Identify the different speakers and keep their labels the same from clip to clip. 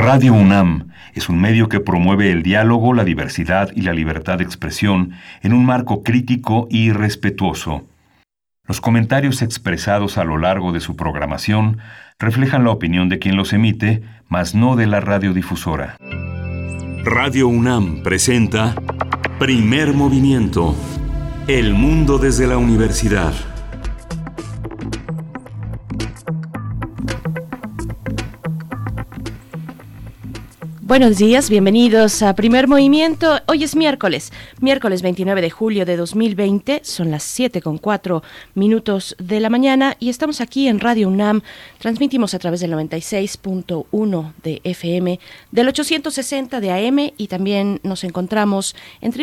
Speaker 1: Radio UNAM es un medio que promueve el diálogo, la diversidad y la libertad de expresión en un marco crítico y respetuoso. Los comentarios expresados a lo largo de su programación reflejan la opinión de quien los emite, mas no de la radiodifusora. Radio UNAM presenta Primer Movimiento. El mundo desde la universidad.
Speaker 2: Buenos días, bienvenidos a Primer Movimiento. Hoy es miércoles 29 de julio de 2020, son las 7:04 de la mañana y estamos aquí en Radio UNAM. Transmitimos a través del 96.1 de FM, del 860 de AM y también nos encontramos en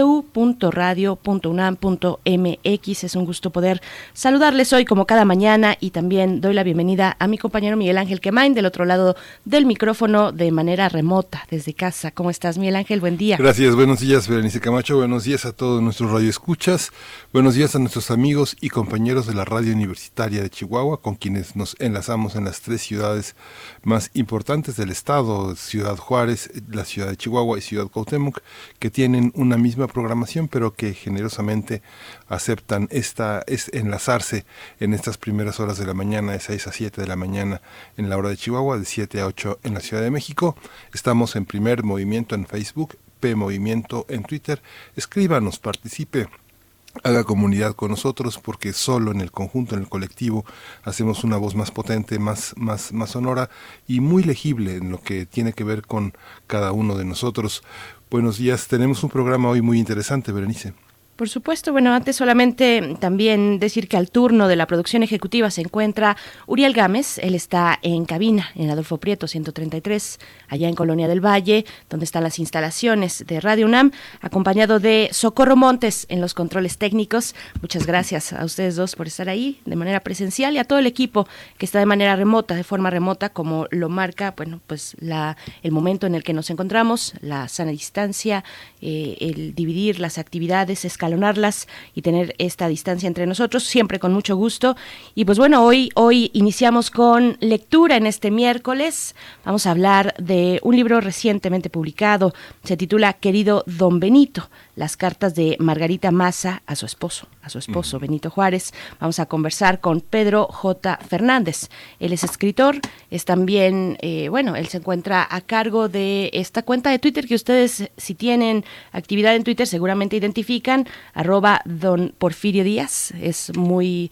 Speaker 2: www.radio.unam.mx. Es un gusto poder saludarles hoy como cada mañana y también doy la bienvenida a mi compañero Miguel Ángel Quemain del otro lado del micrófono de manera remota desde casa. ¿Cómo estás, Miguel Ángel? Buen día.
Speaker 3: Gracias, buenos días, Berenice Camacho. Buenos días a todos nuestros radioescuchas. Buenos días a nuestros amigos y compañeros de la Radio Universitaria de Chihuahua, con quienes nos enlazamos en las tres ciudades más importantes del estado, Ciudad Juárez, la ciudad de Chihuahua y Ciudad Cuauhtémoc, que tienen una misma programación, pero que generosamente aceptan enlazarse en estas primeras horas de la mañana, de 6 a 7 de la mañana en la hora de Chihuahua, de 7 a 8 en la Ciudad de México. Estamos en Primer Movimiento en Facebook, P Movimiento en Twitter. Escríbanos, participe, haga comunidad con nosotros, porque solo en el conjunto, en el colectivo, hacemos una voz más potente, más sonora y muy legible en lo que tiene que ver con cada uno de nosotros. Buenos días, tenemos un programa hoy muy interesante, Berenice.
Speaker 2: Por supuesto, bueno, antes solamente también decir que al turno de la producción ejecutiva se encuentra Uriel Gámez. Él está en cabina en Adolfo Prieto 133, allá en Colonia del Valle, donde están las instalaciones de Radio UNAM, acompañado de Socorro Montes en los controles técnicos. Muchas gracias a ustedes dos por estar ahí de manera presencial y a todo el equipo que está de manera remota, de forma remota, como lo marca, bueno, pues el momento en el que nos encontramos, la sana distancia, el dividir las actividades, escalonarlas y tener esta distancia entre nosotros, siempre con mucho gusto. Y pues bueno, hoy iniciamos con lectura en este miércoles. Vamos a hablar de un libro recientemente publicado, se titula Querido Don Benito, las cartas de Margarita Maza a su esposo Benito Juárez. Vamos a conversar con Pedro J. Fernández. Él es escritor, es también, él se encuentra a cargo de esta cuenta de Twitter que ustedes, si tienen actividad en Twitter, seguramente identifican, @Don Porfirio Díaz. Es muy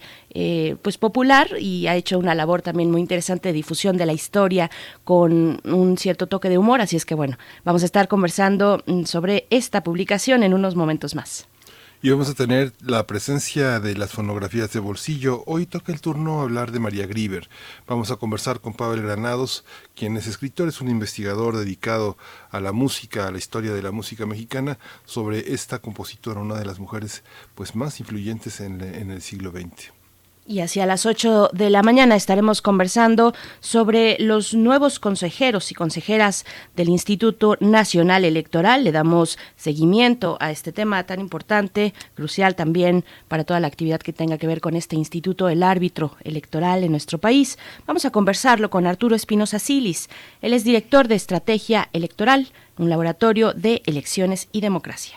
Speaker 2: popular y ha hecho una labor también muy interesante de difusión de la historia con un cierto toque de humor, así es que bueno, vamos a estar conversando sobre esta publicación en unos momentos más.
Speaker 3: Y vamos a tener la presencia de las fonografías de bolsillo. Hoy toca el turno hablar de María Grieber. Vamos a conversar con Pavel Granados, quien es escritor, es un investigador dedicado a la música, a la historia de la música mexicana, sobre esta compositora, una de las mujeres pues más influyentes en el siglo XX.
Speaker 2: Y hacia las 8 de la mañana estaremos conversando sobre los nuevos consejeros y consejeras del Instituto Nacional Electoral. Le damos seguimiento a este tema tan importante, crucial también para toda la actividad que tenga que ver con este instituto, el árbitro electoral en nuestro país. Vamos a conversarlo con Arturo Espinosa Silis. Él es director de Estrategia Electoral, un laboratorio de elecciones y democracia.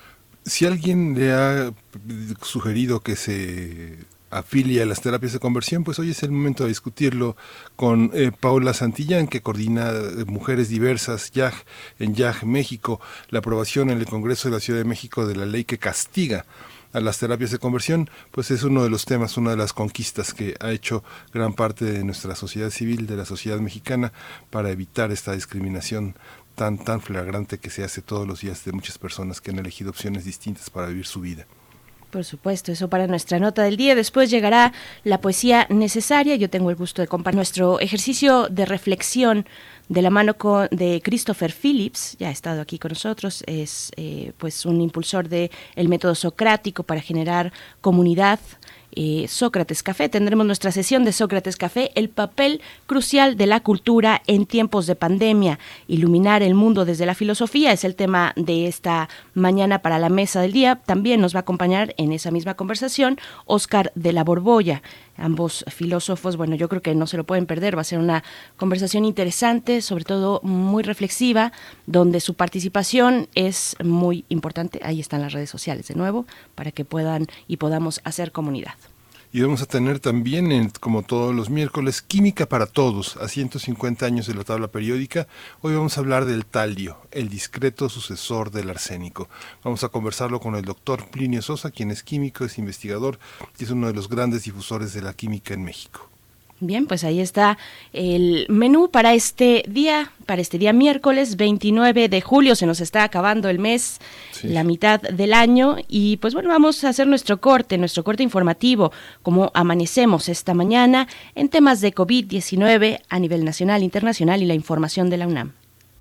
Speaker 3: Si alguien le ha sugerido que se afilia a las terapias de conversión, pues hoy es el momento de discutirlo con Paula Santillán, que coordina Mujeres Diversas en YAG México, la aprobación en el Congreso de la Ciudad de México de la ley que castiga a las terapias de conversión, pues es uno de los temas, una de las conquistas que ha hecho gran parte de nuestra sociedad civil, de la sociedad mexicana, para evitar esta discriminación tan flagrante que se hace todos los días de muchas personas que han elegido opciones distintas para vivir su vida.
Speaker 2: Por supuesto, eso para nuestra nota del día. Después llegará la poesía necesaria. Yo tengo el gusto de compartir nuestro ejercicio de reflexión de la mano de Christopher Phillips. Ya ha estado aquí con nosotros. Es un impulsor del método socrático para generar comunidad. Sócrates Café, tendremos nuestra sesión de Sócrates Café, el papel crucial de la cultura en tiempos de pandemia, iluminar el mundo desde la filosofía, es el tema de esta mañana para la mesa del día. También nos va a acompañar en esa misma conversación Óscar de la Borbolla, ambos filósofos. Bueno, yo creo que no se lo pueden perder, va a ser una conversación interesante, sobre todo muy reflexiva, donde su participación es muy importante. Ahí están las redes sociales de nuevo, para que puedan y podamos hacer comunidad.
Speaker 3: Y vamos a tener también, como todos los miércoles, Química para Todos, a 150 años de la tabla periódica. Hoy vamos a hablar del talio, el discreto sucesor del arsénico. Vamos a conversarlo con el doctor Plinio Sosa, quien es químico, es investigador y es uno de los grandes difusores de la química en México.
Speaker 2: Bien, pues ahí está el menú para este día miércoles 29 de julio. Se nos está acabando el mes, sí, la mitad del año, y pues bueno, vamos a hacer nuestro corte informativo, como amanecemos esta mañana en temas de COVID-19 a nivel nacional, internacional y la información de la UNAM.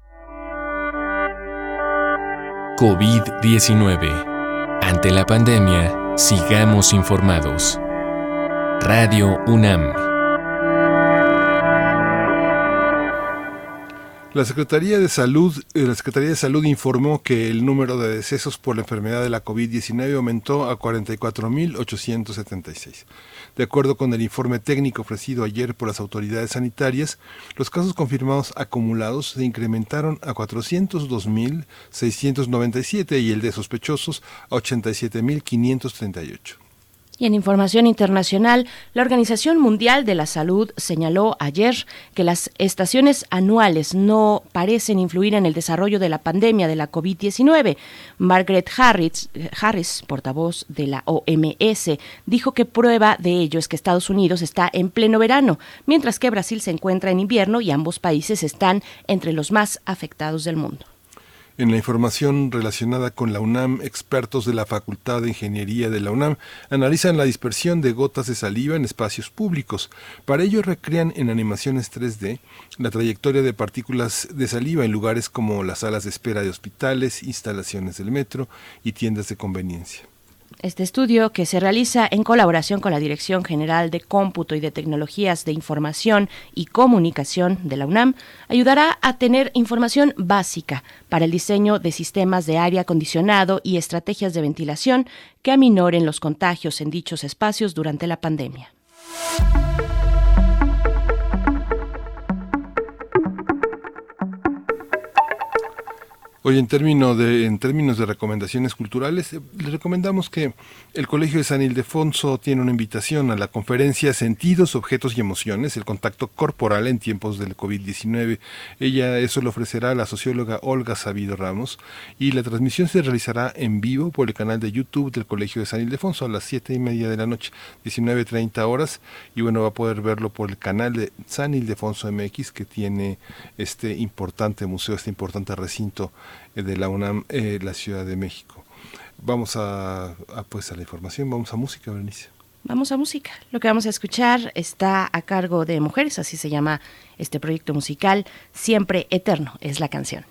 Speaker 4: COVID-19. Ante la pandemia, sigamos informados. Radio UNAM.
Speaker 3: La Secretaría de Salud informó que el número de decesos por la enfermedad de la COVID-19 aumentó a 44.876. De acuerdo con el informe técnico ofrecido ayer por las autoridades sanitarias, los casos confirmados acumulados se incrementaron a 402.697 y el de sospechosos a 87.538.
Speaker 2: Y en información internacional, la Organización Mundial de la Salud señaló ayer que las estaciones anuales no parecen influir en el desarrollo de la pandemia de la COVID-19. Margaret Harris, portavoz de la OMS, dijo que prueba de ello es que Estados Unidos está en pleno verano, mientras que Brasil se encuentra en invierno y ambos países están entre los más afectados del mundo.
Speaker 3: En la información relacionada con la UNAM, expertos de la Facultad de Ingeniería de la UNAM analizan la dispersión de gotas de saliva en espacios públicos. Para ello recrean en animaciones 3D la trayectoria de partículas de saliva en lugares como las salas de espera de hospitales, instalaciones del metro y tiendas de conveniencia.
Speaker 2: Este estudio, que se realiza en colaboración con la Dirección General de Cómputo y de Tecnologías de Información y Comunicación de la UNAM, ayudará a tener información básica para el diseño de sistemas de aire acondicionado y estrategias de ventilación que aminoren los contagios en dichos espacios durante la pandemia.
Speaker 3: Hoy en términos de recomendaciones culturales, les recomendamos que el Colegio de San Ildefonso tiene una invitación a la conferencia Sentidos, Objetos y Emociones, el contacto corporal en tiempos del COVID-19. Eso lo ofrecerá la socióloga Olga Sabido Ramos, y la transmisión se realizará en vivo por el canal de YouTube del Colegio de San Ildefonso a las 7:30 de la noche, 19:30 horas, y bueno, va a poder verlo por el canal de San Ildefonso MX, que tiene este importante museo, este importante recinto de la UNAM, la Ciudad de México. Vamos a la información, vamos a música, Berenice.
Speaker 2: Vamos a música. Lo que vamos a escuchar está a cargo de Mujeres, así se llama este proyecto musical. Siempre Eterno es la canción.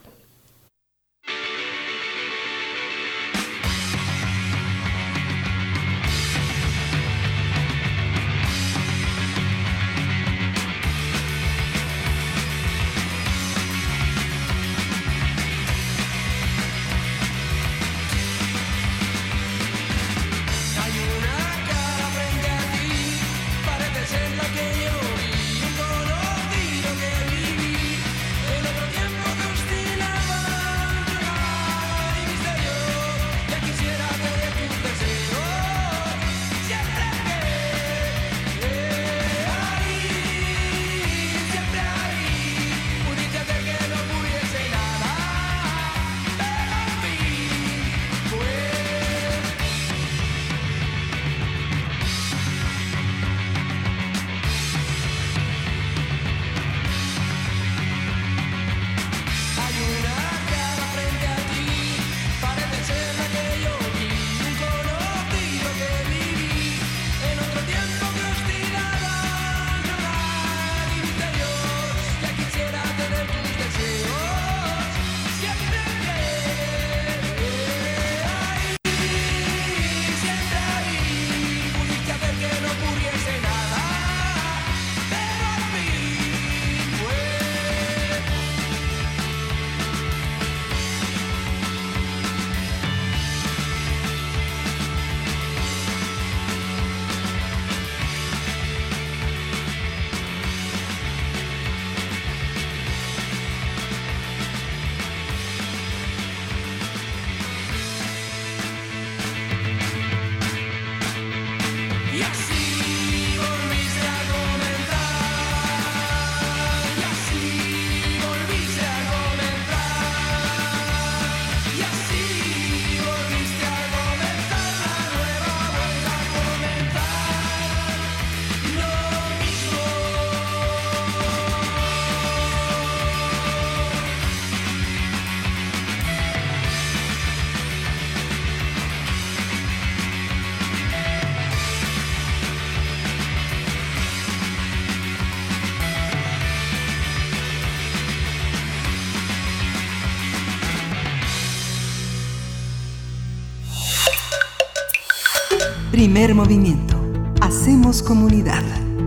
Speaker 5: Primer movimiento. Hacemos comunidad.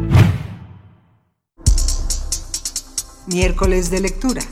Speaker 5: Miércoles de lectura.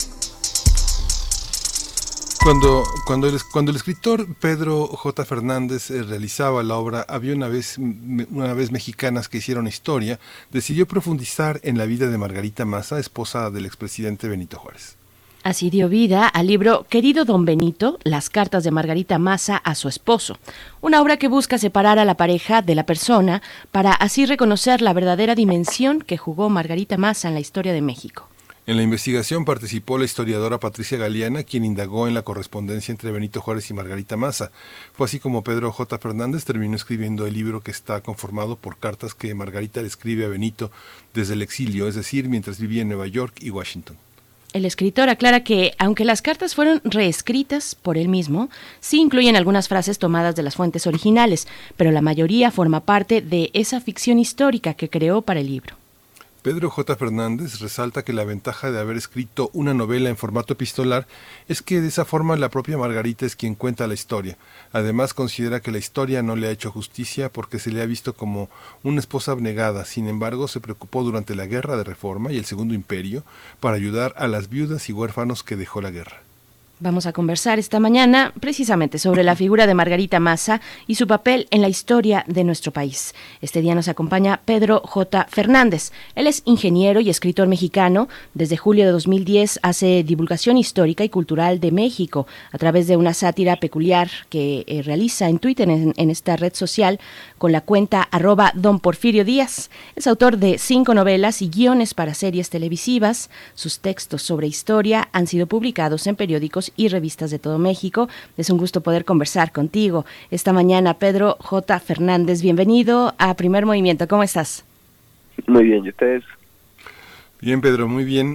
Speaker 3: Cuando el escritor Pedro J. Fernández realizaba la obra Había una vez mexicanas que hicieron historia, decidió profundizar en la vida de Margarita Maza, esposa del expresidente Benito Juárez.
Speaker 2: Así dio vida al libro Querido Don Benito, las cartas de Margarita Maza a su esposo, una obra que busca separar a la pareja de la persona para así reconocer la verdadera dimensión que jugó Margarita Maza en la historia de México.
Speaker 3: En la investigación participó la historiadora Patricia Galeana, quien indagó en la correspondencia entre Benito Juárez y Margarita Maza. Fue así como Pedro J. Fernández terminó escribiendo el libro, que está conformado por cartas que Margarita le escribe a Benito desde el exilio, es decir, mientras vivía en Nueva York y Washington.
Speaker 2: El escritor aclara que, aunque las cartas fueron reescritas por él mismo, sí incluyen algunas frases tomadas de las fuentes originales, pero la mayoría forma parte de esa ficción histórica que creó para el libro.
Speaker 3: Pedro J. Fernández resalta que la ventaja de haber escrito una novela en formato epistolar es que de esa forma la propia Margarita es quien cuenta la historia. Además, considera que la historia no le ha hecho justicia porque se le ha visto como una esposa abnegada. Sin embargo, se preocupó durante la Guerra de Reforma y el Segundo Imperio para ayudar a las viudas y huérfanos que dejó la guerra.
Speaker 2: Vamos a conversar esta mañana precisamente sobre la figura de Margarita Maza y su papel en la historia de nuestro país. Este día nos acompaña Pedro J. Fernández. Él es ingeniero y escritor mexicano. Desde julio de 2010 hace divulgación histórica y cultural de México a través de una sátira peculiar que realiza en Twitter, en esta red social, con la cuenta @Don Porfirio Díaz. Es autor de 5 novelas y guiones para series televisivas. Sus textos sobre historia han sido publicados en periódicos y revistas de todo México. Es un gusto poder conversar contigo esta mañana, Pedro J. Fernández. Bienvenido a Primer Movimiento. ¿Cómo estás?
Speaker 6: Muy bien, ¿y ustedes?
Speaker 3: Bien, Pedro, muy bien.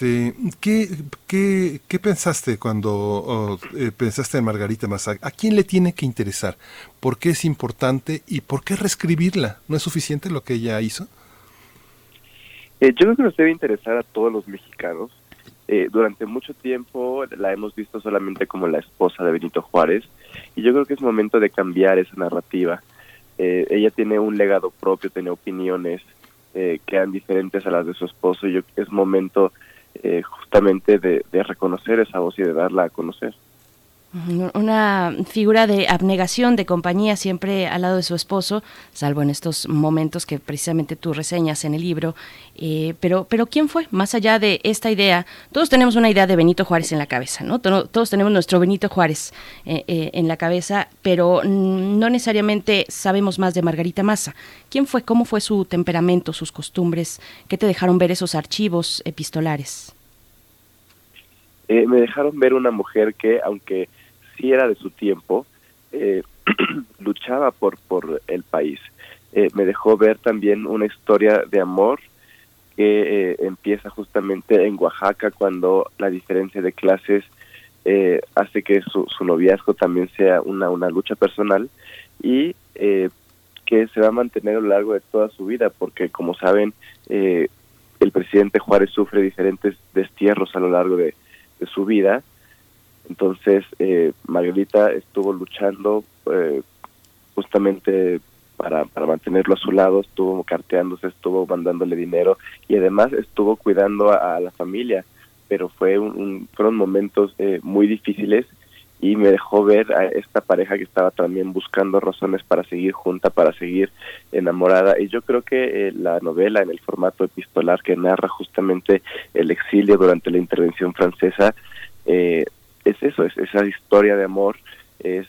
Speaker 3: ¿Qué pensaste cuando pensaste en Margarita Maza? ¿A quién le tiene que interesar? ¿Por qué es importante y por qué reescribirla? ¿No es suficiente lo que ella hizo?
Speaker 6: Yo creo que nos debe interesar a todos los mexicanos. Durante mucho tiempo la hemos visto solamente como la esposa de Benito Juárez, y yo creo que es momento de cambiar esa narrativa. Ella tiene un legado propio, tiene opiniones que eran diferentes a las de su esposo, y yo creo que es momento justamente de reconocer esa voz y de darla a conocer.
Speaker 2: Una figura de abnegación, de compañía siempre al lado de su esposo, salvo en estos momentos que precisamente tú reseñas en el libro. Pero ¿quién fue? Más allá de esta idea, todos tenemos una idea de Benito Juárez en la cabeza, ¿no? Todos tenemos nuestro Benito Juárez en la cabeza, pero no necesariamente sabemos más de Margarita Maza. ¿Quién fue? ¿Cómo fue su temperamento, sus costumbres? ¿Qué te dejaron ver esos archivos epistolares?
Speaker 6: Me dejaron ver una mujer que, aunque sí era de su tiempo, luchaba por el país. Me dejó ver también una historia de amor que empieza justamente en Oaxaca, cuando la diferencia de clases hace que su noviazgo también sea una lucha personal, y que se va a mantener a lo largo de toda su vida, porque, como saben, el presidente Juárez sufre diferentes destierros a lo largo de su vida. Entonces Margarita estuvo luchando justamente para mantenerlo a su lado, estuvo carteándose, estuvo mandándole dinero, y además estuvo cuidando a la familia, pero fueron momentos muy difíciles, y me dejó ver a esta pareja que estaba también buscando razones para seguir junta, para seguir enamorada. Y yo creo que la novela, en el formato epistolar que narra justamente el exilio durante la intervención francesa, es eso, es esa historia de amor, es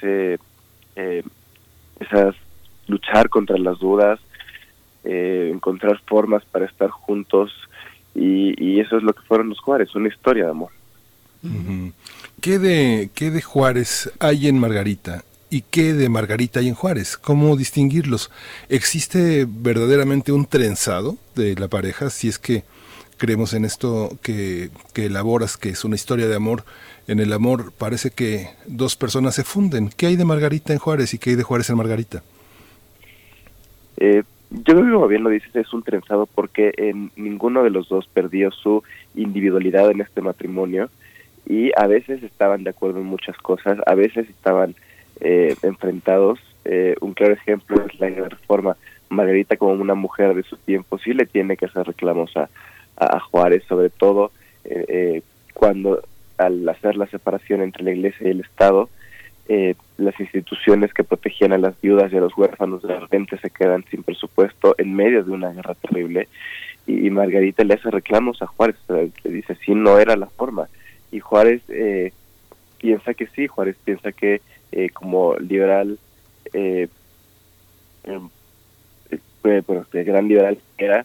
Speaker 6: esas luchar contra las dudas, encontrar formas para estar juntos, y eso es lo que fueron los Juárez, una historia de amor.
Speaker 3: Uh-huh. ¿Qué de Juárez hay en Margarita y qué de Margarita hay en Juárez? ¿Cómo distinguirlos? ¿Existe verdaderamente un trenzado de la pareja? Si es que creemos en esto que elaboras, que es una historia de amor. En el amor parece que dos personas se funden. ¿Qué hay de Margarita en Juárez y qué hay de Juárez en Margarita?
Speaker 6: Yo creo que, como bien lo dices, es un trenzado, porque ninguno de los dos perdió su individualidad en este matrimonio, y a veces estaban de acuerdo en muchas cosas, a veces estaban enfrentados, un claro ejemplo es la Reforma. Margarita, como una mujer de su tiempo, sí le tiene que hacer reclamos a Juárez, sobre todo cuando al hacer la separación entre la Iglesia y el Estado, las instituciones que protegían a las viudas y a los huérfanos de repente se quedan sin presupuesto en medio de una guerra terrible, y Margarita le hace reclamos a Juárez, le dice sí, no era la forma, y Juárez piensa que sí. Juárez piensa que como liberal, bueno, el gran liberal que era,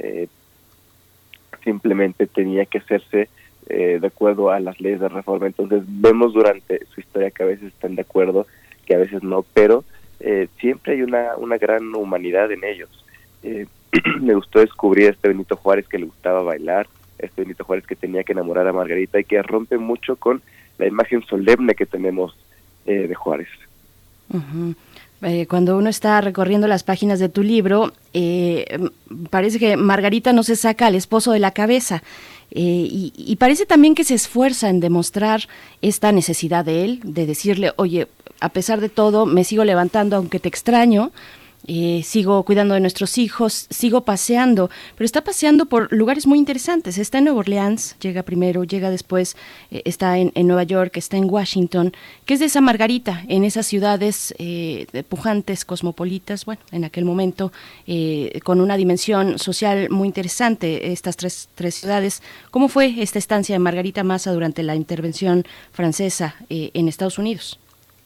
Speaker 6: simplemente tenía que hacerse de acuerdo a las leyes de reforma. Entonces vemos durante su historia que a veces están de acuerdo, que a veces no, pero siempre hay una gran humanidad en ellos. Me gustó descubrir a este Benito Juárez que le gustaba bailar, este Benito Juárez que tenía que enamorar a Margarita y que rompe mucho con la imagen solemne que tenemos de Juárez. Uh-huh.
Speaker 2: Cuando uno está recorriendo las páginas de tu libro, parece que Margarita no se saca al esposo de la cabeza, y parece también que se esfuerza en demostrar esta necesidad de él, de decirle, oye, a pesar de todo, me sigo levantando aunque te extraño, sigo cuidando de nuestros hijos, sigo paseando, pero está paseando por lugares muy interesantes. Está en Nueva Orleans, llega primero, llega después, está en Nueva York, está en Washington. ¿Qué es de esa Margarita en esas ciudades pujantes, cosmopolitas? Bueno, en aquel momento, con una dimensión social muy interesante, estas tres ciudades. ¿Cómo fue esta estancia de Margarita Maza durante la intervención francesa en Estados Unidos?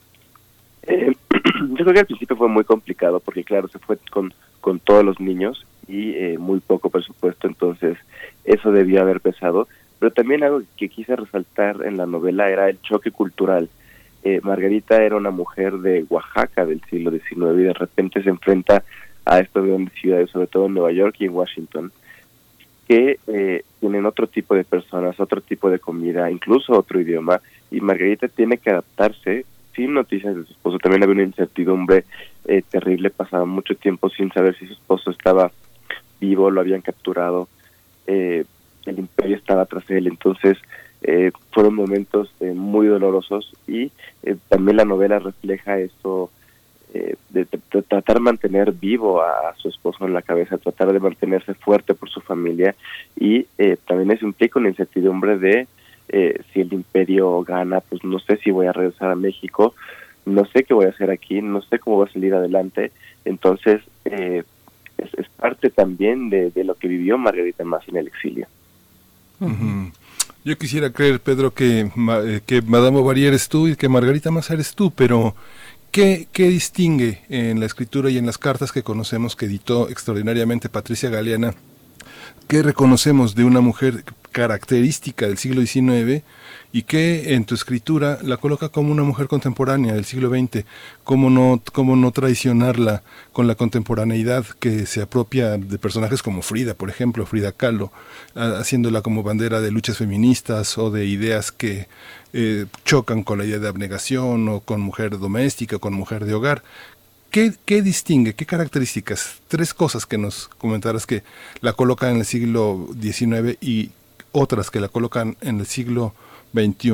Speaker 6: Yo creo que al principio fue muy complicado porque, claro, se fue con todos los niños y muy poco presupuesto, entonces eso debió haber pesado. Pero también algo que quise resaltar en la novela era el choque cultural. Margarita era una mujer de Oaxaca del siglo XIX y de repente se enfrenta a estas grandes ciudades, sobre todo en Nueva York y en Washington, que tienen otro tipo de personas, otro tipo de comida, incluso otro idioma, y Margarita tiene que adaptarse sin noticias de su esposo. También había una incertidumbre terrible, pasaba mucho tiempo sin saber si su esposo estaba vivo, lo habían capturado, el imperio estaba tras él, entonces fueron momentos muy dolorosos, y también la novela refleja eso de tratar de mantener vivo a su esposo en la cabeza, tratar de mantenerse fuerte por su familia, y también eso implica una incertidumbre de si el imperio gana, pues no sé si voy a regresar a México, no sé qué voy a hacer aquí, no sé cómo voy a salir adelante. Entonces es parte también de lo que vivió Margarita Maza en el exilio.
Speaker 3: Uh-huh. Yo quisiera creer, Pedro, que Madame Bovary eres tú y que Margarita Maza eres tú, pero ¿qué distingue en la escritura y en las cartas que conocemos que editó extraordinariamente Patricia Galeana? ¿Qué reconocemos de una mujer característica del siglo XIX y que en tu escritura la coloca como una mujer contemporánea del siglo XX? ¿Cómo no traicionarla con la contemporaneidad que se apropia de personajes como Frida, por ejemplo, Frida Kahlo, haciéndola como bandera de luchas feministas o de ideas que chocan con la idea de abnegación o con mujer doméstica, con mujer de hogar? ¿Qué distingue, qué características? 3 cosas que nos comentaras que la colocan en el siglo XIX y otras que la colocan en el siglo XXI.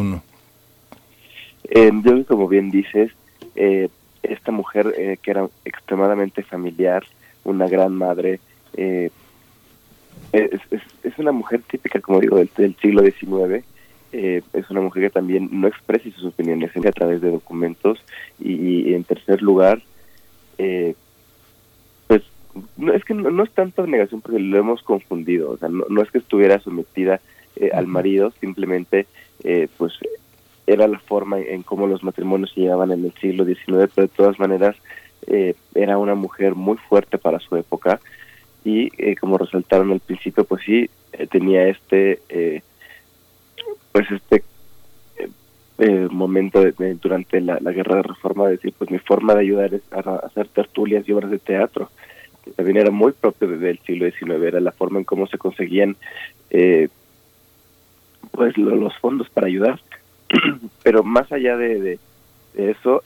Speaker 6: Yo, como bien dices, esta mujer que era extremadamente familiar, una gran madre, es una mujer típica, como digo, del siglo XIX. Es una mujer que también no expresa sus opiniones a través de documentos, y en tercer lugar, pues no es que no es tanto abnegación, porque lo hemos confundido. O sea, no es que estuviera sometida al marido, simplemente pues era la forma en cómo los matrimonios se llevaban en el siglo XIX, pero de todas maneras era una mujer muy fuerte para su época, y como resaltaron al principio, pues sí, tenía este momento durante la guerra de reforma, de decir, pues mi forma de ayudar es a hacer tertulias y obras de teatro, que también era muy propio del siglo XIX, era la forma en cómo se conseguían pues los fondos para ayudar. Pero más allá de eso,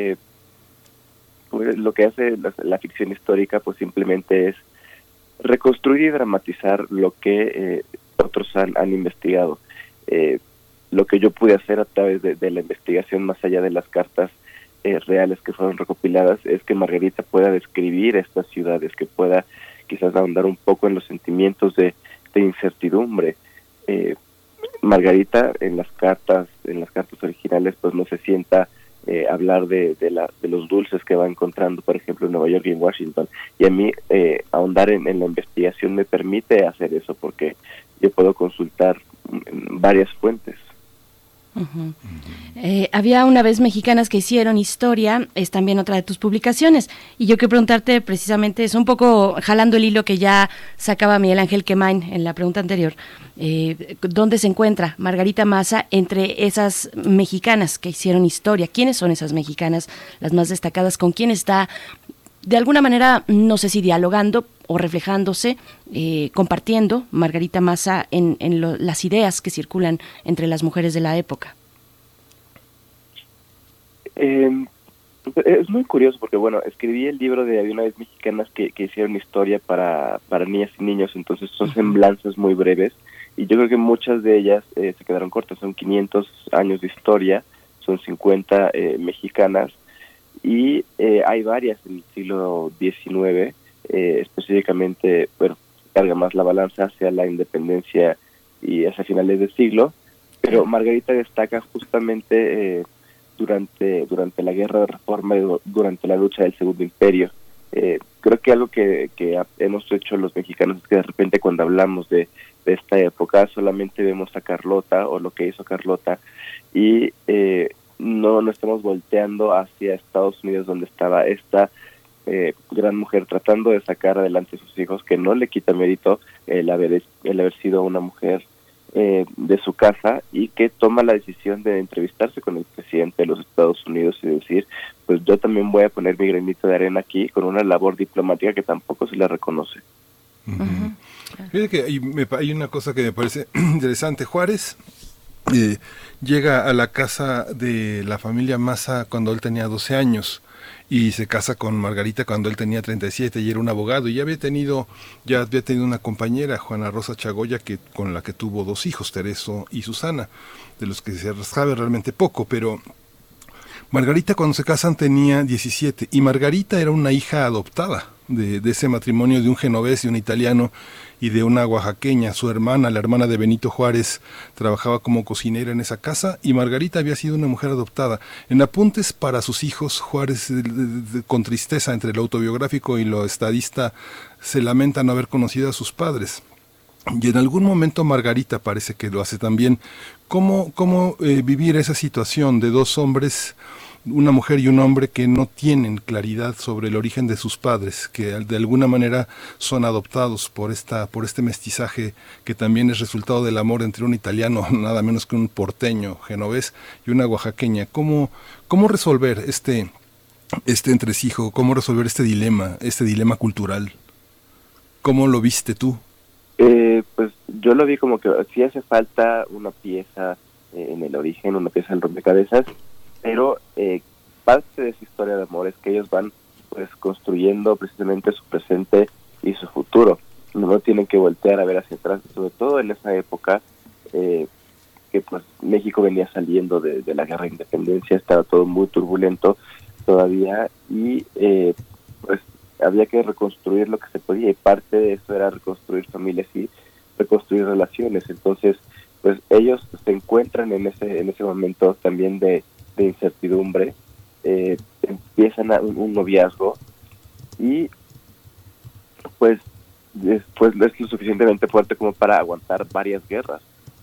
Speaker 6: pues lo que hace la ficción histórica pues simplemente es reconstruir y dramatizar lo que otros han investigado. Lo que yo pude hacer a través de la investigación, más allá de las cartas, reales que fueron recopiladas, es que Margarita pueda describir estas ciudades, que pueda quizás ahondar un poco en los sentimientos de incertidumbre. Margarita en las cartas originales pues no se sienta hablar de los dulces que va encontrando, por ejemplo, en Nueva York y en Washington, y a mí ahondar en la investigación me permite hacer eso, porque yo puedo consultar varias fuentes.
Speaker 2: Uh-huh. Había una vez Mexicanas que hicieron historia, es también otra de tus publicaciones, y yo quiero preguntarte precisamente, es un poco jalando el hilo que ya sacaba Miguel Ángel Quemain en la pregunta anterior, ¿dónde se encuentra Margarita Maza entre esas mexicanas que hicieron historia? ¿Quiénes son esas mexicanas, las más destacadas? ¿Con quién está, de alguna manera, no sé si dialogando o reflejándose, compartiendo Margarita Maza en las ideas que circulan entre las mujeres de la época?
Speaker 6: Es muy curioso porque, bueno, escribí el libro de Había una vez Mexicanas que hicieron historia para niñas y niños, entonces son semblanzas muy breves, y yo creo que muchas de ellas se quedaron cortas. Son 500 años de historia, son 50 mexicanas, y hay varias en el siglo XIX, específicamente, bueno, carga más la balanza hacia la independencia y hacia finales del siglo, pero Margarita destaca justamente durante la Guerra de Reforma y durante la lucha del Segundo Imperio. Creo que algo que hemos hecho los mexicanos es que de repente cuando hablamos de esta época solamente vemos a Carlota o lo que hizo Carlota, y no estamos volteando hacia Estados Unidos, donde estaba esta gran mujer tratando de sacar adelante a sus hijos, que no le quita mérito el haber sido una mujer de su casa, y que toma la decisión de entrevistarse con el presidente de los Estados Unidos y decir, pues yo también voy a poner mi granito de arena aquí, con una labor diplomática que tampoco se le reconoce.
Speaker 3: Uh-huh. Fíjate que hay una cosa que me parece interesante. Juárez llega a la casa de la familia Maza cuando él tenía 12 años y se casa con Margarita cuando él tenía 37 y era un abogado, y ya había tenido una compañera, Juana Rosa Chagoya, con la que tuvo 2 hijos, Tereso y Susana, de los que se sabe realmente poco, pero Margarita cuando se casan tenía 17, y Margarita era una hija adoptada de ese matrimonio de un genovés y un italiano y de una oaxaqueña. Su hermana, la hermana de Benito Juárez, trabajaba como cocinera en esa casa, y Margarita había sido una mujer adoptada. En apuntes para sus hijos, Juárez, con tristeza entre lo autobiográfico y lo estadista, se lamenta no haber conocido a sus padres. Y en algún momento Margarita parece que lo hace también. ¿Cómo vivir esa situación de 2 hombres, una mujer y un hombre, que no tienen claridad sobre el origen de sus padres, que de alguna manera son adoptados por este mestizaje que también es resultado del amor entre un italiano, nada menos que un porteño genovés, y una oaxaqueña? ¿Cómo resolver este entresijo? ¿Cómo resolver este dilema cultural? ¿Cómo lo viste tú?
Speaker 6: Pues yo lo vi como que sí hace falta una pieza en el origen, una pieza del rompecabezas, pero parte de esa historia de amor es que ellos van pues construyendo precisamente su presente y su futuro. No tienen que voltear a ver hacia atrás, sobre todo en esa época que pues México venía saliendo de la guerra de independencia, estaba todo muy turbulento todavía, y pues había que reconstruir lo que se podía, y parte de eso era reconstruir familias y reconstruir relaciones. Entonces pues ellos se encuentran en ese momento también de incertidumbre, empiezan un noviazgo, y pues después es lo suficientemente fuerte como para aguantar varias guerras.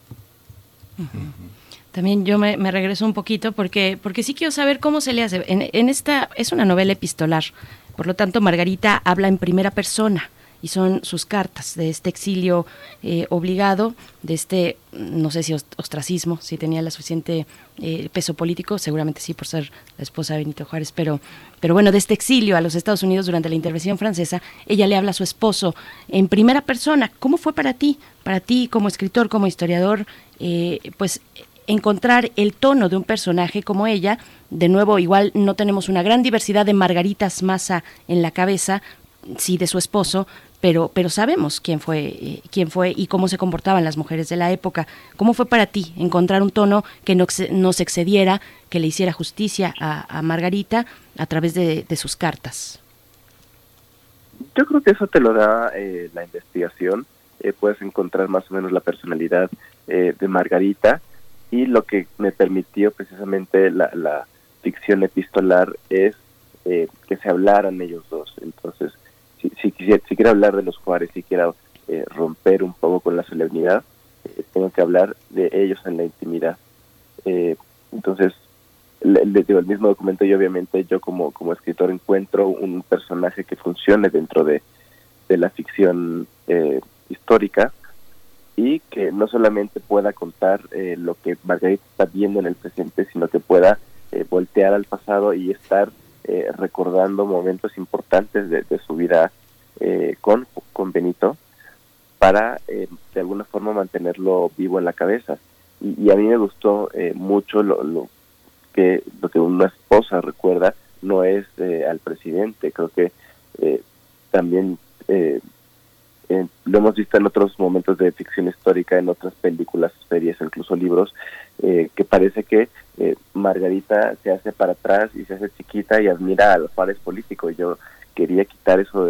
Speaker 2: También yo me regreso un poquito porque sí quiero saber cómo se le hace. En esta es una novela epistolar, por lo tanto Margarita habla en primera persona, y son sus cartas de este exilio obligado, de este, no sé si ostracismo, si tenía la suficiente peso político, seguramente sí por ser la esposa de Benito Juárez, pero bueno, de este exilio a los Estados Unidos durante la intervención francesa. Ella le habla a su esposo en primera persona. ¿Cómo fue para ti como escritor, como historiador, pues encontrar el tono de un personaje como ella? De nuevo, igual no tenemos una gran diversidad de Margaritas Maza en la cabeza, sí, de su esposo, pero sabemos quién fue y cómo se comportaban las mujeres de la época. ¿Cómo fue para ti encontrar un tono que no se excediera, que le hiciera justicia a Margarita a través de sus cartas?
Speaker 6: Yo creo que eso te lo da la investigación. Puedes encontrar más o menos la personalidad de Margarita, y lo que me permitió precisamente la ficción epistolar es que se hablaran ellos dos. Entonces, si quiero hablar de los Juárez, si quiero romper un poco con la solemnidad, tengo que hablar de ellos en la intimidad. Entonces, el mismo documento, y obviamente yo como escritor encuentro un personaje que funcione dentro de la ficción histórica, y que no solamente pueda contar lo que Margarita está viendo en el presente, sino que pueda voltear al pasado y estar recordando momentos importantes de su vida con Benito, para de alguna forma mantenerlo vivo en la cabeza. Y a mí me gustó mucho lo que una esposa recuerda, no es al presidente. Creo que también lo hemos visto en otros momentos de ficción histórica, en otras películas, series, incluso libros, que parece que Margarita se hace para atrás y se hace chiquita y admira a los Juárez políticos. Yo quería quitar eso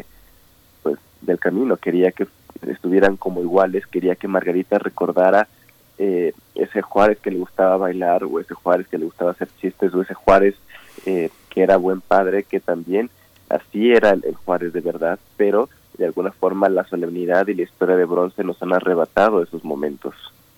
Speaker 6: del camino, quería que estuvieran como iguales, quería que Margarita recordara ese Juárez que le gustaba bailar, o ese Juárez que le gustaba hacer chistes, o ese Juárez que era buen padre, que también así era el Juárez de verdad, pero de alguna forma la solemnidad y la historia de bronce nos han arrebatado esos momentos.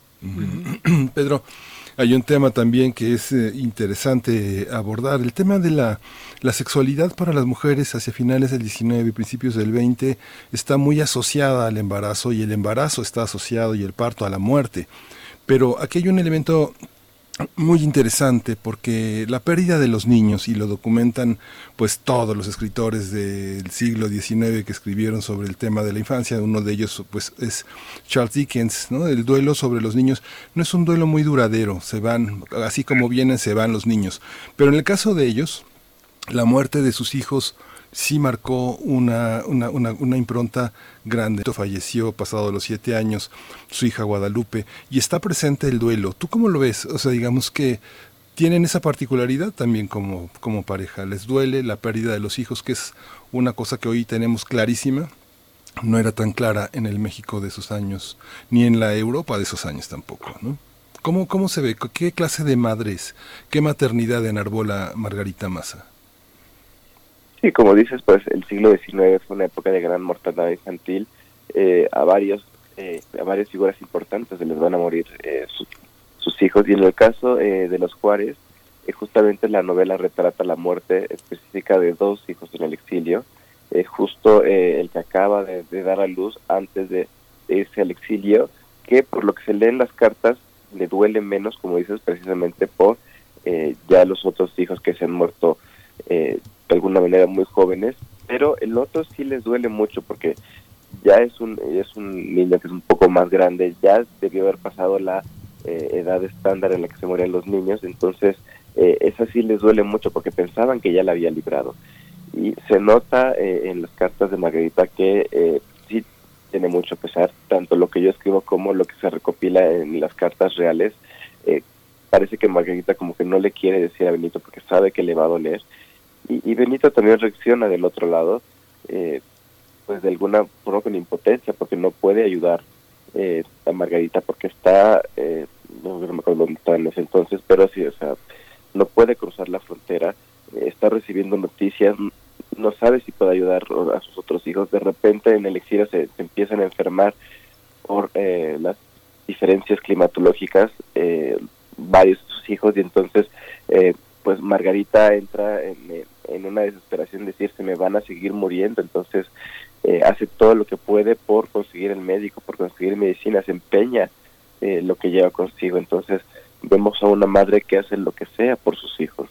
Speaker 3: Pedro, hay un tema también que es interesante abordar, el tema de la sexualidad para las mujeres hacia finales del 19 y principios del 20 está muy asociada al embarazo, y el embarazo está asociado, y el parto, a la muerte. Pero aquí hay un elemento muy interesante, porque la pérdida de los niños, y lo documentan pues todos los escritores del siglo XIX que escribieron sobre el tema de la infancia, uno de ellos pues es Charles Dickens, ¿no? El duelo sobre los niños no es un duelo muy duradero, se van, así como vienen se van los niños, pero en el caso de ellos, la muerte de sus hijos sí marcó una impronta grande. Falleció pasado los 7 años su hija Guadalupe, y está presente el duelo. ¿Tú cómo lo ves? O sea, digamos que tienen esa particularidad también como pareja. Les duele la pérdida de los hijos, que es una cosa que hoy tenemos clarísima. No era tan clara en el México de esos años, ni en la Europa de esos años tampoco, ¿no? ¿Cómo se ve? ¿Qué clase de madres, qué maternidad enarbola Margarita Maza?
Speaker 6: Sí, como dices, pues el siglo XIX fue una época de gran mortandad infantil. A varias figuras importantes se les van a morir sus hijos, y en el caso de los Juárez, justamente la novela retrata la muerte específica de 2 hijos en el exilio, justo el que acaba de dar a luz antes de irse al exilio, que por lo que se lee en las cartas le duele menos, como dices, precisamente por ya los otros hijos que se han muerto de alguna manera muy jóvenes, pero el otro sí les duele mucho, porque ya es un niño que es un poco más grande, ya debió haber pasado la edad estándar en la que se morían los niños. Entonces esa sí les duele mucho, porque pensaban que ya la había librado, y se nota en las cartas de Margarita que sí tiene mucho pesar, tanto lo que yo escribo como lo que se recopila en las cartas reales. Parece que Margarita como que no le quiere decir a Benito, porque sabe que le va a doler. Y Benito también reacciona del otro lado, pues de alguna forma con impotencia, porque no puede ayudar a Margarita, porque está, no me acuerdo dónde está en ese entonces, pero sí, o sea, no puede cruzar la frontera, está recibiendo noticias, no sabe si puede ayudar a sus otros hijos. De repente en el exilio se empiezan a enfermar por las diferencias climatológicas, varios de sus hijos, y entonces pues Margarita entra en una desesperación de decir, se me van a seguir muriendo. Entonces hace todo lo que puede por conseguir el médico, por conseguir medicina, se empeña lo que lleva consigo. Entonces vemos a una madre que hace lo que sea por sus hijos.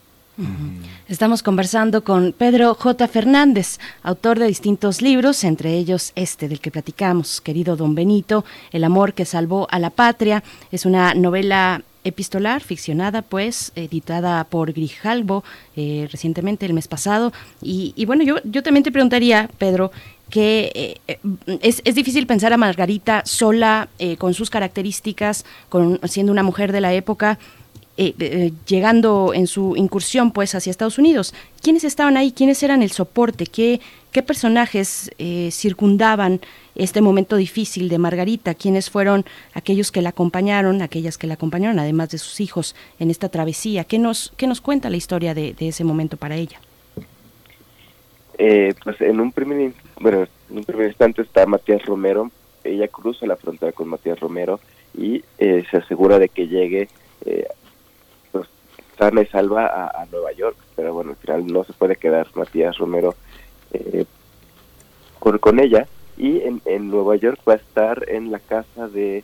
Speaker 2: Estamos conversando con Pedro J. Fernández, autor de distintos libros, entre ellos este del que platicamos, Querido Don Benito, El amor que salvó a la patria. Es una novela epistolar, ficcionada, pues, editada por Grijalbo recientemente, el mes pasado. Y bueno, yo también te preguntaría, Pedro, que es difícil pensar a Margarita sola, con sus características, siendo una mujer de la época, llegando en su incursión pues hacia Estados Unidos. ¿Quiénes estaban ahí? ¿Quiénes eran el soporte? ¿Qué personajes circundaban este momento difícil de Margarita? ¿Quiénes fueron aquellas que la acompañaron, además de sus hijos, en esta travesía? ¿Qué nos cuenta la historia de ese momento para ella?
Speaker 6: Pues en un primer instante está Matías Romero. Ella cruza la frontera con Matías Romero y se asegura de que llegue sana y salva a Nueva York, pero bueno, al final no se puede quedar Matías Romero con ella, y en Nueva York va a estar en la casa de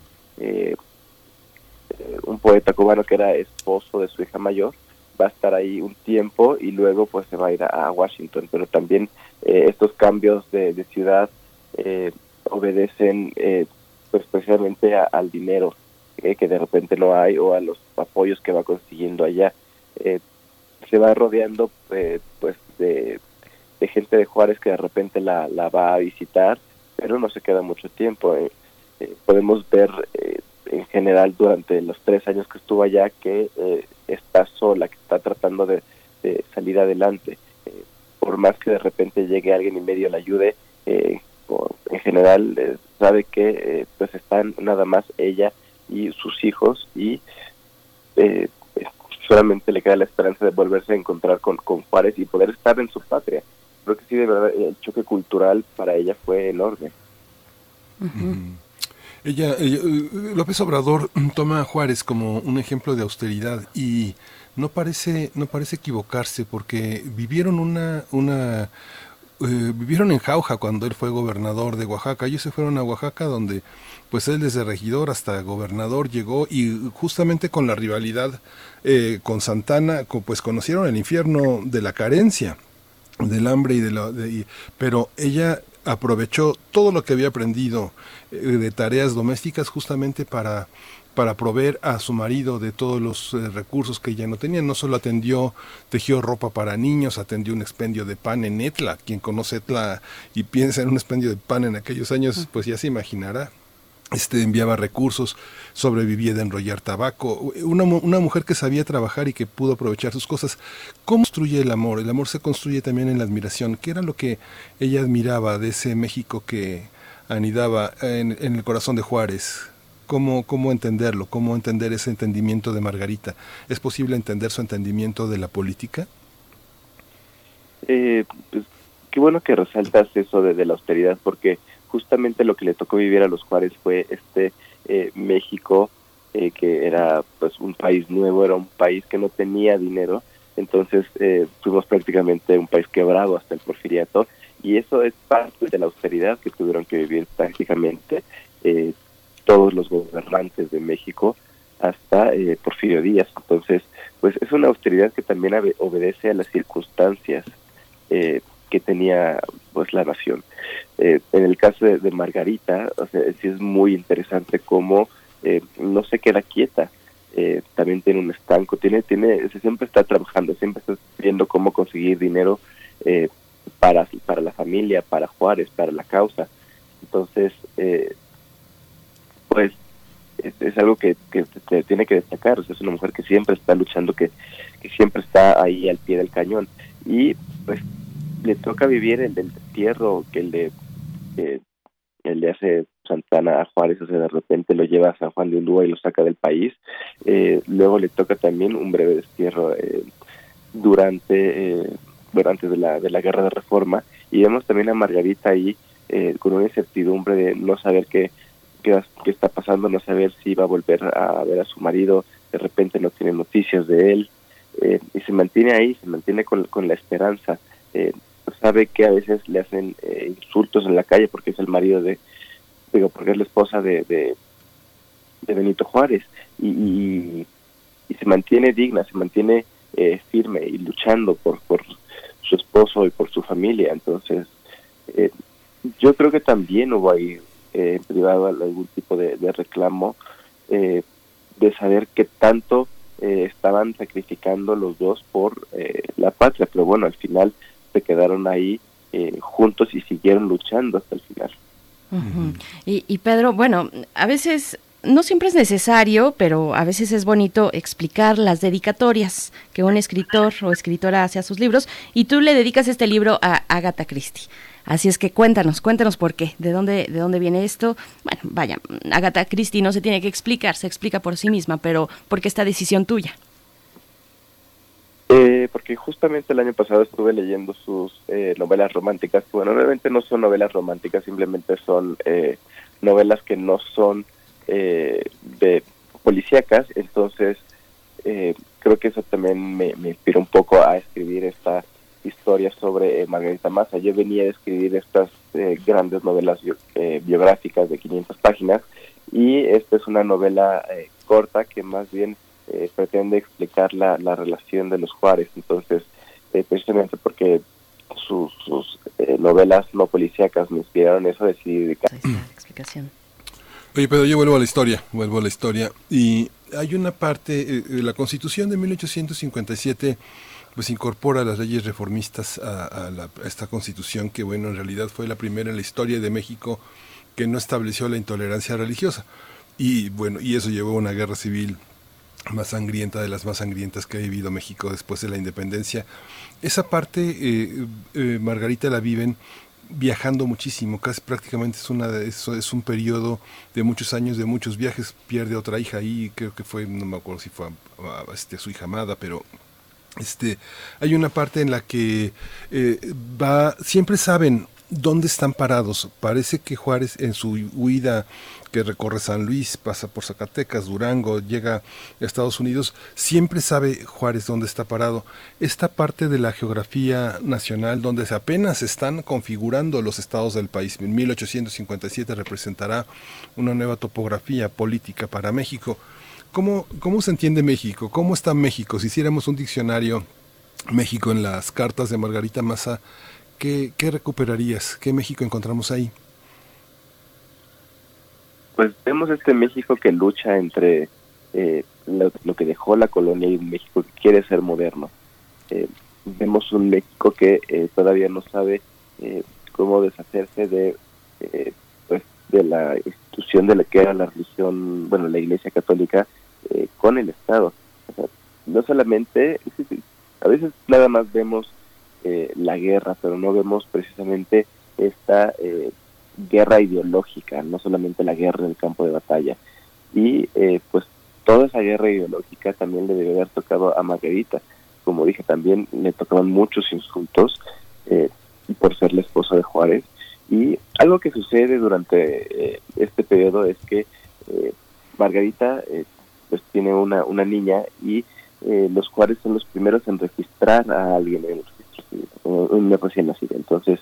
Speaker 6: un poeta cubano que era esposo de su hija mayor. Va a estar ahí un tiempo y luego pues se va a ir a Washington, pero también estos cambios de ciudad obedecen pues especialmente al dinero que de repente no hay, o a los apoyos que va consiguiendo allá. Se va rodeando pues de gente de Juárez que de repente la va a visitar, pero no se queda mucho tiempo. Podemos ver en general durante los 3 años que estuvo allá que está sola, que está tratando de salir adelante. Por más que de repente llegue alguien y medio la ayude, en general sabe que pues están nada más ella y sus hijos, y solamente le queda la esperanza de volverse a encontrar con Juárez y poder estar en su patria. Creo que sí, de verdad, el choque cultural para ella fue enorme.
Speaker 3: Ella, López Obrador toma a Juárez como un ejemplo de austeridad y no parece equivocarse, porque vivieron vivieron en Jauja cuando él fue gobernador de Oaxaca. Ellos se fueron a Oaxaca, donde pues él desde regidor hasta gobernador llegó, y justamente con la rivalidad con Santana, pues conocieron el infierno de la carencia, del hambre pero ella aprovechó todo lo que había aprendido de tareas domésticas justamente para proveer a su marido de todos los recursos que ella no tenía. No solo tejió ropa para niños, atendió un expendio de pan en Etla. Quien conoce Etla y piensa en un expendio de pan en aquellos años, pues ya se imaginará. Enviaba recursos, sobrevivía de enrollar tabaco. Una mujer que sabía trabajar y que pudo aprovechar sus cosas. ¿Cómo construye el amor? El amor se construye también en la admiración. ¿Qué era lo que ella admiraba de ese México que anidaba en el corazón de Juárez? ¿Cómo entenderlo? ¿Cómo entender ese entendimiento de Margarita? ¿Es posible entender su entendimiento de la política?
Speaker 6: Pues, qué bueno que resaltas eso de la austeridad, porque justamente lo que le tocó vivir a los Juárez fue México, que era pues un país nuevo, era un país que no tenía dinero. Entonces fuimos prácticamente un país quebrado hasta el Porfiriato, y eso es parte de la austeridad que tuvieron que vivir prácticamente todos los gobernantes de México hasta Porfirio Díaz. Entonces, pues es una austeridad que también obedece a las circunstancias que tenía pues la nación. En el caso de Margarita, o sea, sí es muy interesante cómo no se queda quieta. También tiene un estanco, siempre está trabajando, siempre está viendo cómo conseguir dinero para la familia, para Juárez, para la causa. Entonces, pues es algo que se tiene que destacar. O sea, es una mujer que siempre está luchando, que siempre está ahí al pie del cañón, y pues le toca vivir el destierro que le hace Santana a Juárez. O sea, de repente lo lleva a San Juan de Ulúa y lo saca del país. Luego le toca también un breve destierro antes de la Guerra de Reforma, y vemos también a Margarita ahí con una incertidumbre de no saber qué está pasando, no saber si va a volver a ver a su marido. De repente no tiene noticias de él, y se mantiene ahí, se mantiene con la esperanza. Sabe que a veces le hacen insultos en la calle porque es el marido porque es la esposa de Benito Juárez, y se mantiene digna, se mantiene firme y luchando por su esposo y por su familia. Entonces yo creo que también hubo ahí en privado algún tipo de reclamo, de saber qué tanto estaban sacrificando los dos por la patria, pero bueno, al final se quedaron ahí juntos y siguieron luchando hasta el final.
Speaker 2: Uh-huh. Y Pedro, bueno, a veces no siempre es necesario, pero a veces es bonito explicar las dedicatorias que un escritor o escritora hace a sus libros, y tú le dedicas este libro a Agatha Christie. Así es que cuéntanos por qué, de dónde viene esto. Bueno, vaya, Agatha Christie no se tiene que explicar, se explica por sí misma, pero ¿por qué esta decisión tuya?
Speaker 6: Porque justamente el año pasado estuve leyendo sus novelas románticas, que bueno, realmente no son novelas románticas, simplemente son novelas que no son de policíacas, entonces creo que eso también me inspiró un poco a escribir esta historia sobre Margarita Maza. Yo venía de escribir estas grandes novelas biográficas de 500 páginas, y esta es una novela corta que más bien pretende explicar la relación de los Juárez. Entonces, precisamente porque sus novelas no policíacas me inspiraron eso, decidí dedicar.
Speaker 2: Ahí está la explicación.
Speaker 3: Oye, Pedro, yo vuelvo a la historia, y hay una parte, la Constitución de 1857 pues incorpora las leyes reformistas a esta Constitución, que bueno, en realidad fue la primera en la historia de México que no estableció la intolerancia religiosa, y bueno, y eso llevó a una guerra civil más sangrienta, de las más sangrientas que ha vivido México después de la independencia. Esa parte Margarita la viven viajando muchísimo, casi prácticamente es un periodo de muchos años, de muchos viajes. Pierde otra hija ahí, creo que fue, no me acuerdo si fue a su hija amada, pero hay una parte en la que siempre saben dónde están parados. Parece que Juárez, en su huida que recorre San Luis, pasa por Zacatecas, Durango, llega a Estados Unidos, siempre sabe Juárez dónde está parado. Esta parte de la geografía nacional, donde apenas se están configurando los estados del país, en 1857 representará una nueva topografía política para México. ¿Cómo se entiende México? ¿Cómo está México? Si hiciéramos un diccionario México en las cartas de Margarita Maza, ¿qué recuperarías? ¿Qué México encontramos ahí?
Speaker 6: Pues vemos este México que lucha entre lo que dejó la colonia y un México que quiere ser moderno. Vemos un México que todavía no sabe cómo deshacerse de la institución de la que era la religión, bueno, la Iglesia Católica, con el Estado. O sea, no solamente, a veces nada más vemos la guerra, pero no vemos precisamente esta guerra ideológica, no solamente la guerra en el campo de batalla. Y pues toda esa guerra ideológica también le debe haber tocado a Margarita. Como dije, también le tocaban muchos insultos por ser la esposa de Juárez. Y algo que sucede durante este periodo es que Margarita pues tiene una niña, y los Juárez son los primeros en registrar a alguien en el registro civil, un recién nacido. Entonces,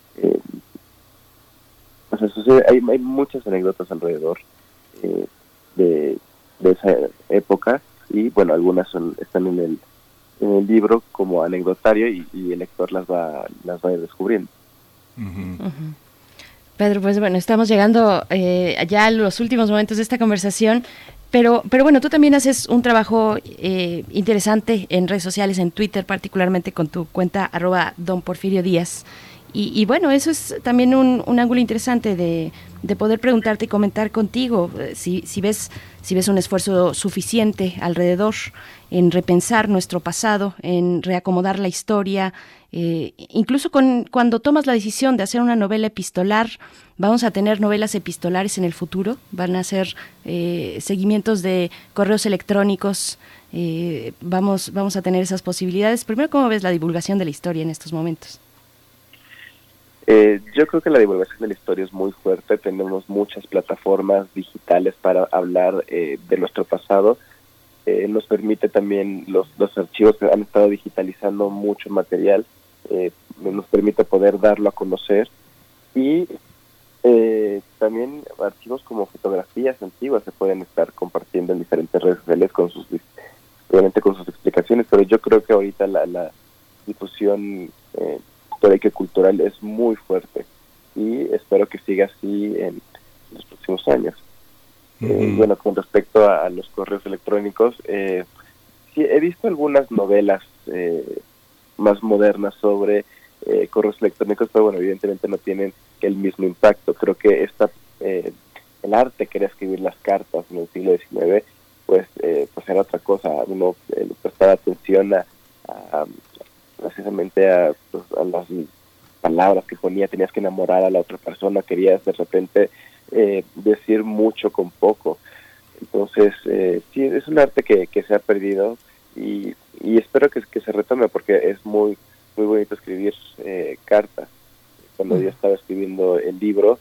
Speaker 6: o sea, sucede, hay muchas anécdotas alrededor de esa época, y bueno, algunas están en el libro como anecdotario, y el lector las va a ir descubriendo.
Speaker 2: Uh-huh. Pedro, pues bueno, estamos llegando ya a los últimos momentos de esta conversación, pero bueno, tú también haces un trabajo interesante en redes sociales, en Twitter particularmente, con tu cuenta @donporfiriodíaz. Y bueno, eso es también un ángulo interesante de poder preguntarte y comentar contigo si ves un esfuerzo suficiente alrededor en repensar nuestro pasado, en reacomodar la historia, incluso cuando tomas la decisión de hacer una novela epistolar. ¿Vamos a tener novelas epistolares en el futuro? ¿Van a ser seguimientos de correos electrónicos? ¿Vamos a tener esas posibilidades? Primero, ¿cómo ves la divulgación de la historia en estos momentos?
Speaker 6: Yo creo que la divulgación de la historia es muy fuerte. Tenemos muchas plataformas digitales para hablar de nuestro pasado. Nos permite también los archivos que han estado digitalizando mucho material, nos permite poder darlo a conocer, y también archivos como fotografías antiguas se pueden estar compartiendo en diferentes redes sociales obviamente con sus explicaciones, pero yo creo que ahorita la difusión histórica y cultural es muy fuerte, y espero que siga así en los próximos años. Bueno, con respecto a los correos electrónicos, sí, he visto algunas novelas más modernas sobre correos electrónicos, pero bueno, evidentemente no tienen el mismo impacto. Creo que el arte que era escribir las cartas en el siglo XIX, pues era otra cosa. Uno prestaba atención precisamente a las palabras que ponía, tenías que enamorar a la otra persona, querías de repente decir mucho con poco. Entonces, sí, es un arte que se ha perdido y espero que se retome, porque es muy muy bonito escribir cartas. Cuando yo estaba escribiendo el libro,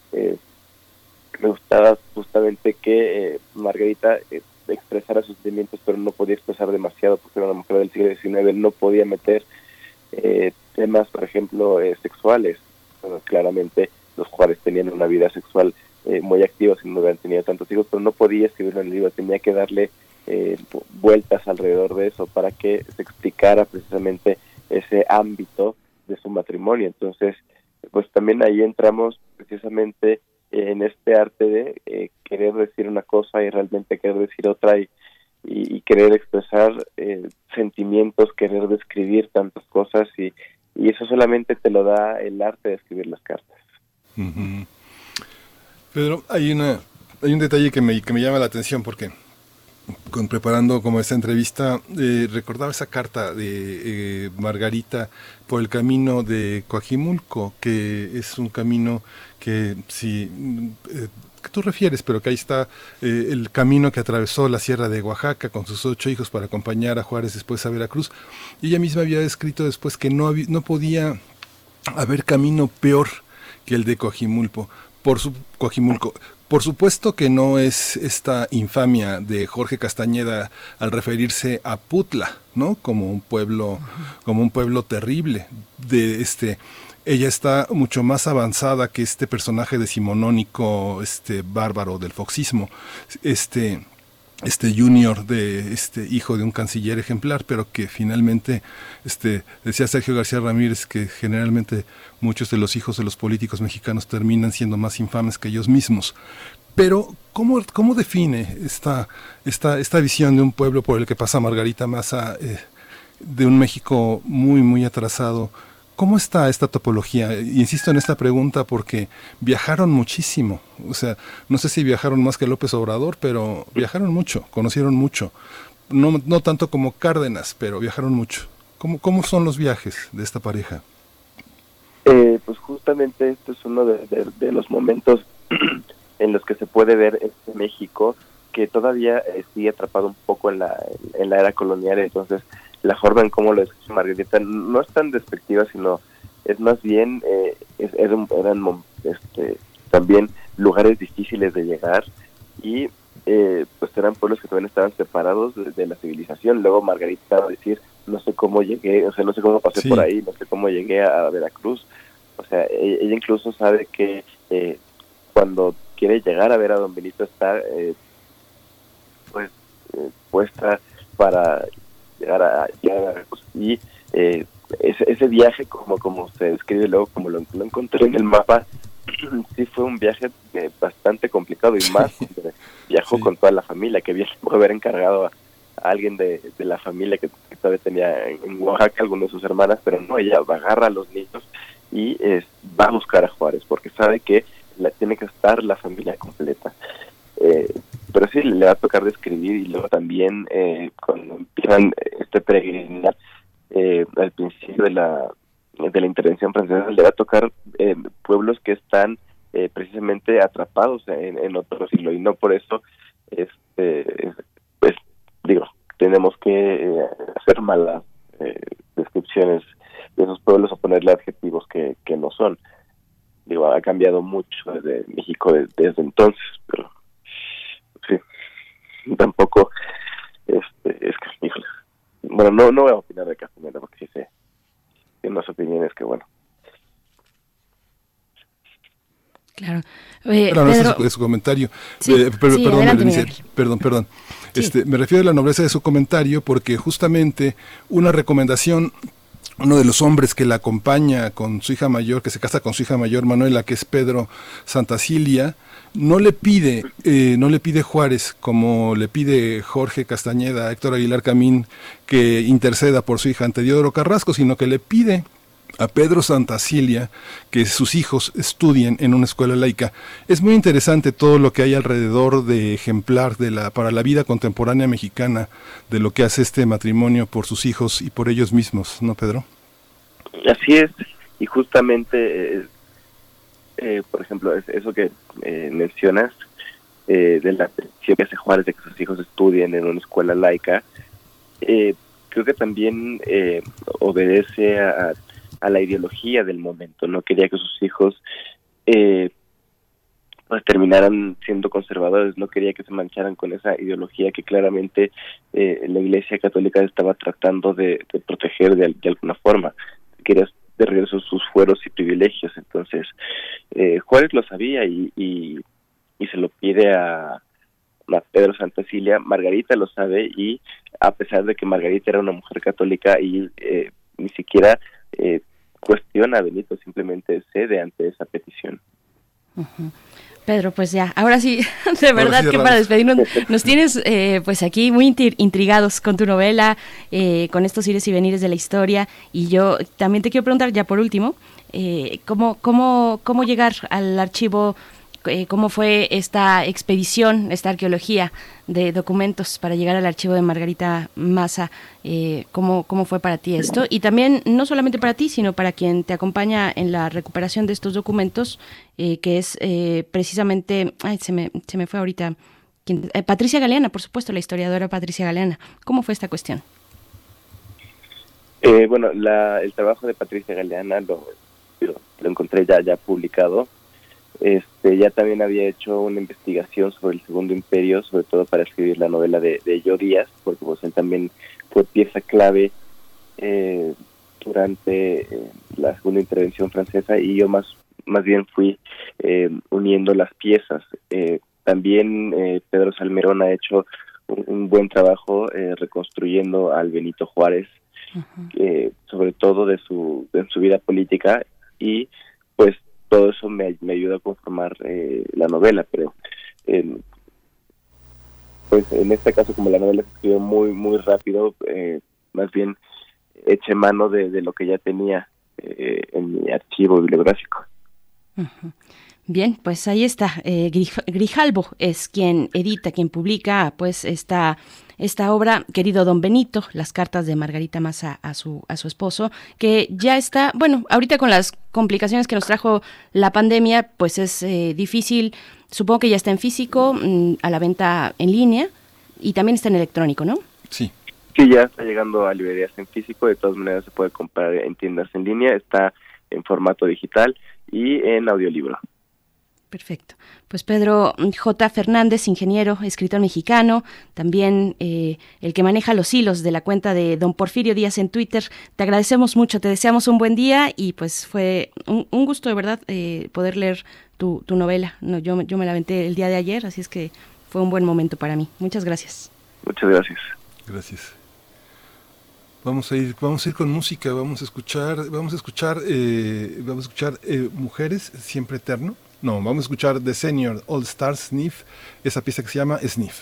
Speaker 6: me gustaba justamente que Margarita expresara sus sentimientos, pero no podía expresar demasiado porque era una mujer del siglo XIX, no podía meter temas, por ejemplo, sexuales. Bueno, claramente los Juárez tenían una vida sexual muy activa, si no hubieran tenido tantos hijos, pero no podía escribirlo en el libro, tenía que darle vueltas alrededor de eso para que se explicara precisamente ese ámbito de su matrimonio. Entonces, pues también ahí entramos precisamente en este arte de querer decir una cosa y realmente querer decir otra, y querer expresar sentimientos, querer describir tantas cosas, y eso solamente te lo da el arte de escribir las cartas.
Speaker 3: Uh-huh. Pedro, hay un detalle que me llama la atención, porque preparando como esta entrevista, recordaba esa carta de Margarita por el camino de Coajimulco, que es un camino que que tú refieres, pero que ahí está el camino que atravesó la sierra de Oaxaca con sus 8 hijos para acompañar a Juárez después a Veracruz. Y ella misma había escrito después que no podía haber camino peor que el de Coajimulco. Por supuesto que no es esta infamia de Jorge Castañeda al referirse a Putla, ¿no? Como un pueblo terrible. Ella está mucho más avanzada que este personaje decimonónico, bárbaro del foxismo, junior de hijo de un canciller ejemplar, pero que finalmente, decía Sergio García Ramírez, que generalmente muchos de los hijos de los políticos mexicanos terminan siendo más infames que ellos mismos. Pero, ¿cómo define esta visión de un pueblo por el que pasa Margarita Maza, de un México muy, muy atrasado? ¿Cómo está esta topología? Y insisto en esta pregunta porque viajaron muchísimo. O sea, no sé si viajaron más que López Obrador, pero viajaron mucho, conocieron mucho. No tanto como Cárdenas, pero viajaron mucho. ¿Cómo son los viajes de esta pareja?
Speaker 6: Pues justamente este es uno de los momentos en los que se puede ver este México que todavía sigue atrapado un poco en la era colonial. Entonces, la forma en cómo lo describe Margarita no es tan despectiva, sino es más bien eran también lugares difíciles de llegar, y pues eran pueblos que también estaban separados de la civilización. Luego Margarita va a decir, no sé cómo llegué, o sea, no sé cómo pasé por ahí, no sé cómo llegué a Veracruz. O sea, ella incluso sabe que cuando quiere llegar a ver a don Benito está puesta para llegar a Veracruz, y ese viaje, como se describe luego, como lo encontré en el mapa, sí fue un viaje bastante complicado, y más viajó con toda la familia, que bien pudo haber encargado a alguien de la familia que todavía tenía en Oaxaca, alguno de sus hermanas, pero no, ella agarra a los niños y va a buscar a Juárez, porque sabe que tiene que estar la familia completa. Pero sí, le va a tocar describir, y luego también cuando empiezan peregrinar al principio de la intervención francesa, le va a tocar pueblos que están precisamente atrapados en otro siglo, y no por eso tenemos que hacer malas descripciones de esos pueblos o ponerle adjetivos que no son. Ha cambiado mucho desde México desde entonces, pero sí, tampoco es que, híjole, bueno, no voy a opinar de Castañeda porque sí sé, tiene unas opiniones que bueno.
Speaker 2: Claro.
Speaker 3: Pero no es su comentario.
Speaker 2: Sí,
Speaker 3: Perdón.
Speaker 2: Sí.
Speaker 3: Me refiero a la nobleza de su comentario porque justamente una recomendación, uno de los hombres que la acompaña con su hija mayor, que se casa con su hija mayor Manuela, que es Pedro Santacilia, no le pide Juárez, como le pide Jorge Castañeda a Héctor Aguilar Camín, que interceda por su hija ante Diodoro Carrasco, sino que le pide a Pedro Santacilia que sus hijos estudien en una escuela laica. Es muy interesante todo lo que hay alrededor de ejemplar para la vida contemporánea mexicana de lo que hace este matrimonio por sus hijos y por ellos mismos, ¿no, Pedro?
Speaker 6: Así es, y justamente, por ejemplo, eso que mencionas, de la petición que hace Juárez de que sus hijos estudien en una escuela laica, creo que también obedece a la ideología del momento. No quería que sus hijos pues terminaran siendo conservadores, no quería que se mancharan con esa ideología que claramente la Iglesia Católica estaba tratando de proteger de alguna forma. Quería de regreso sus fueros y privilegios. Entonces Juárez lo sabía y se lo pide a Pedro Santacilia. Margarita lo sabe, y a pesar de que Margarita era una mujer católica y ni siquiera cuestiona a Benito, simplemente cede ante esa petición.
Speaker 2: Uh-huh. Pedro, pues ya, ahora sí, de verdad que para despedirnos, nos tienes pues aquí muy intrigados con tu novela, con estos ires y venires de la historia, y yo también te quiero preguntar, ya por último, ¿cómo llegar al archivo? ¿Cómo fue esta expedición, esta arqueología de documentos para llegar al archivo de Margarita Maza? ¿Cómo fue para ti esto? Y también, no solamente para ti, sino para quien te acompaña en la recuperación de estos documentos, que es precisamente, se me fue ahorita, Patricia Galeana, por supuesto, la historiadora Patricia Galeana. ¿Cómo fue esta cuestión?
Speaker 6: Bueno, el trabajo de Patricia Galeana lo encontré ya publicado. Ya también había hecho una investigación sobre el Segundo Imperio, sobre todo para escribir la novela de Ello Díaz, porque pues él también fue pieza clave durante la Segunda Intervención Francesa, y yo más bien fui uniendo las piezas. También Pedro Salmerón ha hecho un buen trabajo reconstruyendo al Benito Juárez, uh-huh, sobre todo de su vida política, y pues todo eso me ayuda a conformar la novela. Pero pues en este caso, como la novela se escribió muy rápido, más bien eché mano de lo que ya tenía en mi archivo bibliográfico.
Speaker 2: Uh-huh. Bien, pues ahí está. Grijalbo es quien edita, quien publica pues esta obra, querido don Benito, las cartas de Margarita Maza a su esposo, que ya está, bueno, ahorita con las complicaciones que nos trajo la pandemia, pues es difícil. Supongo que ya está en físico, a la venta en línea, y también está en electrónico, ¿no?
Speaker 6: Sí, ya está llegando a librerías en físico. De todas maneras se puede comprar en tiendas en línea, está en formato digital y en audiolibro.
Speaker 2: Perfecto. Pues Pedro J. Fernández, ingeniero, escritor mexicano, también el que maneja los hilos de la cuenta de don Porfirio Díaz en Twitter. Te agradecemos mucho, te deseamos un buen día, y pues fue un gusto de verdad poder leer tu novela. No, yo me la aventé el día de ayer, así es que fue un buen momento para mí. Muchas gracias.
Speaker 6: Muchas gracias.
Speaker 3: Gracias. Vamos a ir con música. Vamos a escuchar Mujeres Siempre Eterno. No, vamos a escuchar The Senior All Stars Sniff, esa pieza que se llama Sniff.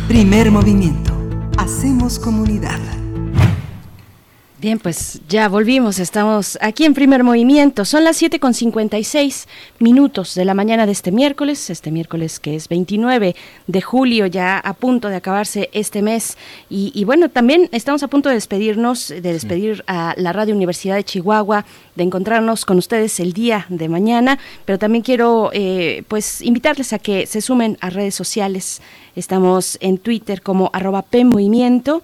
Speaker 5: Primer movimiento. Hacemos comunidad.
Speaker 2: Bien, pues ya volvimos, estamos aquí en Primer Movimiento. Son las 7:56 de la mañana de este miércoles que es 29 de julio, ya a punto de acabarse este mes. Y bueno, también estamos a punto de despedir a la Radio Universidad de Chihuahua, de encontrarnos con ustedes el día de mañana, pero también quiero pues invitarles a que se sumen a redes sociales. Estamos en Twitter como @PMovimiento.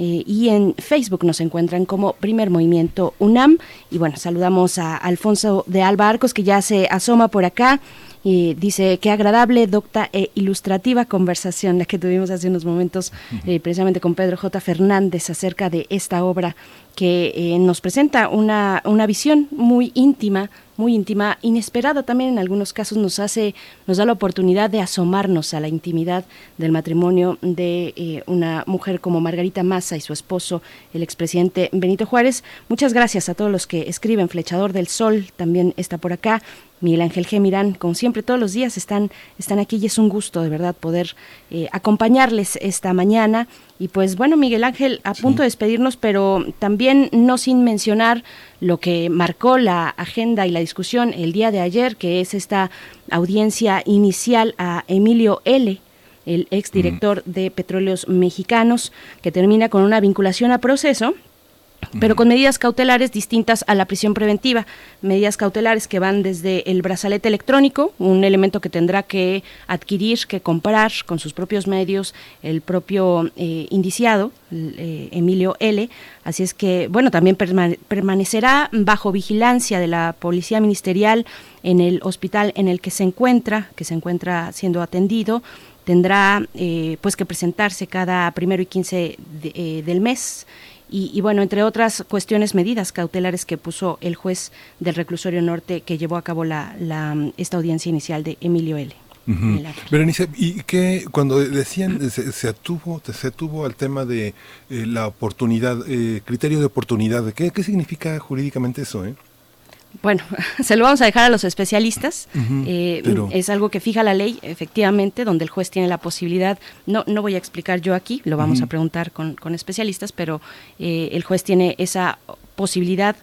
Speaker 2: Y en Facebook nos encuentran como Primer Movimiento UNAM. Y bueno, saludamos a Alfonso de Alba Arcos, que ya se asoma por acá. Y dice, qué agradable, docta e ilustrativa conversación la que tuvimos hace unos momentos precisamente con Pedro J. Fernández acerca de esta obra que nos presenta una visión muy íntima, inesperada también en algunos casos, nos da la oportunidad de asomarnos a la intimidad del matrimonio de una mujer como Margarita Maza y su esposo, el expresidente Benito Juárez. Muchas gracias a todos los que escriben. Flechador del Sol también está por acá. Miguel Ángel G. Mirán, como siempre, todos los días están aquí y es un gusto de verdad poder acompañarles esta mañana. Y pues bueno, Miguel Ángel, a punto de despedirnos, pero también no sin mencionar lo que marcó la agenda y la discusión el día de ayer, que es esta audiencia inicial a Emilio L., el exdirector de Petróleos Mexicanos, que termina con una vinculación a proceso, pero con medidas cautelares distintas a la prisión preventiva, medidas cautelares que van desde el brazalete electrónico, un elemento que tendrá que adquirir, que comprar con sus propios medios el propio indiciado, Emilio L., así es que, bueno, también permanecerá bajo vigilancia de la Policía Ministerial en el hospital en el que se encuentra siendo atendido. Tendrá pues que presentarse cada 1 y 15 del mes. Y bueno, entre otras cuestiones, medidas cautelares que puso el juez del Reclusorio Norte que llevó a cabo esta audiencia inicial de Emilio L.
Speaker 3: Berenice, ¿y qué cuando decían se atuvo al tema de la oportunidad, criterio de oportunidad? ¿Qué significa jurídicamente eso?
Speaker 2: Bueno, se lo vamos a dejar a los especialistas.
Speaker 3: Pero
Speaker 2: es algo que fija la ley, efectivamente, donde el juez tiene la posibilidad. No voy a explicar yo aquí, lo vamos a preguntar con especialistas, pero el juez tiene esa posibilidad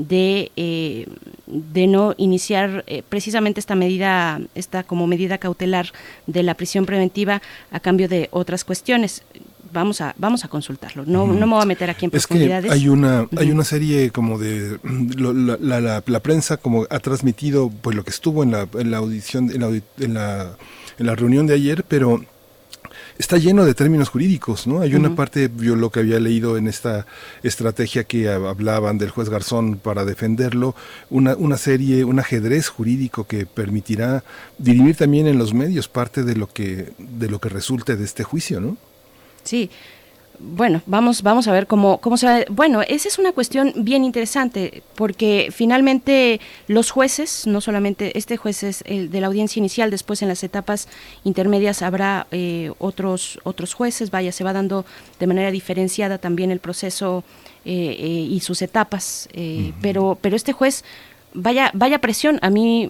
Speaker 2: de no iniciar precisamente esta como medida cautelar de la prisión preventiva a cambio de otras cuestiones. Vamos a consultarlo. No me voy a meter aquí en profundidades.
Speaker 3: Es que hay una serie como de la prensa como ha transmitido pues lo que estuvo en la audición, en la reunión de ayer, pero está lleno de términos jurídicos, ¿no? Hay una parte, yo lo que había leído en esta estrategia que hablaban del juez Garzón para defenderlo, una serie, un ajedrez jurídico que permitirá dirimir también en los medios parte de lo que resulte de este juicio, ¿no?
Speaker 2: Sí, bueno, vamos a ver cómo se va. Bueno, esa es una cuestión bien interesante, porque finalmente los jueces, no solamente este juez es el de la audiencia inicial, después en las etapas intermedias habrá otros jueces, se va dando de manera diferenciada también el proceso y sus etapas, pero este juez... Vaya presión, a mí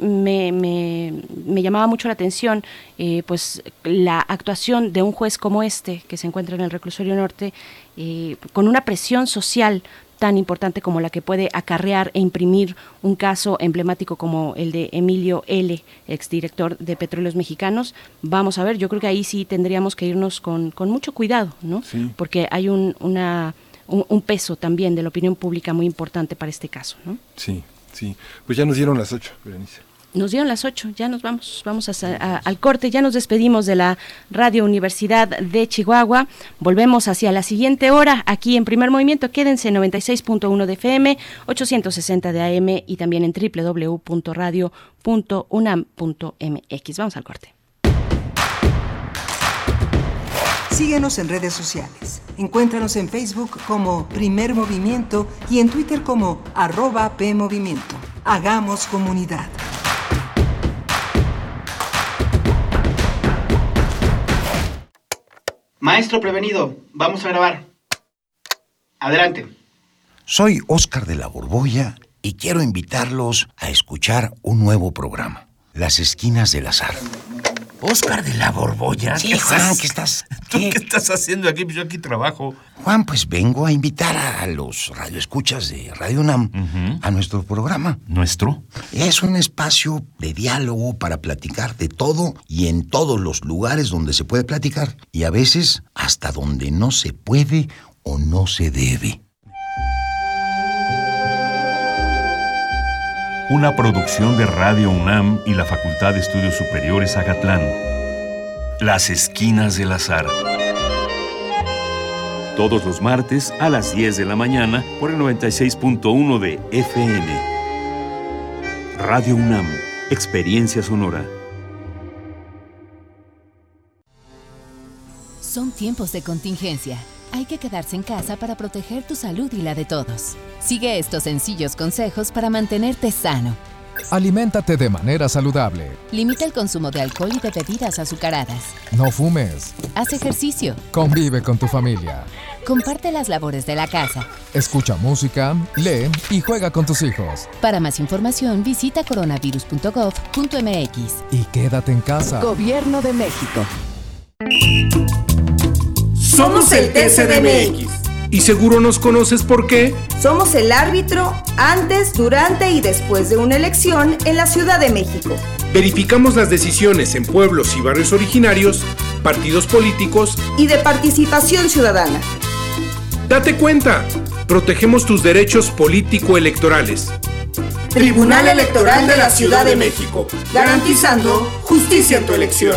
Speaker 2: me llamaba mucho la atención pues la actuación de un juez como este que se encuentra en el Reclusorio Norte con una presión social tan importante como la que puede acarrear e imprimir un caso emblemático como el de Emilio L., exdirector de Petróleos Mexicanos. Vamos a ver, yo creo que ahí sí tendríamos que irnos con mucho cuidado, ¿no? Sí. Porque hay un peso también de la opinión pública muy importante para este caso, ¿no?
Speaker 3: Sí. Sí, pues ya nos dieron las 8, Berenice.
Speaker 2: Nos dieron las 8, ya nos vamos al corte, ya nos despedimos de la Radio Universidad de Chihuahua, volvemos hacia la siguiente hora aquí en Primer Movimiento, quédense en 96.1 de FM, 860 de AM y también en www.radio.unam.mx. Vamos al corte.
Speaker 5: Síguenos en redes sociales. Encuéntranos en Facebook como Primer Movimiento y en Twitter como @PMovimiento. Hagamos comunidad.
Speaker 7: Maestro prevenido, vamos a grabar. Adelante.
Speaker 8: Soy Óscar de la Borbolla y quiero invitarlos a escuchar un nuevo programa, Las Esquinas del Azar. Óscar de la Borbolla.
Speaker 1: Sí, Juan, ¿qué estás? ¿Tú qué estás haciendo aquí? Yo aquí trabajo.
Speaker 8: Juan, pues vengo a invitar a los radioescuchas de Radio UNAM a nuestro programa.
Speaker 1: ¿Nuestro?
Speaker 8: Es un espacio de diálogo para platicar de todo y en todos los lugares donde se puede platicar. Y a veces hasta donde no se puede o no se debe.
Speaker 1: Una producción de Radio UNAM y la Facultad de Estudios Superiores Agatlán. Las Esquinas del Azar. Todos los martes a las 10 de la mañana por el 96.1 de FM. Radio UNAM, Experiencia Sonora.
Speaker 9: Son tiempos de contingencia. Hay que quedarse en casa para proteger tu salud y la de todos. Sigue estos sencillos consejos para mantenerte sano.
Speaker 10: Aliméntate de manera saludable.
Speaker 9: Limita el consumo de alcohol y de bebidas azucaradas.
Speaker 10: No fumes.
Speaker 9: Haz ejercicio.
Speaker 10: Convive con tu familia.
Speaker 9: Comparte las labores de la casa.
Speaker 10: Escucha música, lee y juega con tus hijos.
Speaker 9: Para más información, visita coronavirus.gov.mx.
Speaker 10: Y quédate en casa.
Speaker 11: Gobierno de México.
Speaker 12: Somos el TCDMX. Y seguro nos conoces ¿por qué?
Speaker 13: Somos el árbitro antes, durante y después de una elección en la Ciudad de México.
Speaker 12: Verificamos las decisiones en pueblos y barrios originarios, partidos políticos
Speaker 13: y de participación ciudadana.
Speaker 12: Date cuenta, protegemos tus derechos político-electorales.
Speaker 13: Tribunal Electoral de la Ciudad de México, garantizando justicia en tu elección.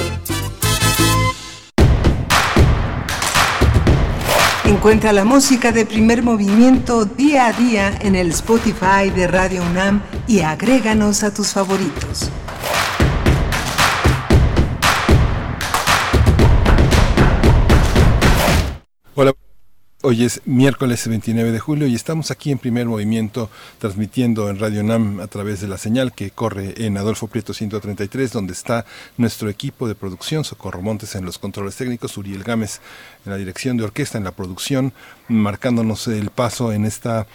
Speaker 5: Encuentra la música de Primer Movimiento día a día en el Spotify de Radio UNAM y agréganos a tus favoritos.
Speaker 3: Hola. Hoy es miércoles 29 de julio y estamos aquí en Primer Movimiento transmitiendo en Radio UNAM a través de la señal que corre en Adolfo Prieto 133, donde está nuestro equipo de producción, Socorro Montes en los controles técnicos, Uriel Gámez en la dirección de orquesta, en la producción, marcándonos el paso en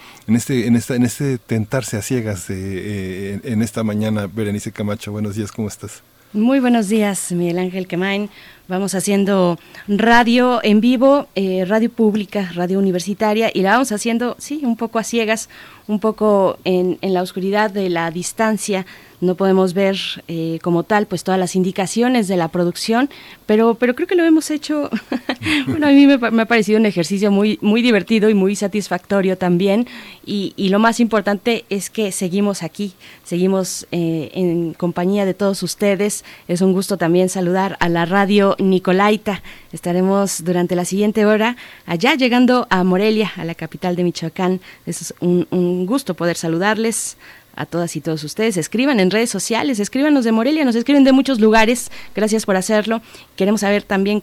Speaker 3: este tentarse a ciegas en esta mañana. Berenice Camacho, buenos días, ¿cómo estás?
Speaker 2: Muy buenos días, Miguel Ángel Quemain. Vamos haciendo radio en vivo, radio pública, radio universitaria, y la vamos haciendo, sí, un poco a ciegas, un poco en la oscuridad de la distancia. No podemos ver como tal pues todas las indicaciones de la producción, pero creo que lo hemos hecho. Bueno, a mí me ha parecido un ejercicio muy, muy divertido y muy satisfactorio también, y lo más importante es que seguimos aquí, seguimos en compañía de todos ustedes. Es un gusto también saludar a la radio Nicolaita. Estaremos durante la siguiente hora allá llegando a Morelia, a la capital de Michoacán. Es un gusto poder saludarles a todas y todos ustedes. Escriban en redes sociales, escríbanos de Morelia, nos escriben de muchos lugares. Gracias por hacerlo. Queremos saber también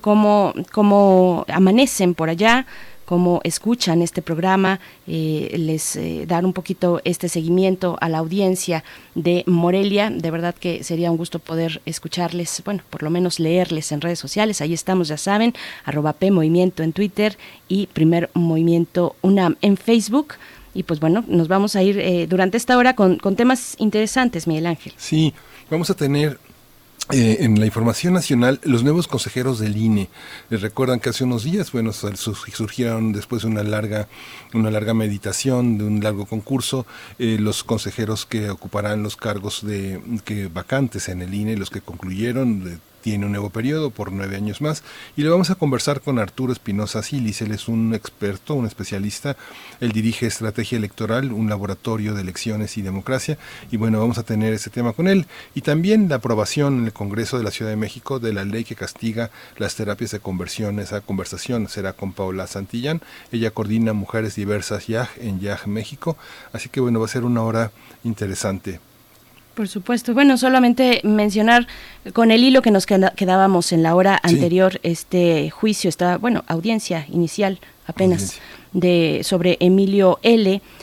Speaker 2: cómo amanecen por allá, cómo escuchan este programa, les dar un poquito este seguimiento a la audiencia de Morelia. De verdad que sería un gusto poder escucharles, bueno, por lo menos leerles en redes sociales. Ahí estamos, ya saben, @PMovimiento en Twitter y Primer Movimiento UNAM en Facebook. Y pues bueno, nos vamos a ir durante esta hora con temas interesantes, Miguel Ángel.
Speaker 3: Sí, vamos a tener en la información nacional los nuevos consejeros del INE. Les recuerdan que hace unos días, bueno, surgieron después de una larga meditación, de un largo concurso, los consejeros que ocuparán los cargos vacantes en el INE, los que concluyeron. Tiene un nuevo periodo por 9 años más, y le vamos a conversar con Arturo Espinosa Silis. Él es un experto, un especialista. Él dirige Estrategia Electoral, un laboratorio de elecciones y democracia, y bueno, vamos a tener ese tema con él. Y también la aprobación en el Congreso de la Ciudad de México de la ley que castiga las terapias de conversión. Esa conversación será con Paola Santillán. Ella coordina Mujeres Diversas YAG en YAG México, así que bueno, va a ser una hora interesante.
Speaker 2: Por supuesto. Bueno, solamente mencionar con el hilo que nos quedábamos en la hora anterior, este juicio, audiencia inicial apenas sobre Emilio L.,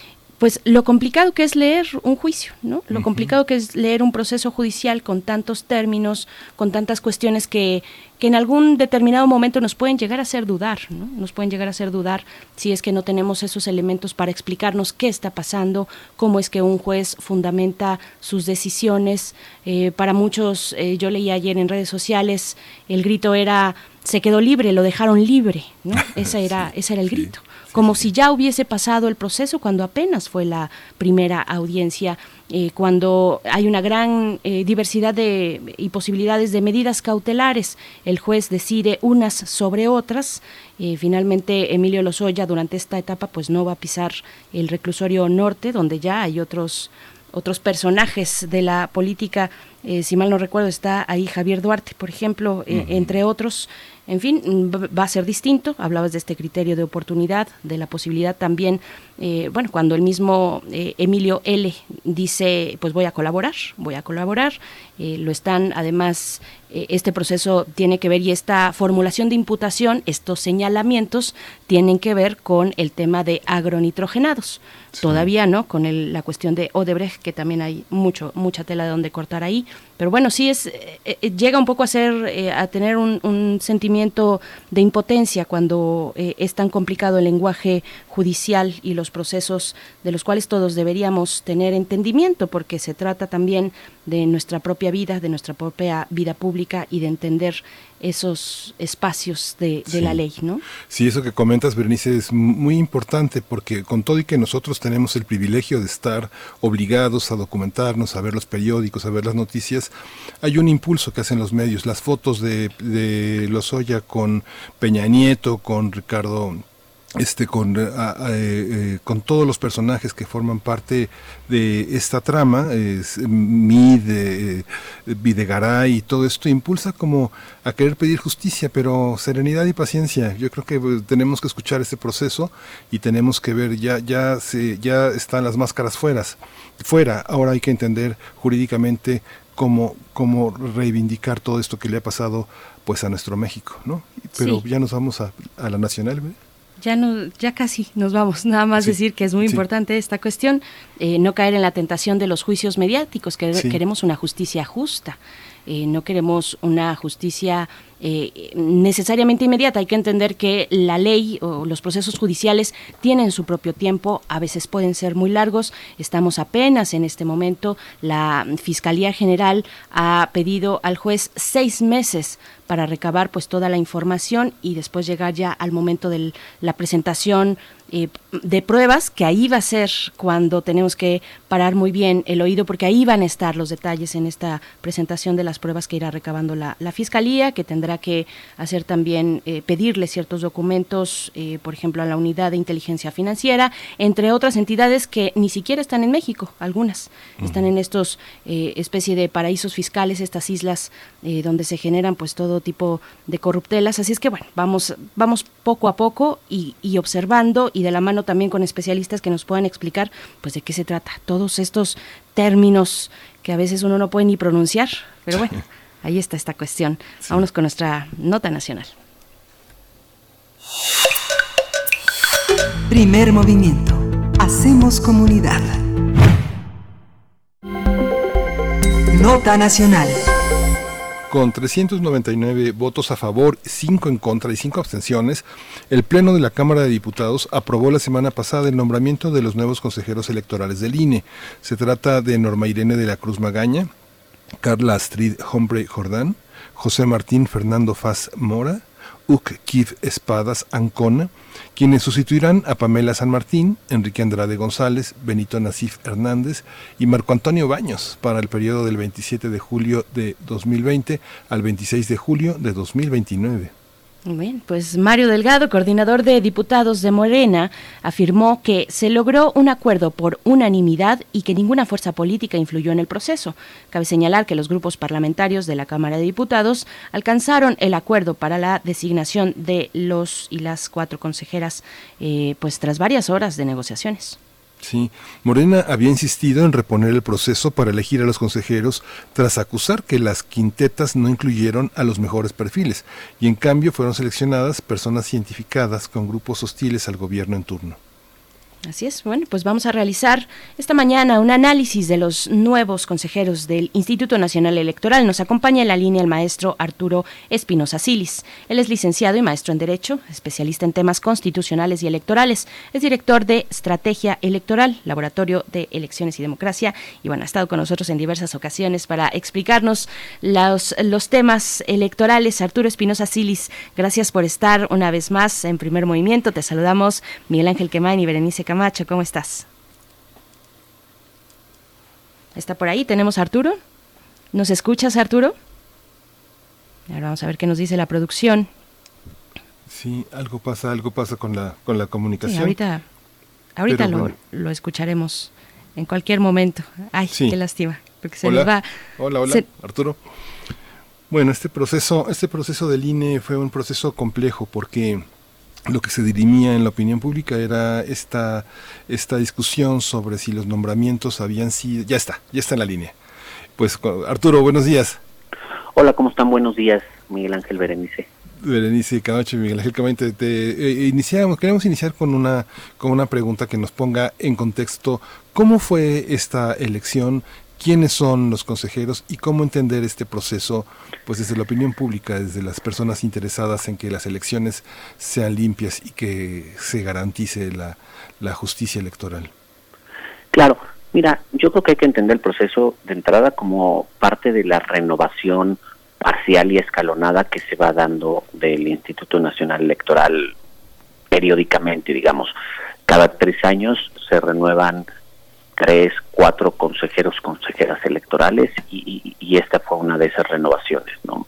Speaker 2: pues lo complicado que es leer un juicio, ¿no? Lo complicado que es leer un proceso judicial con tantos términos, con tantas cuestiones que en algún determinado momento nos pueden llegar a hacer dudar, ¿no? Nos pueden llegar a hacer dudar si es que no tenemos esos elementos para explicarnos qué está pasando, cómo es que un juez fundamenta sus decisiones. Para muchos, yo leí ayer en redes sociales, el grito era: se quedó libre, lo dejaron libre, ¿no? Ese era el grito. Como si ya hubiese pasado el proceso cuando apenas fue la primera audiencia, cuando hay una gran diversidad y posibilidades de medidas cautelares. El juez decide unas sobre otras. Finalmente, Emilio Lozoya durante esta etapa pues no va a pisar el reclusorio norte, donde ya hay otros personajes de la política. Si mal no recuerdo, está ahí Javier Duarte, por ejemplo, entre otros. En fin, va a ser distinto. Hablabas de este criterio de oportunidad, de la posibilidad también, cuando el mismo Emilio L. dice, pues voy a colaborar, lo están, además, este proceso tiene que ver, y esta formulación de imputación, estos señalamientos, tienen que ver con el tema de agronitrogenados. Sí. Todavía no, con la cuestión de Odebrecht, que también hay mucha tela de donde cortar ahí. Pero bueno, sí llega un poco a tener un sentimiento de impotencia cuando es tan complicado el lenguaje judicial y los procesos de los cuales todos deberíamos tener entendimiento, porque se trata también de nuestra propia vida, de nuestra propia vida pública, y de entender esos espacios de la ley, ¿no?
Speaker 3: Sí, eso que comentas, Berenice, es muy importante, porque con todo y que nosotros tenemos el privilegio de estar obligados a documentarnos, a ver los periódicos, a ver las noticias, hay un impulso que hacen los medios. Las fotos de Lozoya con Peña Nieto, con Ricardo, con todos los personajes que forman parte de esta trama, Videgaray, y todo esto impulsa como a querer pedir justicia, pero serenidad y paciencia. Yo creo que tenemos que escuchar este proceso y tenemos que ver, ya están las máscaras fuera. Ahora hay que entender jurídicamente cómo reivindicar todo esto que le ha pasado pues a nuestro México, ¿no? Pero sí. Ya nos vamos a la nacional, ¿verdad?
Speaker 2: Ya casi nos vamos. Nada más decir que es muy importante esta cuestión, no caer en la tentación de los juicios mediáticos, que queremos una justicia justa, no queremos una justicia necesariamente inmediata. Hay que entender que la ley o los procesos judiciales tienen su propio tiempo, a veces pueden ser muy largos. Estamos apenas en este momento, la Fiscalía General ha pedido al juez 6 meses para recabar pues toda la información y después llegar ya al momento de la presentación de pruebas, que ahí va a ser cuando tenemos que parar muy bien el oído, porque ahí van a estar los detalles en esta presentación de las pruebas que irá recabando la Fiscalía, que tendrá que hacer también, pedirle ciertos documentos, por ejemplo, a la Unidad de Inteligencia Financiera, entre otras entidades que ni siquiera están en México. Algunas están en estos especie de paraísos fiscales, estas islas donde se generan pues todo tipo de corruptelas. Así es que bueno, vamos poco a poco y observando, y de la mano también con especialistas que nos puedan explicar pues de qué se trata, todos estos términos que a veces uno no puede ni pronunciar, pero bueno, ahí está esta cuestión. Sí. Vámonos con nuestra nota nacional.
Speaker 5: Primer movimiento. Hacemos comunidad. Nota nacional.
Speaker 3: Con 399 votos a favor, 5 en contra y 5 abstenciones, el Pleno de la Cámara de Diputados aprobó la semana pasada el nombramiento de los nuevos consejeros electorales del INE. Se trata de Norma Irene de la Cruz Magaña, Carla Astrid Hombre Jordán, José Martín Fernando Faz Mora, Uc Kif Espadas Ancona, quienes sustituirán a Pamela San Martín, Enrique Andrade González, Benito Nasif Hernández y Marco Antonio Baños para el periodo del 27 de julio de 2020 al 26 de julio de 2029.
Speaker 2: Bien, pues Mario Delgado, coordinador de diputados de Morena, afirmó que se logró un acuerdo por unanimidad y que ninguna fuerza política influyó en el proceso. Cabe señalar que los grupos parlamentarios de la Cámara de Diputados alcanzaron el acuerdo para la designación de los y las 4 consejeras, pues tras varias horas de negociaciones.
Speaker 3: Sí, Morena había insistido en reponer el proceso para elegir a los consejeros tras acusar que las quintetas no incluyeron a los mejores perfiles y en cambio fueron seleccionadas personas identificadas con grupos hostiles al gobierno en turno.
Speaker 2: Así es, bueno, pues vamos a realizar esta mañana un análisis de los nuevos consejeros del Instituto Nacional Electoral. Nos acompaña en la línea el maestro Arturo Espinosa Silis. Él es licenciado y maestro en Derecho, especialista en temas constitucionales y electorales. Es director de Estrategia Electoral, Laboratorio de Elecciones y Democracia. Y bueno, ha estado con nosotros en diversas ocasiones para explicarnos los temas electorales. Arturo Espinosa Silis, gracias por estar una vez más en Primer Movimiento. Te saludamos Miguel Ángel Quemain y Berenice Camacho, ¿cómo estás? ¿Está por ahí? ¿Tenemos a Arturo? ¿Nos escuchas, Arturo? Ahora vamos a ver qué nos dice la producción.
Speaker 3: Sí, algo pasa con la comunicación.
Speaker 2: Sí, ahorita lo escucharemos en cualquier momento. Ay, sí. Qué lástima, porque se nos va.
Speaker 3: Hola, Arturo. Bueno, este proceso del INE fue un proceso complejo porque lo que se dirimía en la opinión pública era esta discusión sobre si los nombramientos habían sido... Ya está en la línea. Pues Arturo, buenos días.
Speaker 11: Hola, ¿cómo están? Buenos días, Miguel Ángel, Berenice
Speaker 3: Camacho y Miguel Ángel Camacho. Queremos iniciar con una pregunta que nos ponga en contexto cómo fue esta elección, quiénes son los consejeros y cómo entender este proceso, pues desde la opinión pública, desde las personas interesadas en que las elecciones sean limpias y que se garantice la justicia electoral.
Speaker 11: Claro, mira, yo creo que hay que entender el proceso de entrada como parte de la renovación parcial y escalonada que se va dando del Instituto Nacional Electoral periódicamente, digamos. Cada 3 años se renuevan 3, 4 consejeras electorales y esta fue una de esas renovaciones, ¿no?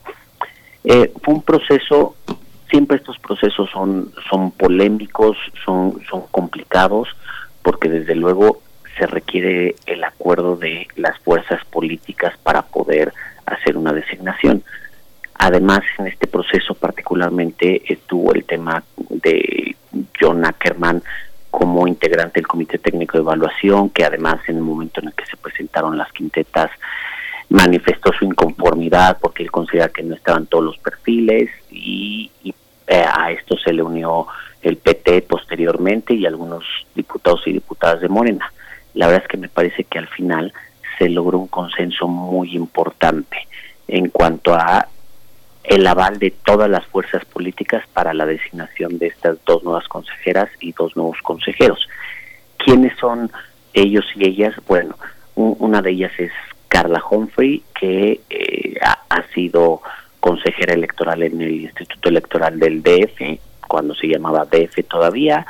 Speaker 11: Fue un proceso, siempre estos procesos son polémicos, son complicados, porque desde luego se requiere el acuerdo de las fuerzas políticas para poder hacer una designación. Además, en este proceso particularmente estuvo el tema de John Ackerman como integrante del Comité Técnico de Evaluación, que además en el momento en el que se presentaron las quintetas manifestó su inconformidad porque él considera que no estaban todos los perfiles y a esto se le unió el PT posteriormente y algunos diputados y diputadas de Morena. La verdad es que me parece que al final se logró un consenso muy importante en cuanto a el aval de todas las fuerzas políticas para la designación de estas 2 nuevas consejeras y 2 nuevos consejeros. ¿Quiénes son ellos y ellas? Bueno, una de ellas es Carla Humphrey, que ha sido consejera electoral en el Instituto Electoral del DF, cuando se llamaba DF todavía.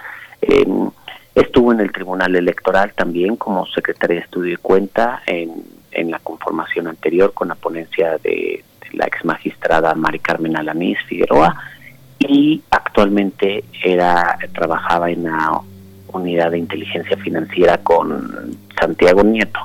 Speaker 11: Estuvo en el Tribunal Electoral también como secretaria de Estudio y Cuenta en la conformación anterior con la ponencia de la ex magistrada Mari Carmen Alanís Figueroa, y actualmente trabajaba en la unidad de inteligencia financiera con Santiago Nieto.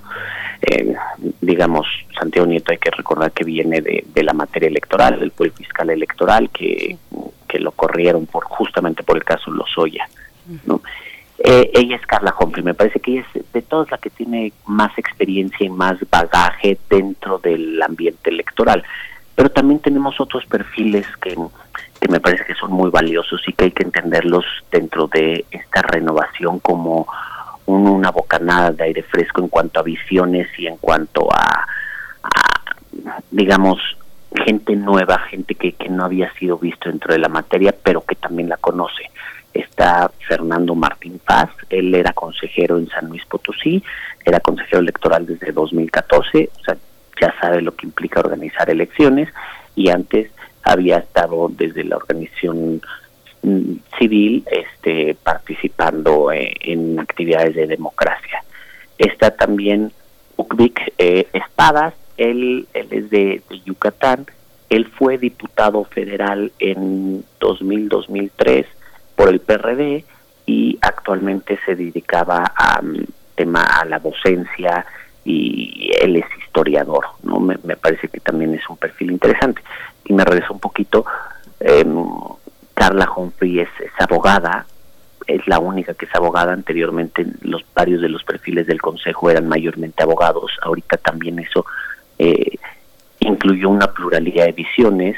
Speaker 11: Santiago Nieto hay que recordar que viene de la materia electoral, del poder fiscal electoral que lo corrieron justamente por el caso Lozoya, ¿no? Ella es Carla Humphrey, me parece que ella es de todas la que tiene más experiencia y más bagaje dentro del ambiente electoral. Pero también tenemos otros perfiles que me parece que son muy valiosos y que hay que entenderlos dentro de esta renovación como una bocanada de aire fresco en cuanto a visiones y en cuanto a digamos, gente nueva, gente que no había sido visto dentro de la materia, pero que también la conoce. Está Fernando Martín Paz, él era consejero en San Luis Potosí, era consejero electoral desde 2014, o sea, ya sabe lo que implica organizar elecciones, y antes había estado desde la organización civil participando en actividades de democracia. Está también Ukvik Espadas, él es de Yucatán, él fue diputado federal en 2000-2003 por el PRD y actualmente se dedicaba a la docencia y él es historiador, ¿no? Me parece que también es un perfil interesante. Y me regreso un poquito, Carla Humphrey es abogada, es la única que es abogada. Anteriormente varios de los perfiles del Consejo eran mayormente abogados, ahorita también eso incluyó una pluralidad de visiones.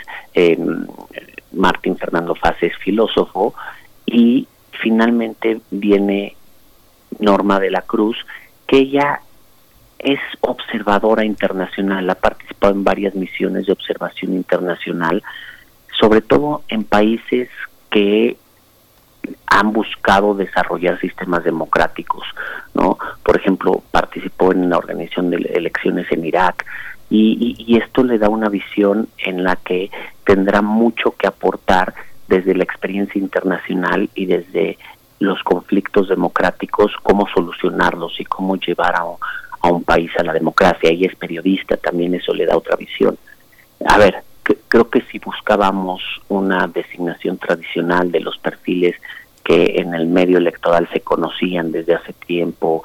Speaker 11: Martín Fernando Faz es filósofo, y finalmente viene Norma de la Cruz, que ella es observadora internacional, ha participado en varias misiones de observación internacional, sobre todo en países que han buscado desarrollar sistemas democráticos, ¿no? Por ejemplo, participó en la organización de elecciones en Irak, y esto le da una visión en la que tendrá mucho que aportar desde la experiencia internacional y desde los conflictos democráticos, cómo solucionarlos y cómo llevar a un país a la democracia. Ella es periodista, también eso le da otra visión. A ver, creo que si buscábamos una designación tradicional de los perfiles que en el medio electoral se conocían desde hace tiempo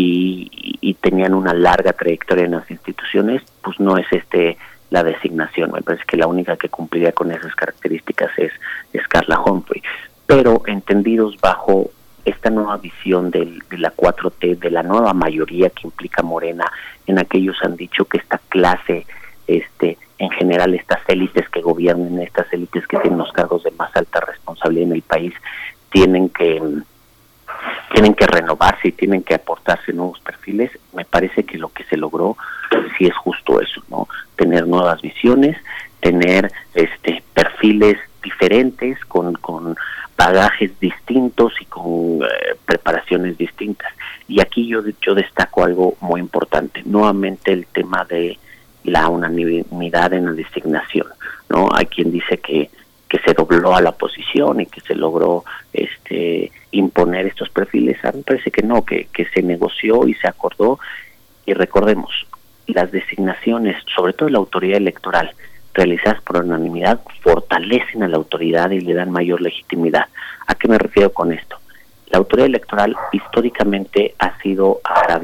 Speaker 11: y tenían una larga trayectoria en las instituciones, pues no es la designación. Me parece que la única que cumpliría con esas características es Carla Humphrey. Pero entendidos bajo esta nueva visión de la 4T, de la nueva mayoría que implica Morena, en aquellos han dicho que esta clase, en general estas élites que gobiernan, estas élites que tienen los cargos de más alta responsabilidad en el país, tienen que renovarse y tienen que aportarse nuevos perfiles. Me parece que lo que se logró sí es justo eso, ¿no? Tener nuevas visiones, tener perfiles diferentes, con bagajes distintos y con preparaciones distintas. Y aquí yo destaco algo muy importante, nuevamente el tema de la unanimidad en la designación, ¿no? Hay quien dice que se dobló a la oposición y que se logró imponer estos perfiles. A mí me parece que no, que se negoció y se acordó. Y recordemos, las designaciones, sobre todo la autoridad electoral, realizadas por unanimidad, fortalecen a la autoridad y le dan mayor legitimidad. ¿A qué me refiero con esto? La autoridad electoral históricamente había sido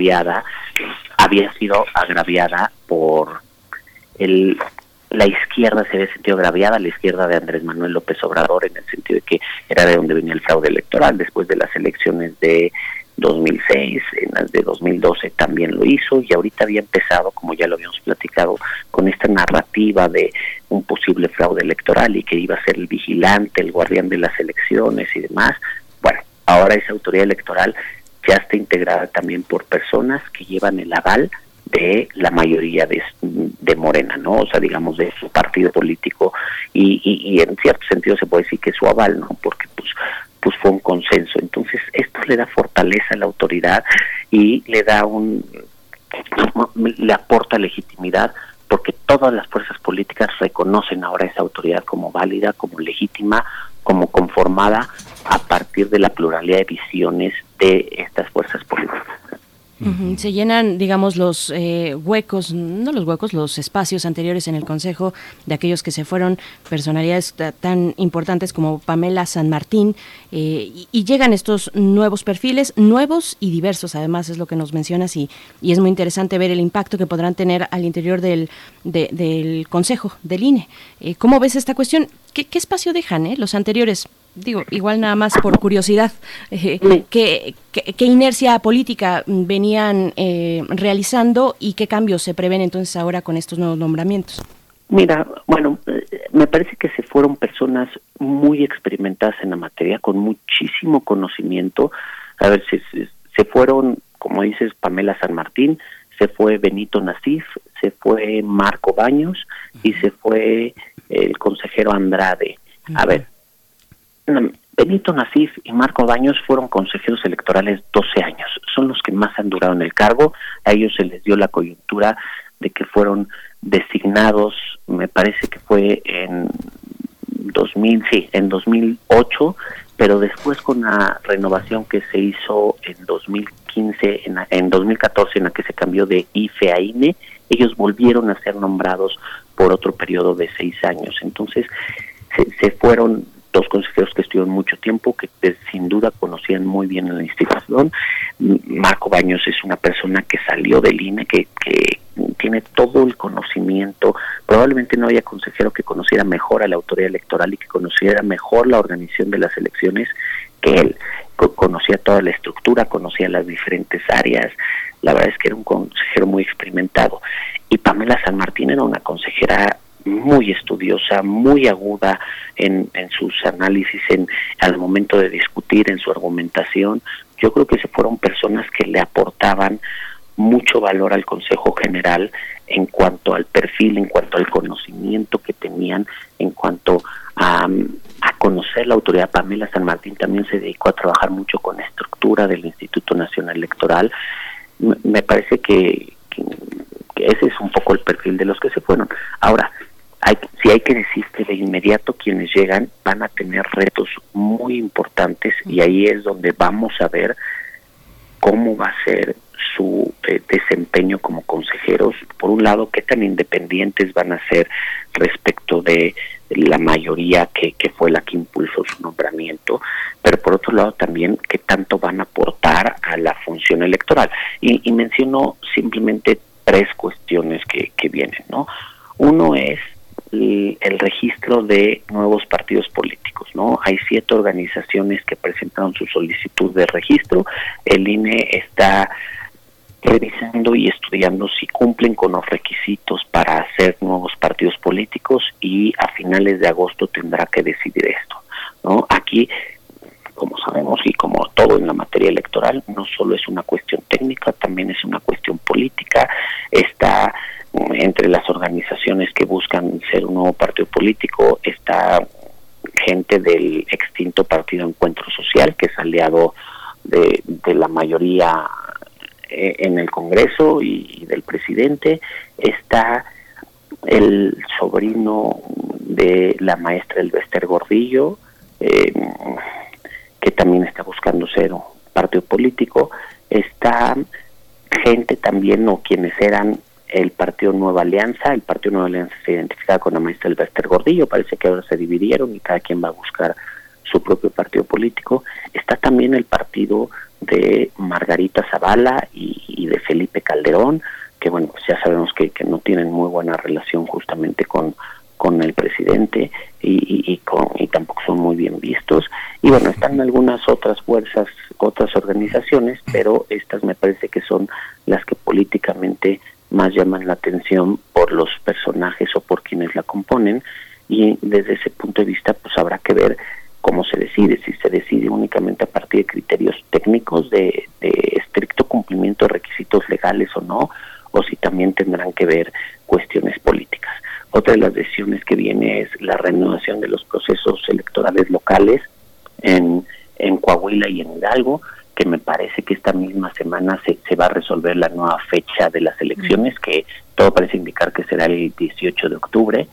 Speaker 11: agraviada por la izquierda, se había sentido agraviada, la izquierda de Andrés Manuel López Obrador, en el sentido de que era de donde venía el fraude electoral. Después de las elecciones de 2006, en las de 2012 también lo hizo, y ahorita había empezado, como ya lo habíamos platicado, con esta narrativa de un posible fraude electoral y que iba a ser el vigilante, el guardián de las elecciones y demás. Bueno, ahora esa autoridad electoral ya está integrada también por personas que llevan el aval de la mayoría de Morena, ¿no? O sea, digamos, de su partido político, y en cierto sentido se puede decir que es su aval, ¿no? Porque pues fue un consenso. Entonces esto le da fortaleza a la autoridad y le aporta legitimidad, porque todas las fuerzas políticas reconocen ahora esa autoridad como válida, como legítima, como conformada a partir de la pluralidad de visiones de estas fuerzas políticas.
Speaker 2: Uh-huh. Se llenan, digamos, los huecos, no los huecos, los espacios anteriores en el Consejo de aquellos que se fueron, personalidades tan importantes como Pamela San Martín, y llegan estos nuevos perfiles, nuevos y diversos, además es lo que nos mencionas, y es muy interesante ver el impacto que podrán tener al interior del Consejo, del INE. ¿Cómo ves esta cuestión? ¿Qué espacio dejan los anteriores? Digo, igual nada más por curiosidad, ¿qué inercia política venían realizando y qué cambios se prevén entonces ahora con estos nuevos nombramientos?
Speaker 11: Mira, bueno, me parece que se fueron personas muy experimentadas en la materia, con muchísimo conocimiento. A ver, se fueron, como dices, Pamela San Martín, se fue Benito Nasif, se fue Marco Baños y se fue el consejero Andrade. A ver, Benito Nasif y Marco Baños fueron consejeros electorales 12 años, son los que más han durado en el cargo. A ellos se les dio la coyuntura de que fueron designados, me parece que fue en 2008, pero después con la renovación que se hizo en 2015, en 2014, en la que se cambió de IFE a INE, ellos volvieron a ser nombrados por otro periodo de 6 años. Entonces se fueron dos consejeros que estuvieron mucho tiempo, que sin duda conocían muy bien a la institución. Marco Baños es una persona que salió del INE, que tiene todo el conocimiento. Probablemente no haya consejero que conociera mejor a la autoridad electoral y que conociera mejor la organización de las elecciones que él. Conocía toda la estructura, conocía las diferentes áreas. La verdad es que era un consejero muy experimentado. Y Pamela San Martín era una consejera muy estudiosa, muy aguda en sus análisis, al momento de discutir, en su argumentación. Yo creo que se fueron personas que le aportaban mucho valor al Consejo General en cuanto al perfil, en cuanto al conocimiento que tenían, en cuanto a conocer la autoridad. Pamela San Martín también se dedicó a trabajar mucho con la estructura del Instituto Nacional Electoral. Me parece que ese es un poco el perfil de los que se fueron. Ahora, sí hay que decir que de inmediato quienes llegan van a tener retos muy importantes, y ahí es donde vamos a ver cómo va a ser su desempeño como consejeros. Por un lado, qué tan independientes van a ser respecto de la mayoría que fue la que impulsó su nombramiento, pero por otro lado también qué tanto van a aportar a la función electoral. Y menciono simplemente 3 cuestiones que vienen, ¿no? Uno es el registro de nuevos partidos políticos, ¿no? Hay 7 organizaciones que presentaron su solicitud de registro. El INE está revisando y estudiando si cumplen con los requisitos para hacer nuevos partidos políticos, y a finales de agosto tendrá que decidir esto, ¿no? Aquí, como sabemos, y como todo en la materia electoral, no solo es una cuestión técnica, también es una cuestión política. Está entre las organizaciones que buscan ser un nuevo partido político, está gente del extinto partido Encuentro Social, que es aliado de la mayoría en el Congreso y del presidente. Está el sobrino de la maestra Elbester Gordillo, que también está buscando ser un partido político. Está gente también, o quienes eran el Partido Nueva Alianza. El Partido Nueva Alianza se identificaba con la maestra Elbester Gordillo, parece que ahora se dividieron y cada quien va a buscar su propio partido político. Está también el partido de Margarita Zavala y de Felipe Calderón, que bueno, pues ya sabemos que no tienen muy buena relación justamente con el presidente y tampoco son muy bien vistos. Y bueno, están algunas otras fuerzas, otras organizaciones, pero estas me parece que son las que políticamente más llaman la atención por los personajes o por quienes la componen, y desde ese punto de vista pues habrá que ver cómo se decide, si se decide únicamente a partir de criterios técnicos de estricto cumplimiento de requisitos legales o no, o si también tendrán que ver cuestiones políticas. Otra de las decisiones que viene es la renovación de los procesos electorales locales en Coahuila y en Hidalgo, que me parece que esta misma semana se va a resolver la nueva fecha de las elecciones, que todo parece indicar que será el 18 de octubre.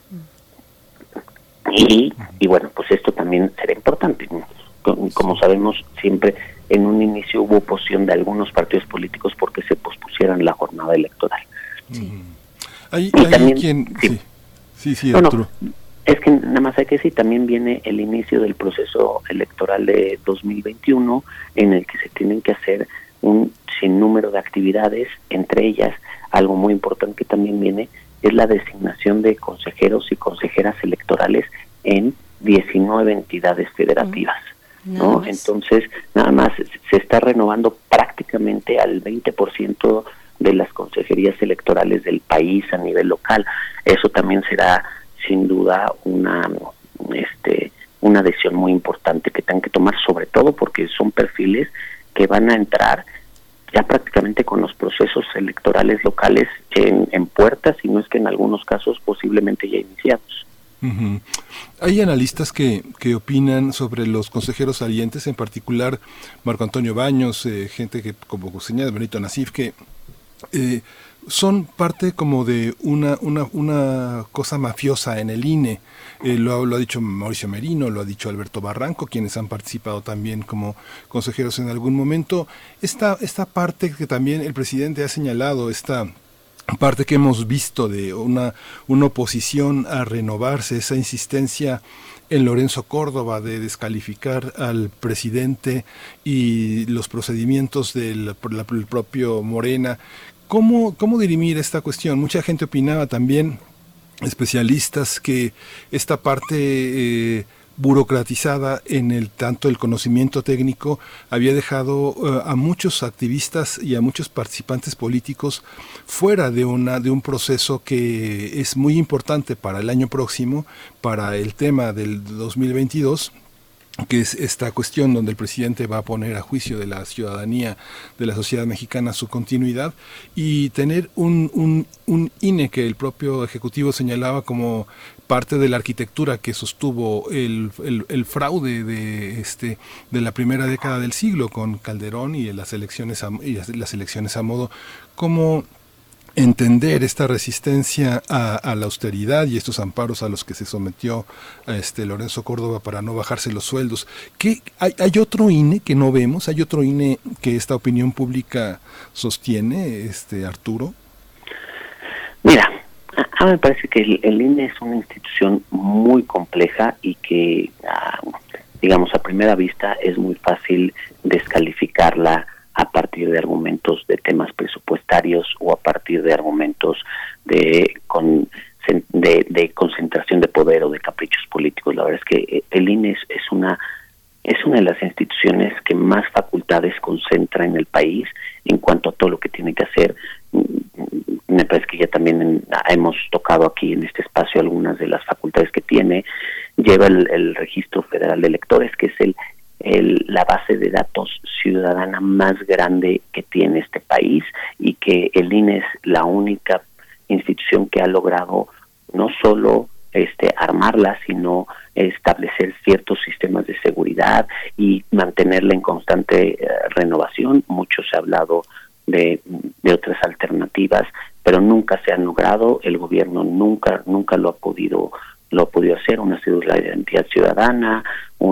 Speaker 11: Y bueno, pues esto también será importante, ¿no? Como sabemos, siempre en un inicio hubo oposición de algunos partidos políticos porque se pospusieran la jornada electoral.
Speaker 3: Sí. Hay
Speaker 11: también,
Speaker 3: quien... Sí,
Speaker 11: bueno,
Speaker 3: Arturo.
Speaker 11: Es que nada más hay que decir, también viene el inicio del proceso electoral de 2021, en el que se tienen que hacer un sinnúmero de actividades, entre ellas algo muy importante que también viene es la designación de consejeros y consejeras electorales en 19 entidades federativas, ¿no? Entonces, nada más se está renovando prácticamente al 20% de las consejerías electorales del país a nivel local. Eso también será sin duda una decisión muy importante que tengan que tomar, sobre todo porque son perfiles que van a entrar ya prácticamente con los procesos electorales locales en puertas, y no es que en algunos casos posiblemente ya iniciados.
Speaker 3: Uh-huh. Hay analistas que opinan sobre los consejeros salientes, en particular Marco Antonio Baños, gente que, como señala Benito Nasif, que son parte como de una cosa mafiosa en el INE. Lo ha dicho Mauricio Merino, lo ha dicho Alberto Barranco, quienes han participado también como consejeros en algún momento. Esta parte que también el presidente ha señalado, esta parte que hemos visto de una oposición a renovarse, esa insistencia en Lorenzo Córdoba de descalificar al presidente y los procedimientos del propio Morena. ¿Cómo dirimir esta cuestión? Mucha gente opinaba también, especialistas, que esta parte burocratizada en el tanto el conocimiento técnico, había dejado a muchos activistas y a muchos participantes políticos fuera de un proceso que es muy importante para el año próximo, para el tema del 2022, que es esta cuestión donde el presidente va a poner a juicio de la ciudadanía, de la sociedad mexicana, su continuidad, y tener un INE que el propio Ejecutivo señalaba como parte de la arquitectura que sostuvo el fraude de la primera década del siglo con Calderón y las elecciones a modo. ¿Cómo entender esta resistencia a la austeridad y estos amparos a los que se sometió Lorenzo Córdoba para no bajarse los sueldos? ¿Hay otro INE que no vemos? ¿Hay otro INE que esta opinión pública sostiene, Arturo?
Speaker 11: Mira, a mí me parece que el INE es una institución muy compleja y que, digamos, a primera vista es muy fácil descalificarla a partir de argumentos de temas presupuestarios o a partir de argumentos de concentración de poder o de caprichos políticos. La verdad es que el INE es una de las instituciones que más facultades concentra en el país en cuanto a todo lo que tiene que hacer. Me parece que ya también hemos tocado aquí en este espacio algunas de las facultades que tiene. Lleva el Registro Federal de Electores, que es la base de datos ciudadana más grande que tiene este país, y que el INE es la única institución que ha logrado no solo armarla, sino establecer ciertos sistemas de seguridad y mantenerla en constante renovación. Mucho se ha hablado de otras alternativas, pero nunca se han logrado. El gobierno nunca lo ha podido hacer. Una cédula de identidad ciudadana,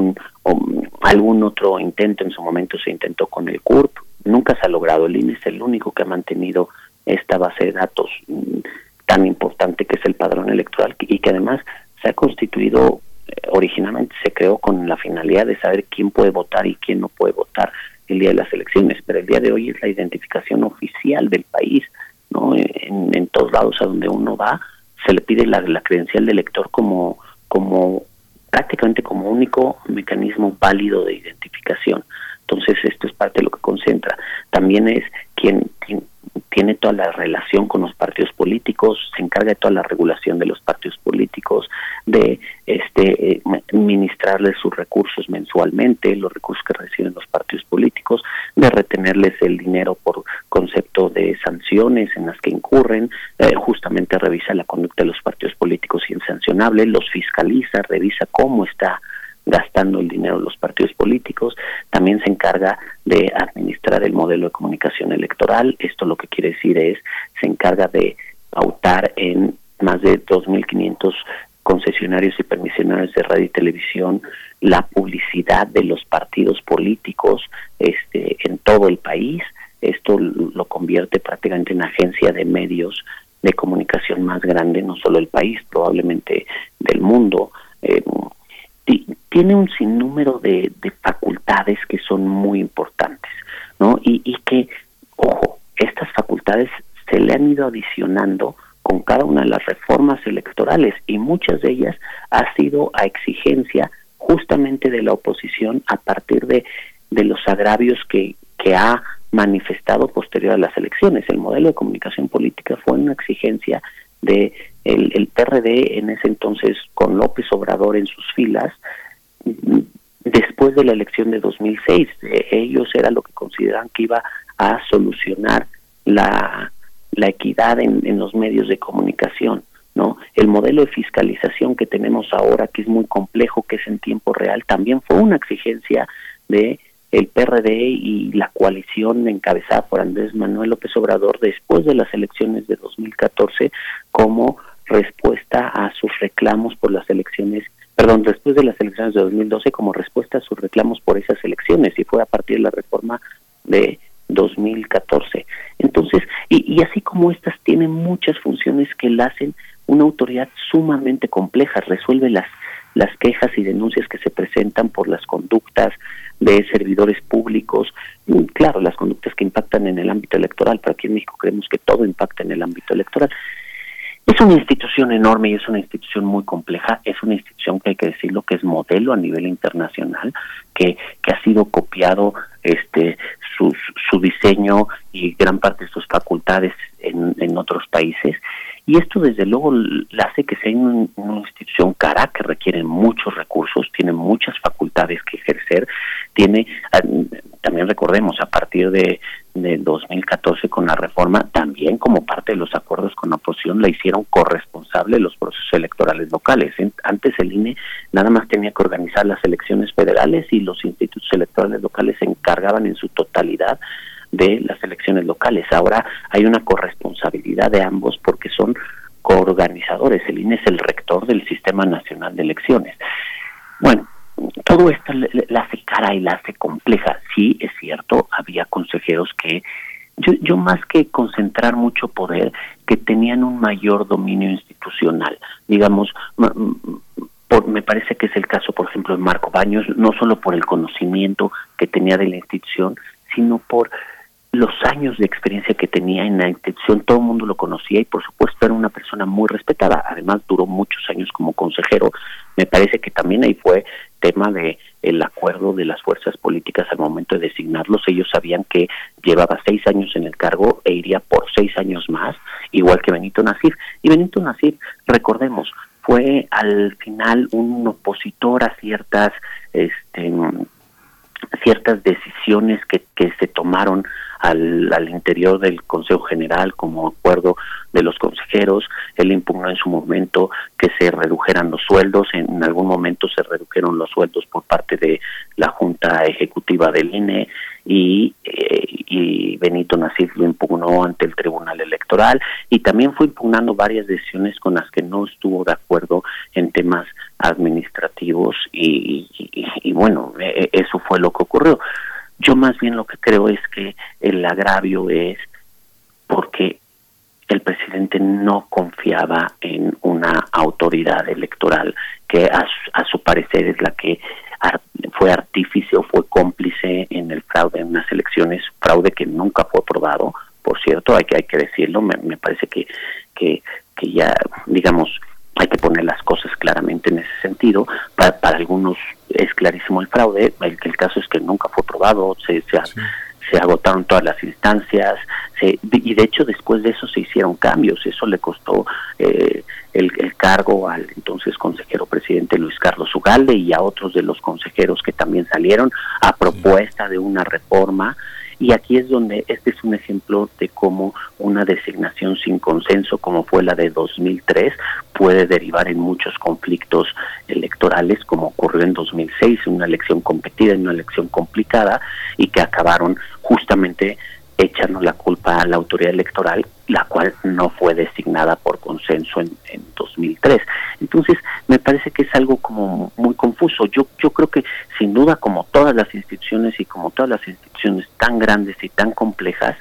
Speaker 11: algún otro intento, en su momento se intentó con el CURP, nunca se ha logrado. El INE es el único que ha mantenido esta base de datos tan importante que es el padrón electoral, y que además se ha constituido, originalmente se creó con la finalidad de saber quién puede votar y quién no puede votar el día de las elecciones, pero el día de hoy es la identificación oficial del país, ¿no? En todos lados a donde uno va se le pide la credencial de elector como prácticamente como único mecanismo válido de identificación. Entonces esto es parte de lo que concentra. También es quien tiene toda la relación con los partidos políticos, se encarga de toda la regulación de los partidos políticos, de administrarles sus recursos mensualmente, los recursos que reciben los partidos políticos, de retenerles el dinero por concepto de sanciones en las que incurren, justamente revisa la conducta de los partidos políticos y es sancionable, los fiscaliza, revisa cómo está gastando el dinero de los partidos políticos. También se encarga de administrar el modelo de comunicación electoral. Esto lo que quiere decir es, se encarga de pautar en más de 2.500 concesionarios y permisionarios de radio y televisión la publicidad de los partidos políticos en todo el país. Esto lo convierte prácticamente en agencia de medios de comunicación más grande, no solo del país, probablemente del mundo. Tiene un sinnúmero de facultades que son muy importantes, ¿no? Y que, ojo, estas facultades se le han ido adicionando con cada una de las reformas electorales, y muchas de ellas ha sido a exigencia justamente de la oposición a partir de los agravios que ha manifestado posterior a las elecciones. El modelo de comunicación política fue una exigencia de el PRD en ese entonces, con López Obrador en sus filas, después de la elección de 2006. Ellos era lo que consideraban que iba a solucionar la equidad en los medios de comunicación, ¿no? El modelo de fiscalización que tenemos ahora, que es muy complejo, que es en tiempo real, también fue una exigencia de el PRD y la coalición encabezada por Andrés Manuel López Obrador después de las elecciones de 2014, como respuesta a sus reclamos por las elecciones, después de las elecciones de 2012, como respuesta a sus reclamos por esas elecciones, y fue a partir de la reforma de 2014. Entonces, y así como estas tienen muchas funciones que la hacen una autoridad sumamente compleja, resuelve las quejas y denuncias que se presentan por las conductas de servidores públicos, claro, las conductas que impactan en el ámbito electoral, pero aquí en México creemos que todo impacta en el ámbito electoral. Es una institución enorme y es una institución muy compleja, es una institución que hay que decirlo que es modelo a nivel internacional, que ha sido copiado su diseño y gran parte de sus facultades en otros países, y esto desde luego la hace que sea una institución cara, que requiere muchos recursos, tiene muchas facultades que ejercer, también recordemos, a partir de 2014 con la reforma, también como parte de los acuerdos con la oposición, la hicieron corresponsable de los procesos electorales locales. Antes el INE nada más tenía que organizar las elecciones federales y los institutos electorales locales se encargaban en su totalidad de las elecciones locales. Ahora hay una corresponsabilidad de ambos porque son coorganizadores. El INE es el rector del Sistema Nacional de Elecciones. Bueno, todo esto la hace cara y la hace compleja. Sí, es cierto, había consejeros que, yo más que concentrar mucho poder, que tenían un mayor dominio institucional. Digamos, me parece que es el caso, por ejemplo, de Marco Baños, no solo por el conocimiento que tenía de la institución, sino por los años de experiencia que tenía en la institución. Todo el mundo lo conocía y por supuesto era una persona muy respetada. Además duró muchos años como consejero. Me parece que también ahí fue tema de el acuerdo de las fuerzas políticas al momento de designarlos. Ellos sabían que llevaba 6 años en el cargo e iría por 6 años más, igual que Benito Nasif. Y Benito Nasif, recordemos, fue al final un opositor a ciertas decisiones que se tomaron al interior del Consejo General como acuerdo de los consejeros. Él impugnó en su momento que se redujeran los sueldos. En algún momento se redujeron los sueldos por parte de la Junta Ejecutiva del INE y Benito Nasif lo impugnó ante el Tribunal Electoral y también fue impugnando varias decisiones con las que no estuvo de acuerdo en temas administrativos y bueno, eso fue lo que ocurrió. Yo más bien lo que creo es que el agravio es porque el presidente no confiaba en una autoridad electoral que a su parecer es la que fue artífice o fue cómplice en el fraude en unas elecciones, fraude que nunca fue aprobado, por cierto, hay que decirlo. Me parece que ya, digamos, hay que poner las cosas claramente en ese sentido. Para algunos es clarísimo el fraude, el caso es que nunca fue aprobado, se agotaron todas las instancias, y de hecho después de eso se hicieron cambios. Eso le costó el cargo al entonces consejero presidente Luis Carlos Ugalde y a otros de los consejeros que también salieron a propuesta de una reforma. Y aquí es donde este es un ejemplo de cómo una designación sin consenso, como fue la de 2003, puede derivar en muchos conflictos electorales, como ocurrió en 2006, una elección competida, una elección complicada, y que acabaron justamente echando la culpa a la autoridad electoral, la cual no fue designada por consenso en 2003. Entonces, me parece que es algo como muy confuso. Yo creo que, sin duda, como todas las instituciones y como todas las instituciones tan grandes y tan complejas,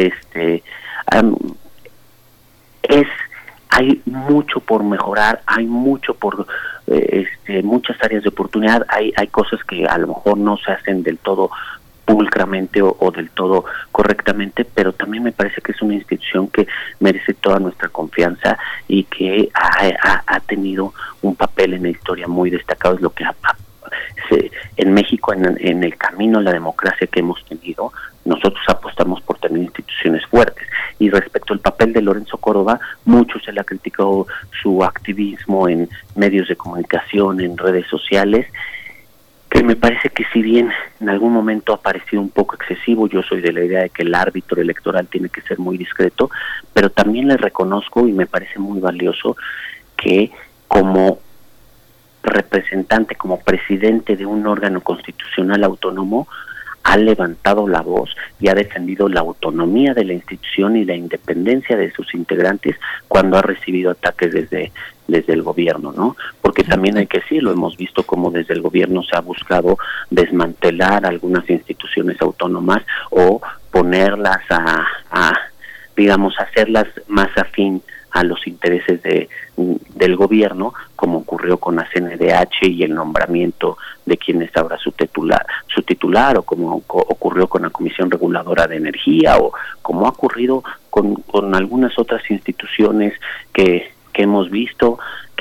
Speaker 11: hay mucho por mejorar, hay mucho por muchas áreas de oportunidad, hay cosas que a lo mejor no se hacen del todo pulcramente o del todo correctamente, pero también me parece que es una institución que merece toda nuestra confianza y que ha tenido un papel en la historia muy destacado. Es lo que en México, en el camino a la democracia que hemos tenido, nosotros apostamos por tener instituciones fuertes. Y respecto al papel de Lorenzo Córdoba, mucho se le ha criticado su activismo en medios de comunicación, en redes sociales, que me parece que si bien en algún momento ha parecido un poco excesivo, yo soy de la idea de que el árbitro electoral tiene que ser muy discreto, pero también le reconozco y me parece muy valioso que como representante, como presidente de un órgano constitucional autónomo, ha levantado la voz y ha defendido la autonomía de la institución y la independencia de sus integrantes cuando ha recibido ataques desde el gobierno, ¿no? Porque también hay que decirlo, hemos visto cómo desde el gobierno se ha buscado desmantelar algunas instituciones autónomas o ponerlas digamos, hacerlas más afín a los intereses del gobierno, como ocurrió con la CNDH y el nombramiento de quien es ahora su titular, o como ocurrió con la Comisión Reguladora de Energía, o como ha ocurrido con algunas otras instituciones que hemos visto,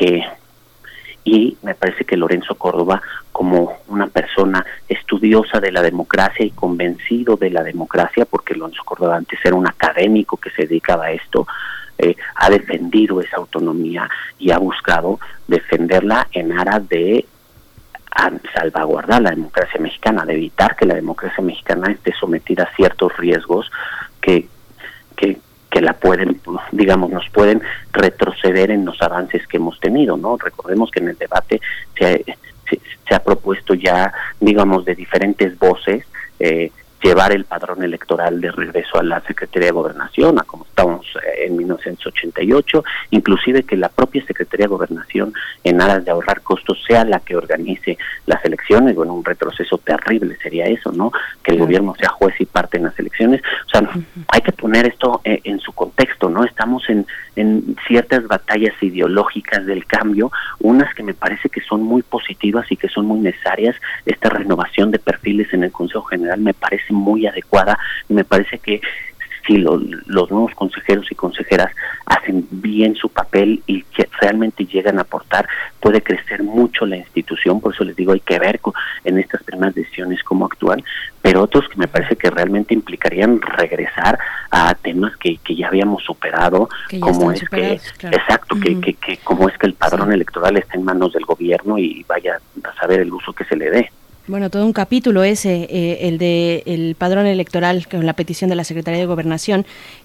Speaker 11: y me parece que Lorenzo Córdoba, como una persona estudiosa de la democracia y convencido de la democracia, porque Lorenzo Córdoba antes era un académico que se dedicaba a esto, ha defendido esa autonomía y ha buscado defenderla en aras de salvaguardar la democracia mexicana, de evitar que la democracia mexicana esté sometida a ciertos riesgos que la pueden, digamos, nos pueden retroceder en los avances que hemos tenido, ¿no? Recordemos que en el debate se ha propuesto ya, digamos, de diferentes voces, llevar el padrón electoral de regreso a la Secretaría de Gobernación, a como estábamos en 1988, inclusive que la propia Secretaría de Gobernación, en aras de ahorrar costos, sea la que organice las elecciones. Bueno, un retroceso terrible sería eso, ¿no? Que el gobierno sea juez y parte en las elecciones. O sea, hay que poner esto en su contexto, ¿no? Estamos en ciertas batallas ideológicas del cambio, unas que me parece que son muy positivas y que son muy necesarias. Esta renovación de perfiles en el Consejo General me parece muy adecuada, y me parece que si los nuevos consejeros y consejeras hacen bien su papel y que realmente llegan a aportar, puede crecer mucho la institución. Por eso les digo, hay que ver en estas primeras decisiones cómo actúan, pero otros que me parece que realmente implicarían regresar a temas que ya habíamos superado, como es que, claro. Exacto, que como es que el padrón electoral está en manos del gobierno y vaya a saber el uso que se le dé.
Speaker 2: Bueno, todo un capítulo ese, el de el padrón electoral con la petición de la Secretaría de Gobernación.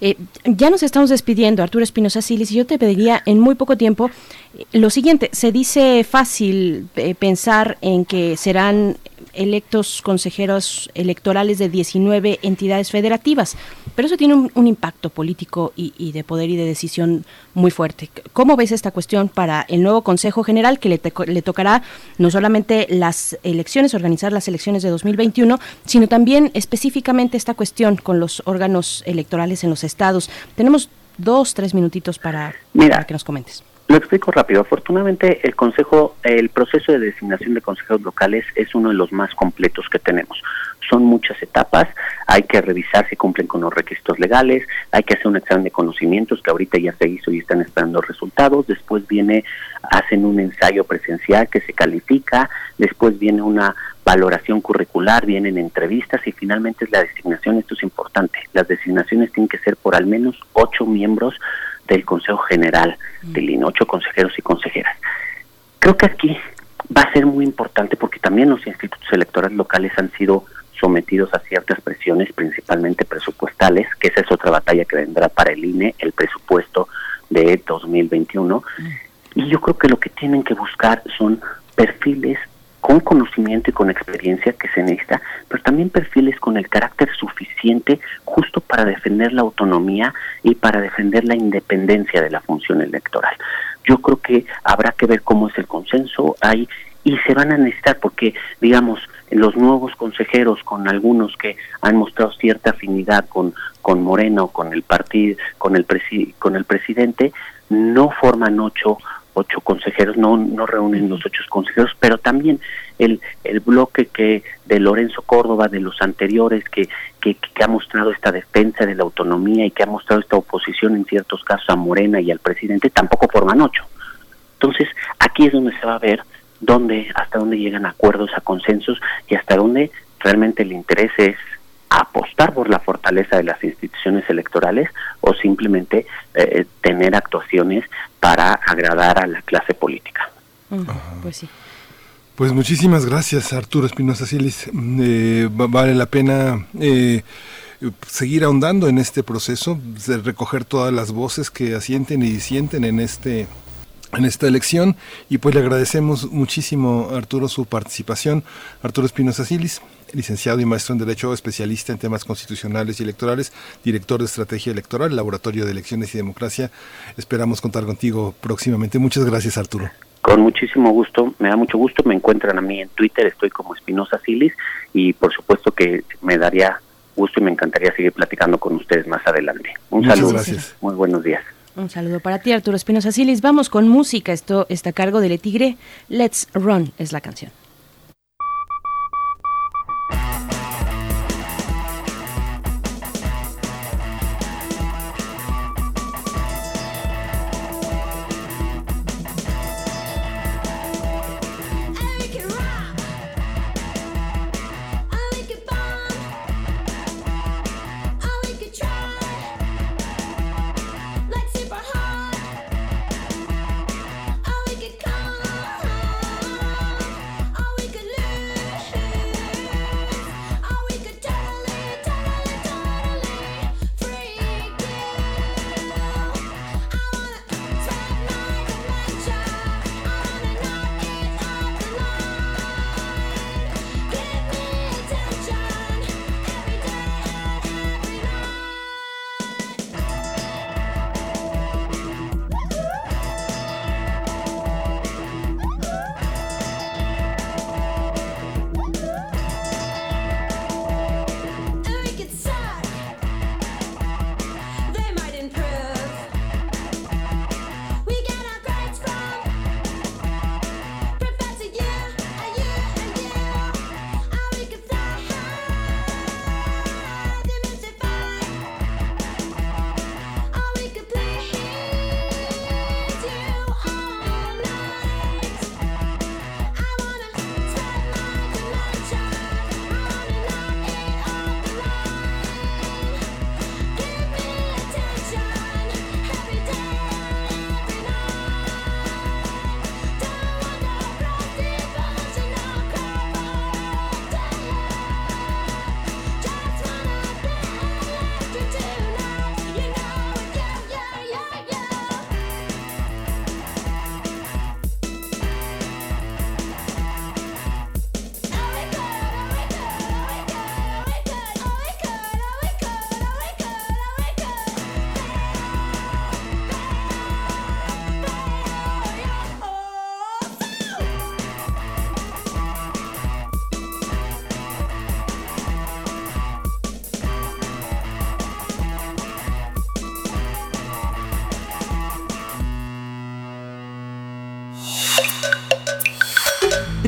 Speaker 2: Ya nos estamos despidiendo, Arturo Espinosa Silis, y yo te pediría en muy poco tiempo lo siguiente. Se dice fácil pensar en que serán electos consejeros electorales de 19 entidades federativas, pero eso tiene un impacto político y de poder y de decisión muy fuerte. ¿Cómo ves esta cuestión para el nuevo Consejo General, que le tocará no solamente las elecciones, organizar las elecciones de 2021, sino también específicamente esta cuestión con los órganos electorales en los estados? Tenemos 2-3 minutitos para que nos comentes.
Speaker 11: Lo explico rápido. Afortunadamente, el proceso de designación de consejeros locales es uno de los más completos que tenemos. Son muchas etapas, hay que revisar si cumplen con los requisitos legales, hay que hacer un examen de conocimientos que ahorita ya se hizo y están esperando resultados, después hacen un ensayo presencial que se califica, después viene una valoración curricular, vienen entrevistas y finalmente es la designación. Esto es importante, las designaciones tienen que ser por al menos 8 miembros del Consejo General del INE, 8 consejeros y consejeras. Creo que aquí va a ser muy importante porque también los institutos electorales locales han sido sometidos a ciertas presiones, principalmente presupuestales, que esa es otra batalla que vendrá para el INE, el presupuesto de 2021. Y yo creo que lo que tienen que buscar son perfiles con conocimiento y con experiencia que se necesita, pero también perfiles con el carácter suficiente justo para defender la autonomía y para defender la independencia de la función electoral. Yo creo que habrá que ver cómo es el consenso ahí y se van a necesitar porque, digamos, los nuevos consejeros, con algunos que han mostrado cierta afinidad con Morena o con el partido, con el presidente, no forman ocho consejeros, no reúnen los 8 consejeros, pero también el bloque de Lorenzo Córdoba, de los anteriores, que ha mostrado esta defensa de la autonomía y que ha mostrado esta oposición en ciertos casos a Morena y al presidente, tampoco forman 8. Entonces, aquí es donde se va a ver hasta dónde llegan acuerdos, a consensos y hasta dónde realmente el interés es apostar por la fortaleza de las instituciones electorales o simplemente tener actuaciones para agradar a la clase política.
Speaker 2: Pues sí.
Speaker 3: Pues muchísimas gracias, Arturo Espinosa Silis. Vale la pena seguir ahondando en este proceso, de recoger todas las voces que asienten y disienten en esta elección, y pues le agradecemos muchísimo, Arturo, su participación. Arturo Espinosa Silis, licenciado y maestro en Derecho, especialista en temas constitucionales y electorales, director de Estrategia Electoral, Laboratorio de Elecciones y Democracia. Esperamos contar contigo próximamente. Muchas gracias, Arturo.
Speaker 11: Con muchísimo gusto, me da mucho gusto. Me encuentran a mí en Twitter, estoy como Espinosa Silis, y por supuesto que me daría gusto y me encantaría seguir platicando con ustedes más adelante.
Speaker 3: Muchas
Speaker 11: saludo.
Speaker 3: Gracias.
Speaker 11: Muy buenos días.
Speaker 2: Un saludo para ti, Arturo Espinosa Silis. Vamos con música. Esto está a cargo de Le Tigre. Let's Run es la canción.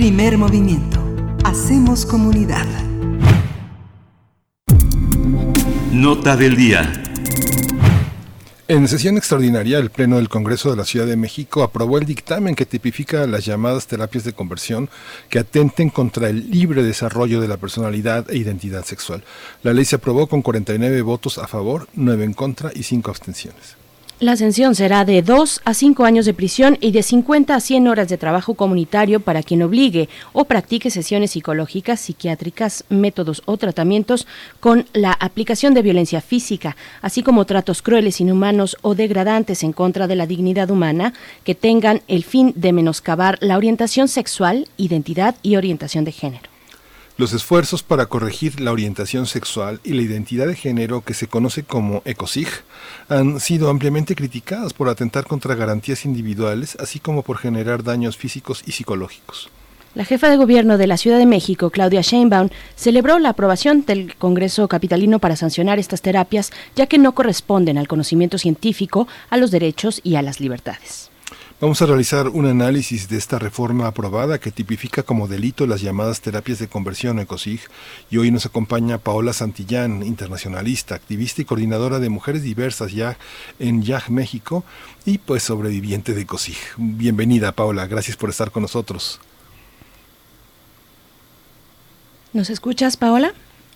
Speaker 5: Primer movimiento. Hacemos comunidad.
Speaker 1: Nota del día.
Speaker 3: En sesión extraordinaria, el Pleno del Congreso de la Ciudad de México aprobó el dictamen que tipifica las llamadas terapias de conversión que atenten contra el libre desarrollo de la personalidad e identidad sexual. La ley se aprobó con 49 votos a favor, 9 en contra y 5 abstenciones.
Speaker 2: La sanción será de 2 a 5 años de prisión y de 50 a 100 horas de trabajo comunitario para quien obligue o practique sesiones psicológicas, psiquiátricas, métodos o tratamientos con la aplicación de violencia física, así como tratos crueles, inhumanos o degradantes en contra de la dignidad humana que tengan el fin de menoscabar la orientación sexual, identidad y orientación de género.
Speaker 3: Los esfuerzos para corregir la orientación sexual y la identidad de género, que se conoce como ECOSIG, han sido ampliamente criticadas por atentar contra garantías individuales, así como por generar daños físicos y psicológicos.
Speaker 2: La jefa de gobierno de la Ciudad de México, Claudia Sheinbaum, celebró la aprobación del Congreso capitalino para sancionar estas terapias, ya que no corresponden al conocimiento científico, a los derechos y a las libertades.
Speaker 3: Vamos a realizar un análisis de esta reforma aprobada que tipifica como delito las llamadas terapias de conversión ECOSIG, y hoy nos acompaña Paola Santillán, internacionalista, activista y coordinadora de Mujeres Diversas en YAG México y pues sobreviviente de ECOSIG. Bienvenida, Paola, gracias por estar con nosotros.
Speaker 2: ¿Nos escuchas, Paola?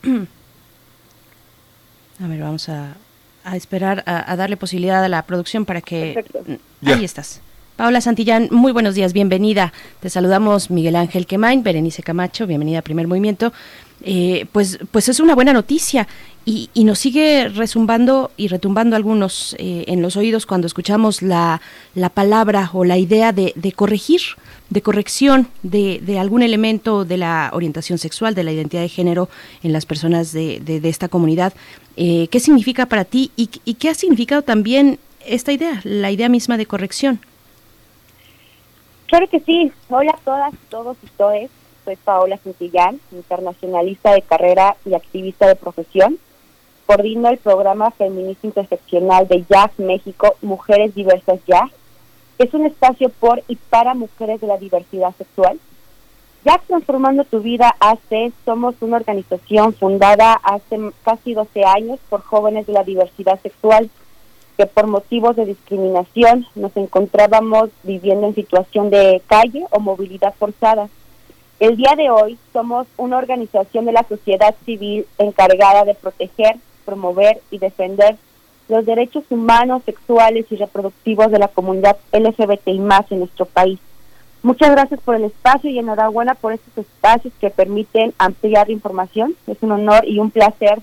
Speaker 2: A ver, vamos a esperar a darle posibilidad a la producción para que...
Speaker 14: Perfecto.
Speaker 2: Ahí estás. Paola Santillán, muy buenos días, bienvenida. Te saludamos Miguel Ángel Quemain, Berenice Camacho, bienvenida a Primer Movimiento. Pues es una buena noticia y nos sigue resumbando y retumbando algunos en los oídos cuando escuchamos la palabra o la idea de corregir, de corrección de algún elemento de la orientación sexual, de la identidad de género en las personas de esta comunidad. ¿Qué significa para ti y qué ha significado también esta idea, la idea misma de corrección?
Speaker 14: Claro que sí. Hola a todas, todos y todes. Soy Paola Santillán, internacionalista de carrera y activista de profesión. Coordino el programa feminista interseccional de YAG México, Mujeres Diversas YAG. Es un espacio por y para mujeres de la diversidad sexual. YAG Transformando tu Vida AC, somos una organización fundada hace casi 12 años por jóvenes de la diversidad sexual que por motivos de discriminación nos encontrábamos viviendo en situación de calle o movilidad forzada. El día de hoy somos una organización de la sociedad civil encargada de proteger, promover y defender los derechos humanos, sexuales y reproductivos de la comunidad LGBTI+ en nuestro país. Muchas gracias por el espacio y enhorabuena por estos espacios que permiten ampliar la información. Es un honor y un placer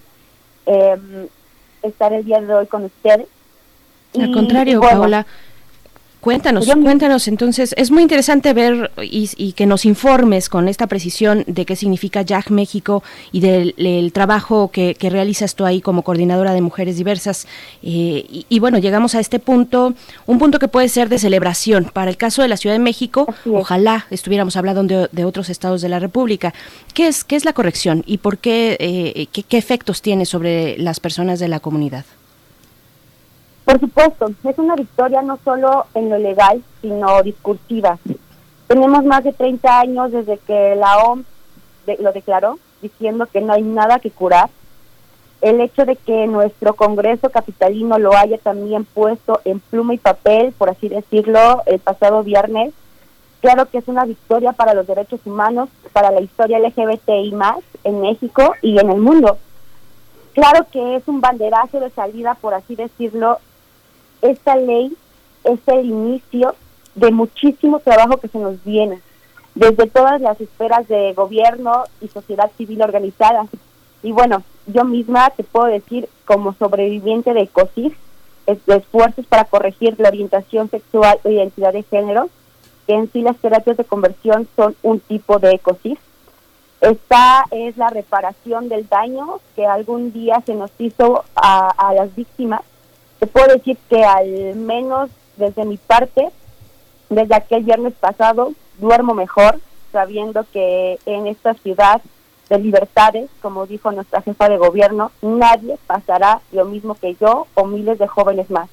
Speaker 14: estar el día de hoy con ustedes.
Speaker 2: Al contrario, bueno, Paola, cuéntanos entonces, es muy interesante ver y que nos informes con esta precisión de qué significa YAG México y del trabajo que realizas tú ahí como coordinadora de Mujeres Diversas, y bueno, llegamos a este punto, un punto que puede ser de celebración para el caso de la Ciudad de México. Ojalá estuviéramos hablando de otros estados de la República. ¿Qué es la corrección y por qué, qué efectos tiene sobre las personas de la comunidad?
Speaker 14: Por supuesto, es una victoria no solo en lo legal, sino discursiva. Tenemos más de 30 años desde que la OMS lo declaró, diciendo que no hay nada que curar. El hecho de que nuestro Congreso capitalino lo haya también puesto en pluma y papel, por así decirlo, el pasado viernes, claro que es una victoria para los derechos humanos, para la historia LGBTI+ en México y en el mundo. Claro que es un banderazo de salida, por así decirlo. Esta ley es el inicio de muchísimo trabajo que se nos viene, desde todas las esferas de gobierno y sociedad civil organizada. Y bueno, yo misma te puedo decir, como sobreviviente de ECOSIG, de esfuerzos para corregir la orientación sexual o identidad de género, que en sí las terapias de conversión son un tipo de ECOSIG. Esta es la reparación del daño que algún día se nos hizo a las víctimas. Te puedo decir que al menos desde mi parte, desde aquel viernes pasado, duermo mejor, sabiendo que en esta ciudad de libertades, como dijo nuestra jefa de gobierno, nadie pasará lo mismo que yo o miles de jóvenes más.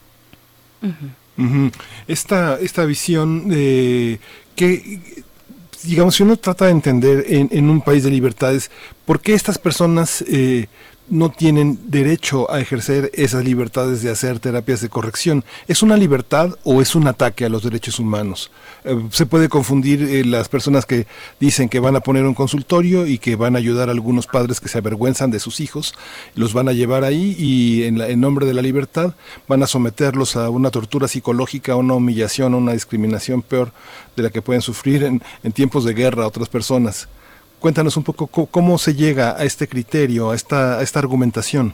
Speaker 3: Uh-huh. Esta visión que digamos, si uno trata de entender en un país de libertades, ¿por qué estas personas no tienen derecho a ejercer esas libertades de hacer terapias de corrección? ¿Es una libertad o es un ataque a los derechos humanos? Se puede confundir las personas que dicen que van a poner un consultorio y que van a ayudar a algunos padres que se avergüenzan de sus hijos, los van a llevar ahí y en nombre de la libertad van a someterlos a una tortura psicológica, a una humillación, a una discriminación peor de la que pueden sufrir en tiempos de guerra otras personas. Cuéntanos un poco cómo se llega a este criterio, a esta argumentación.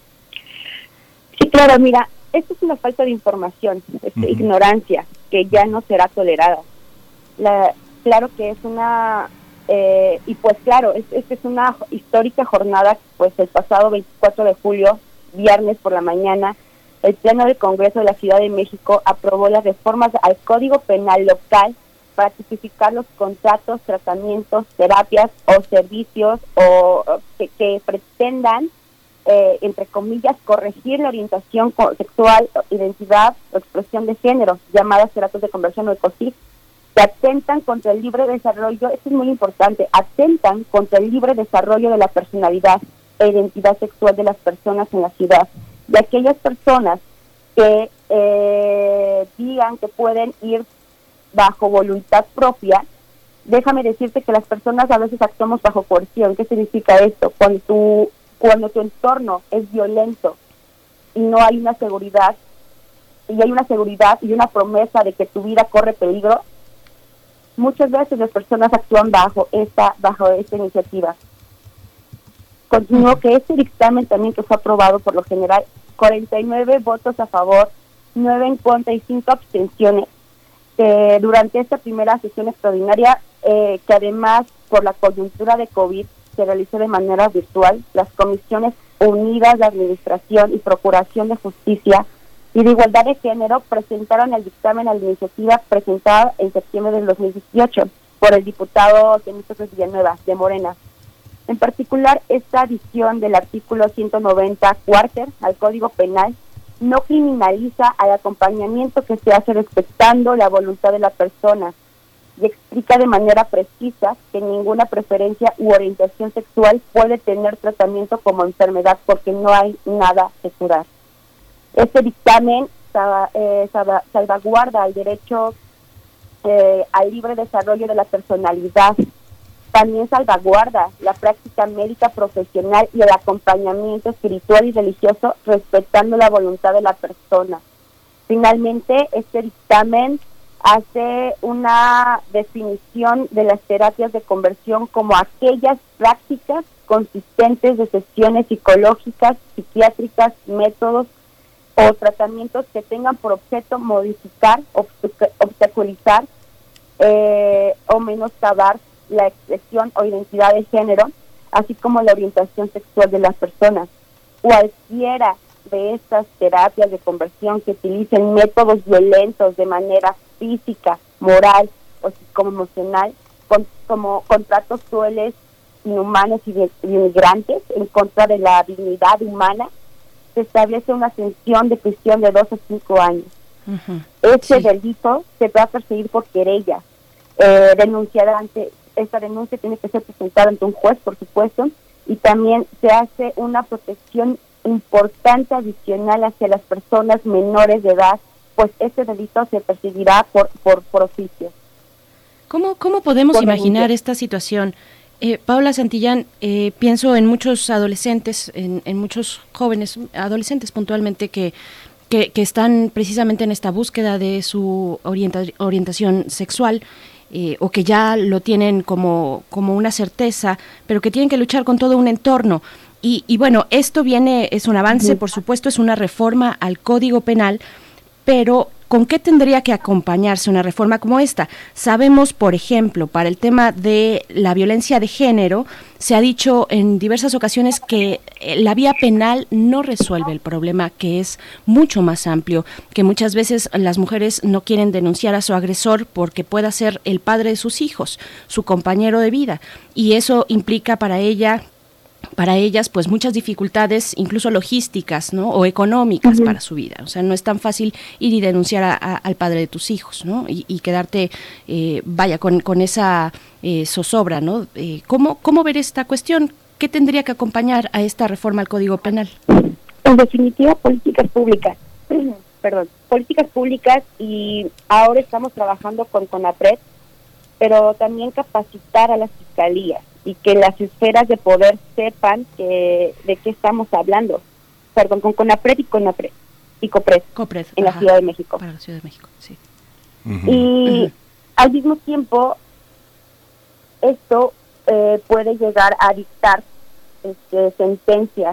Speaker 14: Sí, claro, mira, esto es una falta de información, ignorancia, que ya no será tolerada. Claro que es una, y pues claro, esta es una histórica jornada, pues el pasado 24 de julio, viernes por la mañana, el Pleno del Congreso de la Ciudad de México aprobó las reformas al Código Penal local para tipificar los contratos, tratamientos, terapias o servicios que pretendan, entre comillas, corregir la orientación sexual, identidad o expresión de género, llamadas terapias de conversión o ECOSIG, que atentan contra el libre desarrollo, esto es muy importante, atentan contra el libre desarrollo de la personalidad e identidad sexual de las personas en la ciudad. Y aquellas personas que digan que pueden ir bajo voluntad propia, déjame decirte que las personas a veces actuamos bajo coerción. ¿Qué significa esto? Cuando tu entorno es violento y no hay una seguridad, y hay una seguridad y una promesa de que tu vida corre peligro, muchas veces las personas actúan bajo esta iniciativa. Continúo que este dictamen también, que fue aprobado por lo general, 49 votos a favor, 9 en contra y 5 abstenciones, durante esta primera sesión extraordinaria, que además por la coyuntura de COVID se realizó de manera virtual, las Comisiones Unidas de Administración y Procuración de Justicia y de Igualdad de Género presentaron el dictamen a la iniciativa presentada en septiembre del 2018 por el diputado Temístocles Villanueva, de Morena. En particular, esta adición del artículo 190 cuarter al Código Penal no criminaliza al acompañamiento que se hace respetando la voluntad de la persona y explica de manera precisa que ninguna preferencia u orientación sexual puede tener tratamiento como enfermedad porque no hay nada que curar. Este dictamen salvaguarda el derecho al libre desarrollo de la personalidad. También salvaguarda la práctica médica profesional y el acompañamiento espiritual y religioso respetando la voluntad de la persona. Finalmente, este dictamen hace una definición de las terapias de conversión como aquellas prácticas consistentes de sesiones psicológicas, psiquiátricas, métodos o tratamientos que tengan por objeto modificar, obstaculizar o menoscabar la expresión o identidad de género, así como la orientación sexual de las personas. Cualquiera de estas terapias de conversión que utilicen métodos violentos de manera física, moral o psicoemocional, como contratos crueles, inhumanos y denigrantes en contra de la dignidad humana, se establece una sanción de prisión de 2 a 5 años. Este delito se va a perseguir por querella, esta denuncia tiene que ser presentada ante un juez, por supuesto, y también se hace una protección importante adicional hacia las personas menores de edad, pues este delito se perseguirá por oficio.
Speaker 2: ¿Cómo podemos imaginar esta situación? Paula Santillán, pienso en muchos adolescentes, en muchos jóvenes, adolescentes puntualmente, que están precisamente en esta búsqueda de su orientación sexual, o que ya lo tienen como una certeza, pero que tienen que luchar con todo un entorno. Y bueno, esto es un avance, por supuesto, es una reforma al Código Penal, pero ¿con qué tendría que acompañarse una reforma como esta? Sabemos, por ejemplo, para el tema de la violencia de género, se ha dicho en diversas ocasiones que la vía penal no resuelve el problema, que es mucho más amplio, que muchas veces las mujeres no quieren denunciar a su agresor porque pueda ser el padre de sus hijos, su compañero de vida, y eso implica para ella para ellas pues muchas dificultades, incluso logísticas, ¿no? O económicas para su vida. O sea, no es tan fácil ir y denunciar al padre de tus hijos, ¿no? Y quedarte, con esa zozobra, ¿no? ¿Cómo ver esta cuestión? ¿Qué tendría que acompañar a esta reforma al Código Penal?
Speaker 14: En definitiva, políticas públicas. Políticas públicas, y ahora estamos trabajando con CONAPRED, pero también capacitar a las fiscalías y que las esferas de poder sepan de qué estamos hablando. Con CONAPRED y COPRED en la Ciudad de México.
Speaker 2: Para la Ciudad de México, sí.
Speaker 14: Y al mismo tiempo, esto puede llegar a dictar sentencias.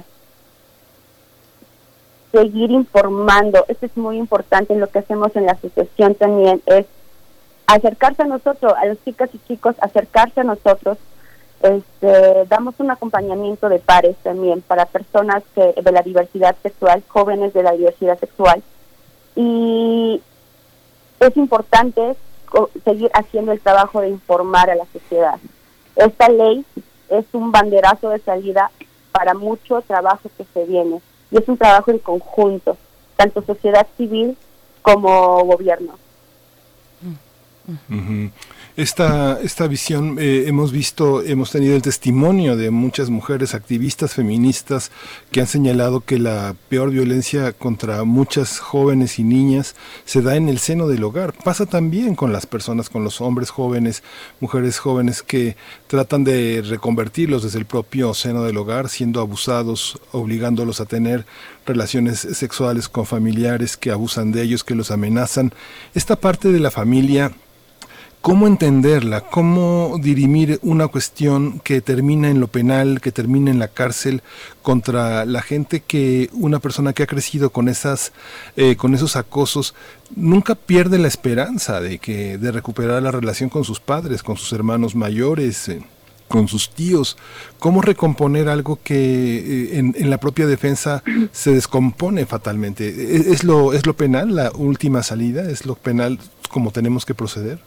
Speaker 14: Seguir informando, esto es muy importante. En lo que hacemos en la asociación también es acercarse a nosotros, a las chicas y chicos, acercarse a nosotros. Damos un acompañamiento de pares también para personas de la diversidad sexual, jóvenes de la diversidad sexual, y es importante seguir haciendo el trabajo de informar a la sociedad. Esta ley es un banderazo de salida para mucho trabajo que se viene, y es un trabajo en conjunto, tanto sociedad civil como gobierno.
Speaker 3: Uh-huh. Esta visión, hemos tenido el testimonio de muchas mujeres activistas feministas que han señalado que la peor violencia contra muchas jóvenes y niñas se da en el seno del hogar. Pasa también con las personas, con los hombres jóvenes, mujeres jóvenes que tratan de reconvertirlos desde el propio seno del hogar, siendo abusados, obligándolos a tener relaciones sexuales con familiares que abusan de ellos, que los amenazan. Esta parte de la familia, ¿cómo entenderla? ¿Cómo dirimir una cuestión que termina en lo penal, que termina en la cárcel, contra la gente una persona que ha crecido con esos acosos, nunca pierde la esperanza de recuperar la relación con sus padres, con sus hermanos mayores, con sus tíos? ¿Cómo recomponer algo que en la propia defensa se descompone fatalmente? ¿Es lo penal la última salida? ¿Es lo penal como tenemos que proceder?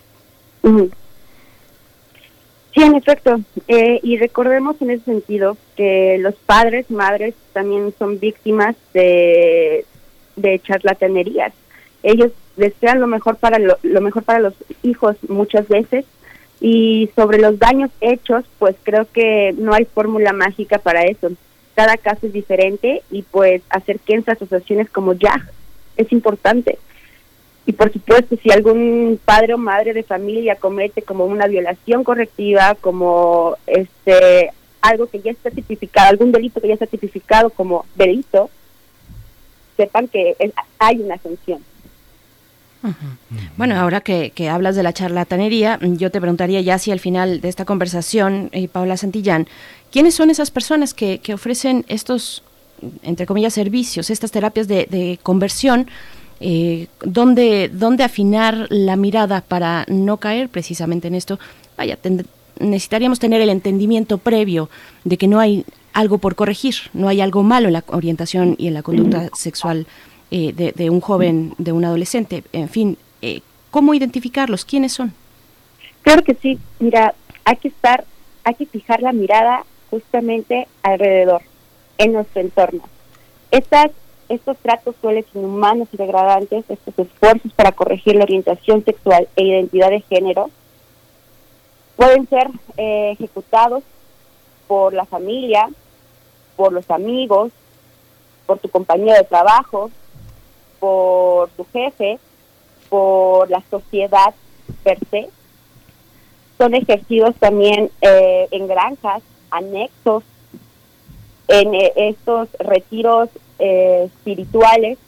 Speaker 14: Sí, en efecto, y recordemos en ese sentido que los padres, madres también son víctimas de charlatanerías. Ellos desean lo mejor para los hijos muchas veces, y sobre los daños hechos, pues creo que no hay fórmula mágica para eso. Cada caso es diferente, y pues acérquense a asociaciones como YAG, es importante. Y por supuesto, si algún padre o madre de familia comete como una violación correctiva, como algo que ya está tipificado, algún delito que ya está tipificado como delito, sepan que hay una sanción.
Speaker 2: Uh-huh. Bueno, ahora que hablas de la charlatanería, yo te preguntaría ya si al final de esta conversación, Paola Santillán, ¿quiénes son esas personas que ofrecen estos, entre comillas, servicios, estas terapias de conversión? ¿Dónde afinar la mirada para no caer precisamente en esto? Necesitaríamos tener el entendimiento previo de que no hay algo por corregir, no hay algo malo en la orientación y en la conducta sexual de un joven, de un adolescente. En fin, ¿cómo identificarlos? ¿Quiénes son?
Speaker 14: Claro que sí. Mira, hay que fijar la mirada justamente alrededor, en nuestro entorno. Estos tratos suelen ser inhumanos y degradantes, estos esfuerzos para corregir la orientación sexual e identidad de género, pueden ser ejecutados por la familia, por los amigos, por tu compañero de trabajo, por tu jefe, por la sociedad per se. Son ejercidos también en granjas, anexos, en estos retiros espirituales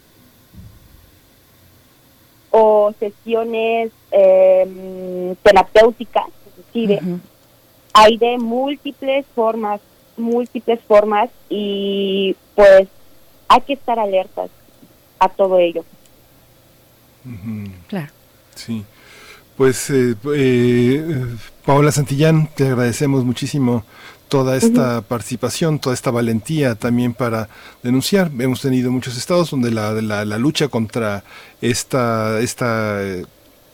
Speaker 14: o sesiones terapéuticas, inclusive. Uh-huh. Hay de múltiples formas, y pues hay que estar alertas a todo ello.
Speaker 3: Uh-huh.
Speaker 2: Claro.
Speaker 3: Sí. Pues Paola Santillán, te agradecemos muchísimo toda esta participación, toda esta valentía también para denunciar. Hemos tenido muchos estados donde la lucha contra esta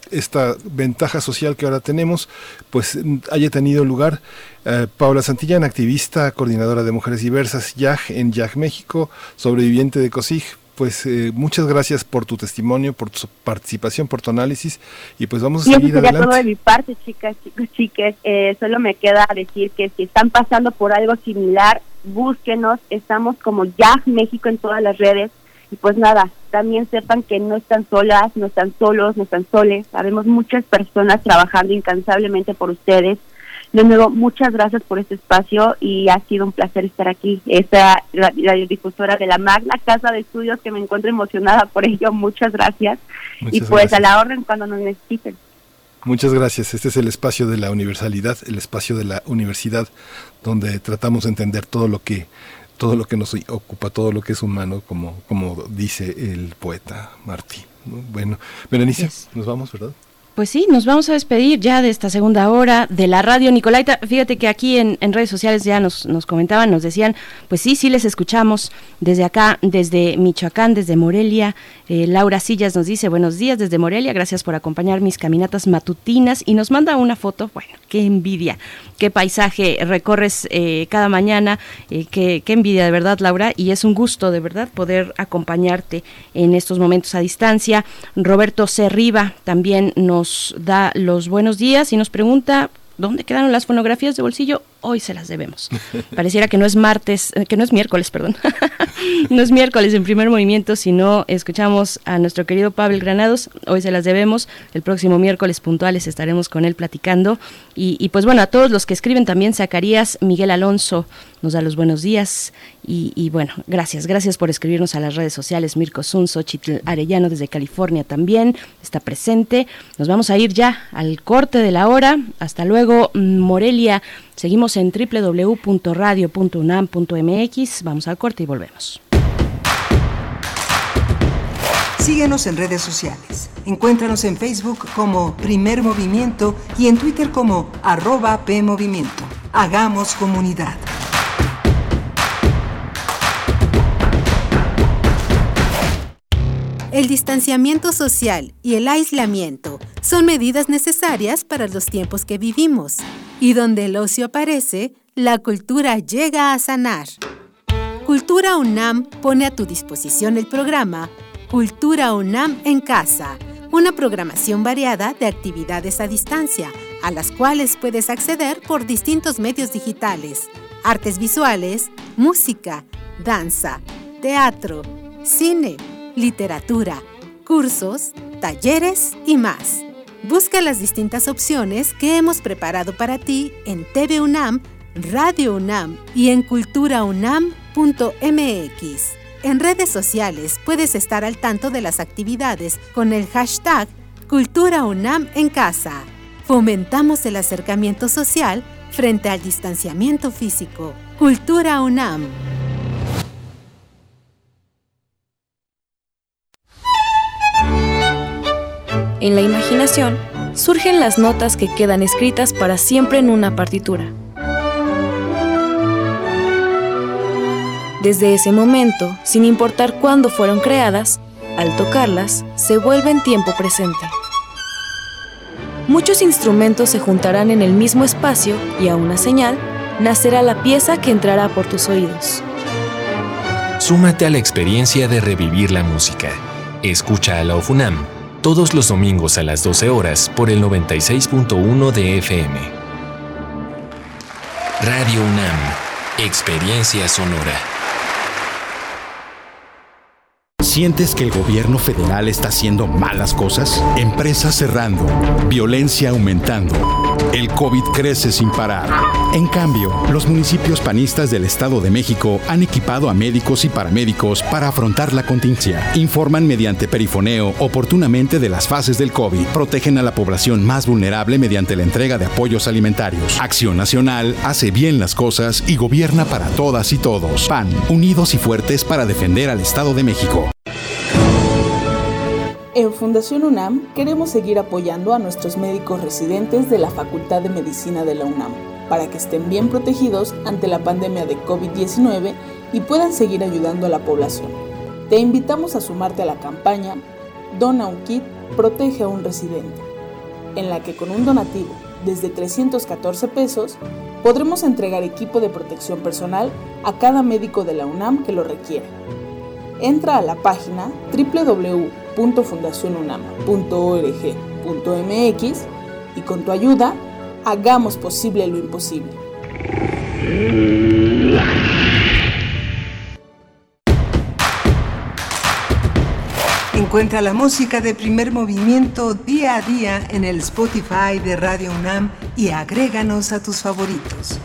Speaker 3: esta ventaja social que ahora tenemos pues haya tenido lugar. Paula Santillán, activista, coordinadora de Mujeres Diversas YAG en YAG México, sobreviviente de COSIG, pues muchas gracias por tu testimonio, por tu participación, por tu análisis, y pues vamos a seguir adelante.
Speaker 14: Eso sería todo de mi parte, chicas, chicos, chiques. Solo me queda decir que si están pasando por algo similar, búsquenos, estamos como YAG México en todas las redes, y pues nada, también sepan que no están solas, no están solos, no están soles, sabemos muchas personas trabajando incansablemente por ustedes. De nuevo, muchas gracias por este espacio y ha sido un placer estar aquí. Esta radiodifusora de la magna casa de estudios, que me encuentro emocionada por ello. Muchas gracias. Y pues gracias. A la orden cuando nos necesiten.
Speaker 3: Muchas gracias. Este es el espacio de la universalidad, el espacio de la universidad, donde tratamos de entender todo lo que nos ocupa, todo lo que es humano, como dice el poeta Martí, ¿no? Bueno, Berenice, nos vamos, ¿verdad?
Speaker 2: Pues sí, nos vamos a despedir ya de esta segunda hora de la radio Nicolaita. Fíjate que aquí en redes sociales ya nos comentaban, nos decían, pues sí les escuchamos desde acá, desde Michoacán, desde Morelia. Laura Sillas nos dice, buenos días desde Morelia, gracias por acompañar mis caminatas matutinas, y nos manda una foto. Bueno, qué envidia, qué paisaje recorres cada mañana, qué envidia de verdad, Laura, y es un gusto de verdad poder acompañarte en estos momentos a distancia. Roberto Cerriba también nos da los buenos días y nos pregunta, ¿dónde quedaron las fonografías de bolsillo? Hoy se las debemos. Pareciera que no es miércoles, perdón. No es miércoles en Primer Movimiento, sino escuchamos a nuestro querido Pavel Granados. Hoy se las debemos. El próximo miércoles puntuales estaremos con él platicando. Y pues bueno, a todos los que escriben también, Zacarías Miguel Alonso nos da los buenos días. Y bueno, gracias por escribirnos a las redes sociales. Mirko Sunzo, Chitl Arellano desde California también está presente. Nos vamos a ir ya al corte de la hora. Hasta luego, Morelia. Seguimos en www.radio.unam.mx. Vamos al corte y volvemos.
Speaker 5: Síguenos en redes sociales. Encuéntranos en Facebook como Primer Movimiento y en Twitter como @PMovimiento. Hagamos comunidad.
Speaker 15: El distanciamiento social y el aislamiento son medidas necesarias para los tiempos que vivimos. Y donde el ocio aparece, la cultura llega a sanar. Cultura UNAM pone a tu disposición el programa Cultura UNAM en Casa, una programación variada de actividades a distancia, a las cuales puedes acceder por distintos medios digitales: artes visuales, música, danza, teatro, cine, literatura, cursos, talleres y más. Busca las distintas opciones que hemos preparado para ti en TV UNAM, Radio UNAM y en culturaunam.mx. En redes sociales puedes estar al tanto de las actividades con el hashtag Cultura UNAM en Casa. Fomentamos el acercamiento social frente al distanciamiento físico. Cultura UNAM.
Speaker 16: En la imaginación surgen las notas que quedan escritas para siempre en una partitura. Desde ese momento, sin importar cuándo fueron creadas, al tocarlas, se vuelven tiempo presente. Muchos instrumentos se juntarán en el mismo espacio y a una señal nacerá la pieza que entrará por tus oídos.
Speaker 4: Súmate a la experiencia de revivir la música. Escucha a la UFUNAM todos los domingos a las 12 horas por el 96.1 de FM. Radio UNAM, experiencia sonora.
Speaker 17: ¿Sientes que el gobierno federal está haciendo malas cosas? Empresas cerrando, violencia aumentando, el COVID crece sin parar. En cambio, los municipios panistas del Estado de México han equipado a médicos y paramédicos para afrontar la contingencia. Informan mediante perifoneo oportunamente de las fases del COVID. Protegen a la población más vulnerable mediante la entrega de apoyos alimentarios. Acción Nacional hace bien las cosas y gobierna para todas y todos. PAN, unidos y fuertes para defender al Estado de México.
Speaker 18: En Fundación UNAM queremos seguir apoyando a nuestros médicos residentes de la Facultad de Medicina de la UNAM para que estén bien protegidos ante la pandemia de COVID-19 y puedan seguir ayudando a la población. Te invitamos a sumarte a la campaña Dona un kit, protege a un residente. en la que con un donativo desde 314 pesos podremos entregar equipo de protección personal a cada médico de la UNAM que lo requiera. Entra a la página www.fundacionunam.org.mx y con tu ayuda, hagamos posible lo imposible.
Speaker 5: Encuentra la música de Primer Movimiento día a día en el Spotify de Radio UNAM y agréganos a tus favoritos.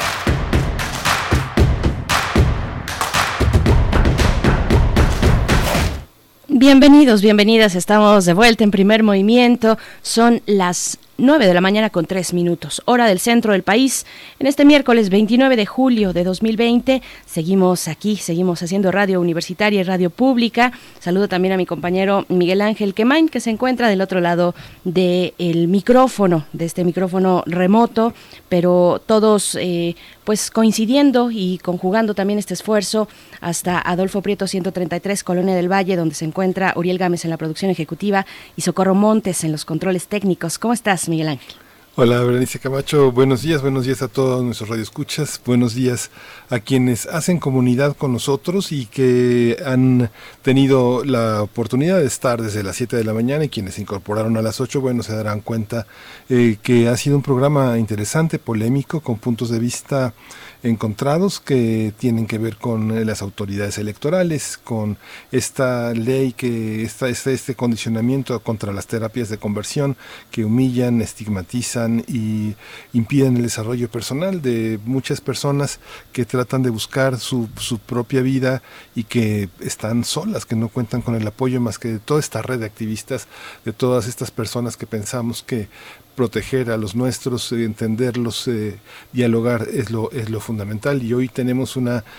Speaker 2: Bienvenidos, bienvenidas, estamos de vuelta en Primer Movimiento, son las 9 de la mañana con 3 minutos, hora del centro del país. En este miércoles 29 de julio de 2020 seguimos aquí, seguimos haciendo radio universitaria y radio pública. Saludo también a mi compañero Miguel Ángel Quemain, que se encuentra del otro lado del micrófono, de este micrófono remoto, pero todos pues coincidiendo y conjugando también este esfuerzo hasta Adolfo Prieto 133, Colonia del Valle, donde se encuentra Uriel Gámez en la producción ejecutiva y Socorro Montes en los controles técnicos. ¿Cómo estás, Miguel Ángel?
Speaker 3: Hola, Berenice Camacho, buenos días a todos nuestros radioescuchas, buenos días a quienes hacen comunidad con nosotros y que han tenido la oportunidad de estar desde las 7 de la mañana y quienes se incorporaron a las 8, bueno, se darán cuenta que ha sido un programa interesante, polémico, con puntos de vista encontrados que tienen que ver con las autoridades electorales, con esta ley este condicionamiento contra las terapias de conversión que humillan, estigmatizan y impiden el desarrollo personal de muchas personas que tratan de buscar su propia vida y que están solas, que no cuentan con el apoyo más que de toda esta red de activistas, de todas estas personas que pensamos que proteger a los nuestros, entenderlos, dialogar es lo fundamental. Y hoy tenemos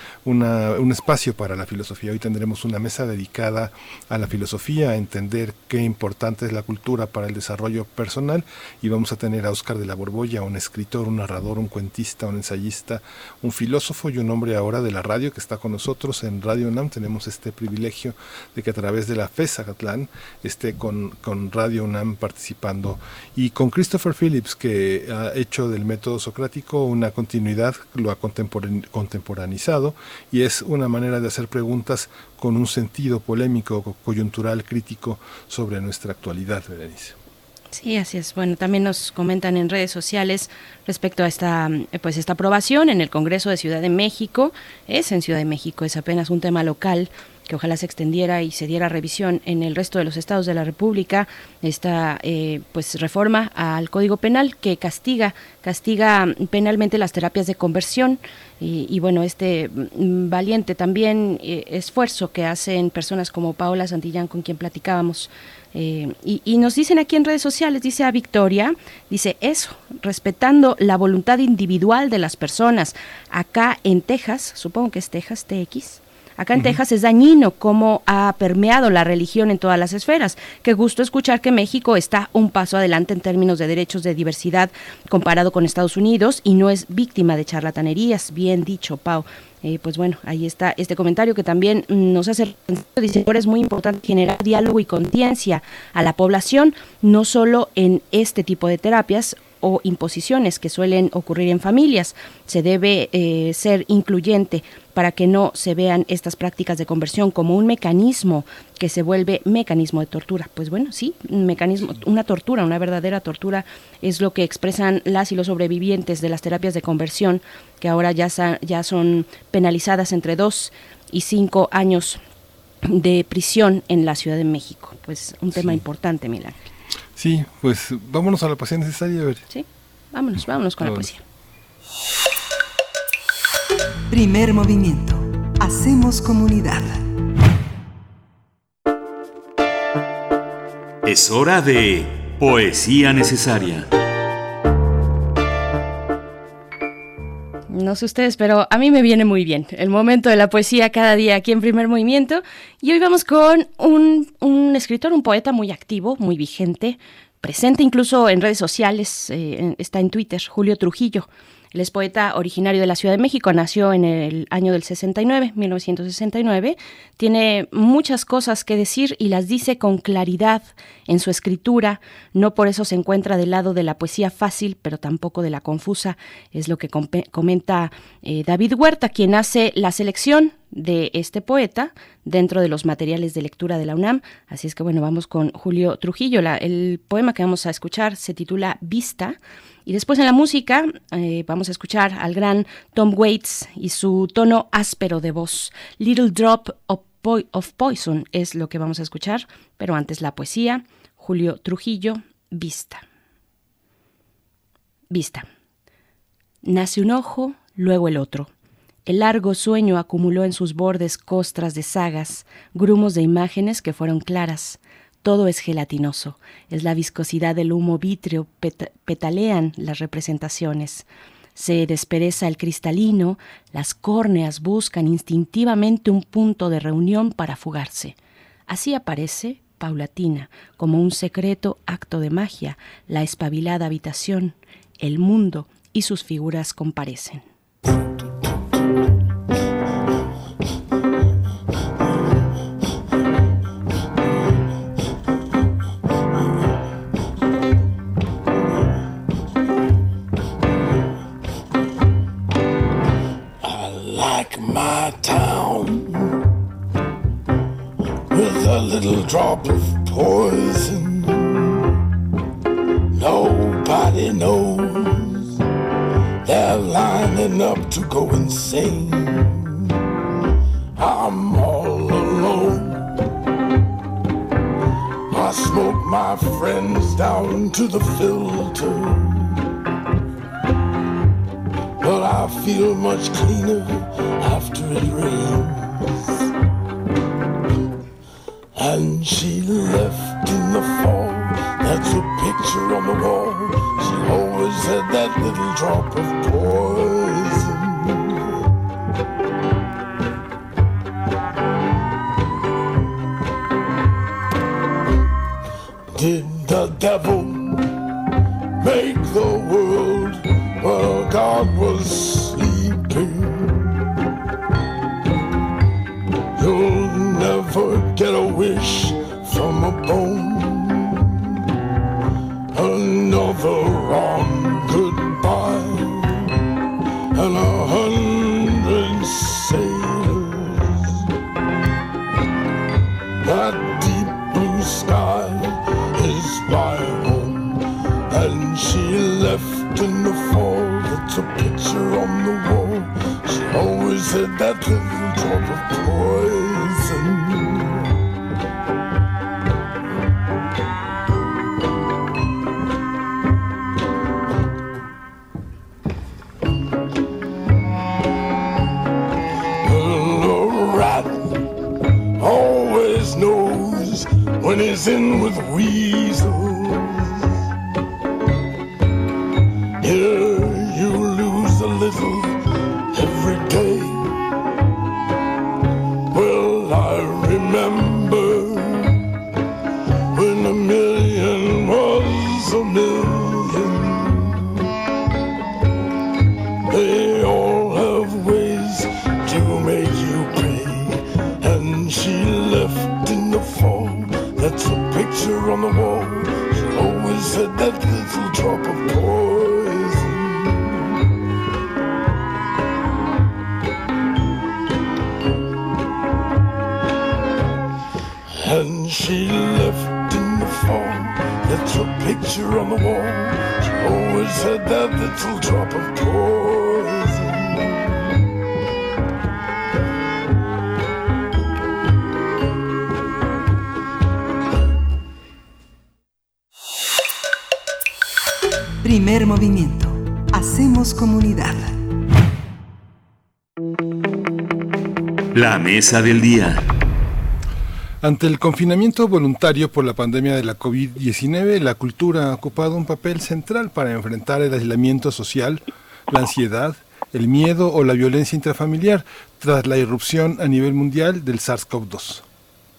Speaker 3: un espacio para la filosofía. Hoy tendremos una mesa dedicada a la filosofía, a entender qué importante es la cultura para el desarrollo personal, y vamos a tener a Óscar de la Borbolla, un escritor, un narrador, un cuentista, un ensayista, un filósofo y un hombre ahora de la radio que está con nosotros en Radio UNAM. Tenemos este privilegio de que a través de la FES Acatlán esté con Radio UNAM participando, y con Christopher Phillips, que ha hecho del método socrático una continuidad, lo ha contemporaneizado, y es una manera de hacer preguntas con un sentido polémico, coyuntural, crítico sobre nuestra actualidad, Berenice.
Speaker 2: Sí, así es. Bueno, también nos comentan en redes sociales respecto a esta aprobación en el Congreso de Ciudad de México. Es en Ciudad de México, es apenas un tema local que ojalá se extendiera y se diera revisión en el resto de los estados de la República, esta reforma al Código Penal que castiga penalmente las terapias de conversión y bueno, este valiente también esfuerzo que hacen personas como Paola Santillán, con quien platicábamos. Y nos dicen aquí en redes sociales, dice a Victoria, dice eso, respetando la voluntad individual de las personas. Acá en Texas, supongo que es Texas, TX, acá en Texas es dañino cómo ha permeado la religión en todas las esferas. Qué gusto escuchar que México está un paso adelante en términos de derechos de diversidad comparado con Estados Unidos y no es víctima de charlatanerías. Bien dicho, Pau. Pues bueno, ahí está este comentario que también nos hace, dice, ahora es muy importante generar diálogo y conciencia a la población, no solo en este tipo de terapias o imposiciones que suelen ocurrir en familias. Se debe ser incluyente para que no se vean estas prácticas de conversión como un mecanismo que se vuelve mecanismo de tortura. Pues bueno, sí, un mecanismo, una tortura, una verdadera tortura es lo que expresan las y los sobrevivientes de las terapias de conversión, que ahora ya son penalizadas entre 2 y 5 años de prisión en la Ciudad de México. Pues un tema importante, Milán.
Speaker 3: Sí, pues vámonos a la poesía necesaria, a ver.
Speaker 2: Sí, vámonos con la poesía.
Speaker 5: Primer movimiento. Hacemos comunidad.
Speaker 1: Es hora de poesía necesaria.
Speaker 2: No sé ustedes, pero a mí me viene muy bien el momento de la poesía cada día aquí en Primer Movimiento. Y hoy vamos con un escritor, un poeta muy activo, muy vigente, presente incluso en redes sociales, está en Twitter, Julio Trujillo. Él es poeta originario de la Ciudad de México, nació en el año del 1969. Tiene muchas cosas que decir y las dice con claridad en su escritura. No por eso se encuentra del lado de la poesía fácil, pero tampoco de la confusa. Es lo que comenta David Huerta, quien hace la selección de este poeta dentro de los materiales de lectura de la UNAM. Así es que bueno, vamos con Julio Trujillo. El poema que vamos a escuchar se titula Vista. Y después en la música vamos a escuchar al gran Tom Waits y su tono áspero de voz. Little Drop of Poison es lo que vamos a escuchar, pero antes la poesía. Julio Trujillo, Vista. Vista. Nace un ojo, luego el otro. El largo sueño acumuló en sus bordes costras de sagas, grumos de imágenes que fueron claras. Todo es gelatinoso, es la viscosidad del humo vítreo, petalean las representaciones. Se despereza el cristalino, las córneas buscan instintivamente un punto de reunión para fugarse. Así aparece, paulatina, como un secreto acto de magia, la espabilada habitación, el mundo y sus figuras comparecen.
Speaker 19: My town with a little drop of poison. Nobody knows they're lining up to go insane. I'm all alone. I smoke my friends down to the filter, but I feel much cleaner after it rains. And she left in the fall, that's a picture on the wall. She always had that little drop of poison. Did the devil make the world while God was sleeping? You'll never get a wish from a bone. Another wrong goodbye and 100 sailors. That deep blue sky is my home, and she left in the fall. That's a picture on the wall. She always had that little drop of poison. When he's in with weasels, here you lose a little every day. Well, I remember when a million was a million. They all have ways to make you pay, and she left in the fall. That's a picture on the wall. She always had that little drop of poison. And she left in the fall. That's a picture on the wall. She always had that little drop of poison.
Speaker 5: Primer movimiento. Hacemos comunidad.
Speaker 1: La mesa del día.
Speaker 3: Ante el confinamiento voluntario por la pandemia de la COVID-19, la cultura ha ocupado un papel central para enfrentar el aislamiento social, la ansiedad, el miedo o la violencia intrafamiliar tras la irrupción a nivel mundial del SARS-CoV-2.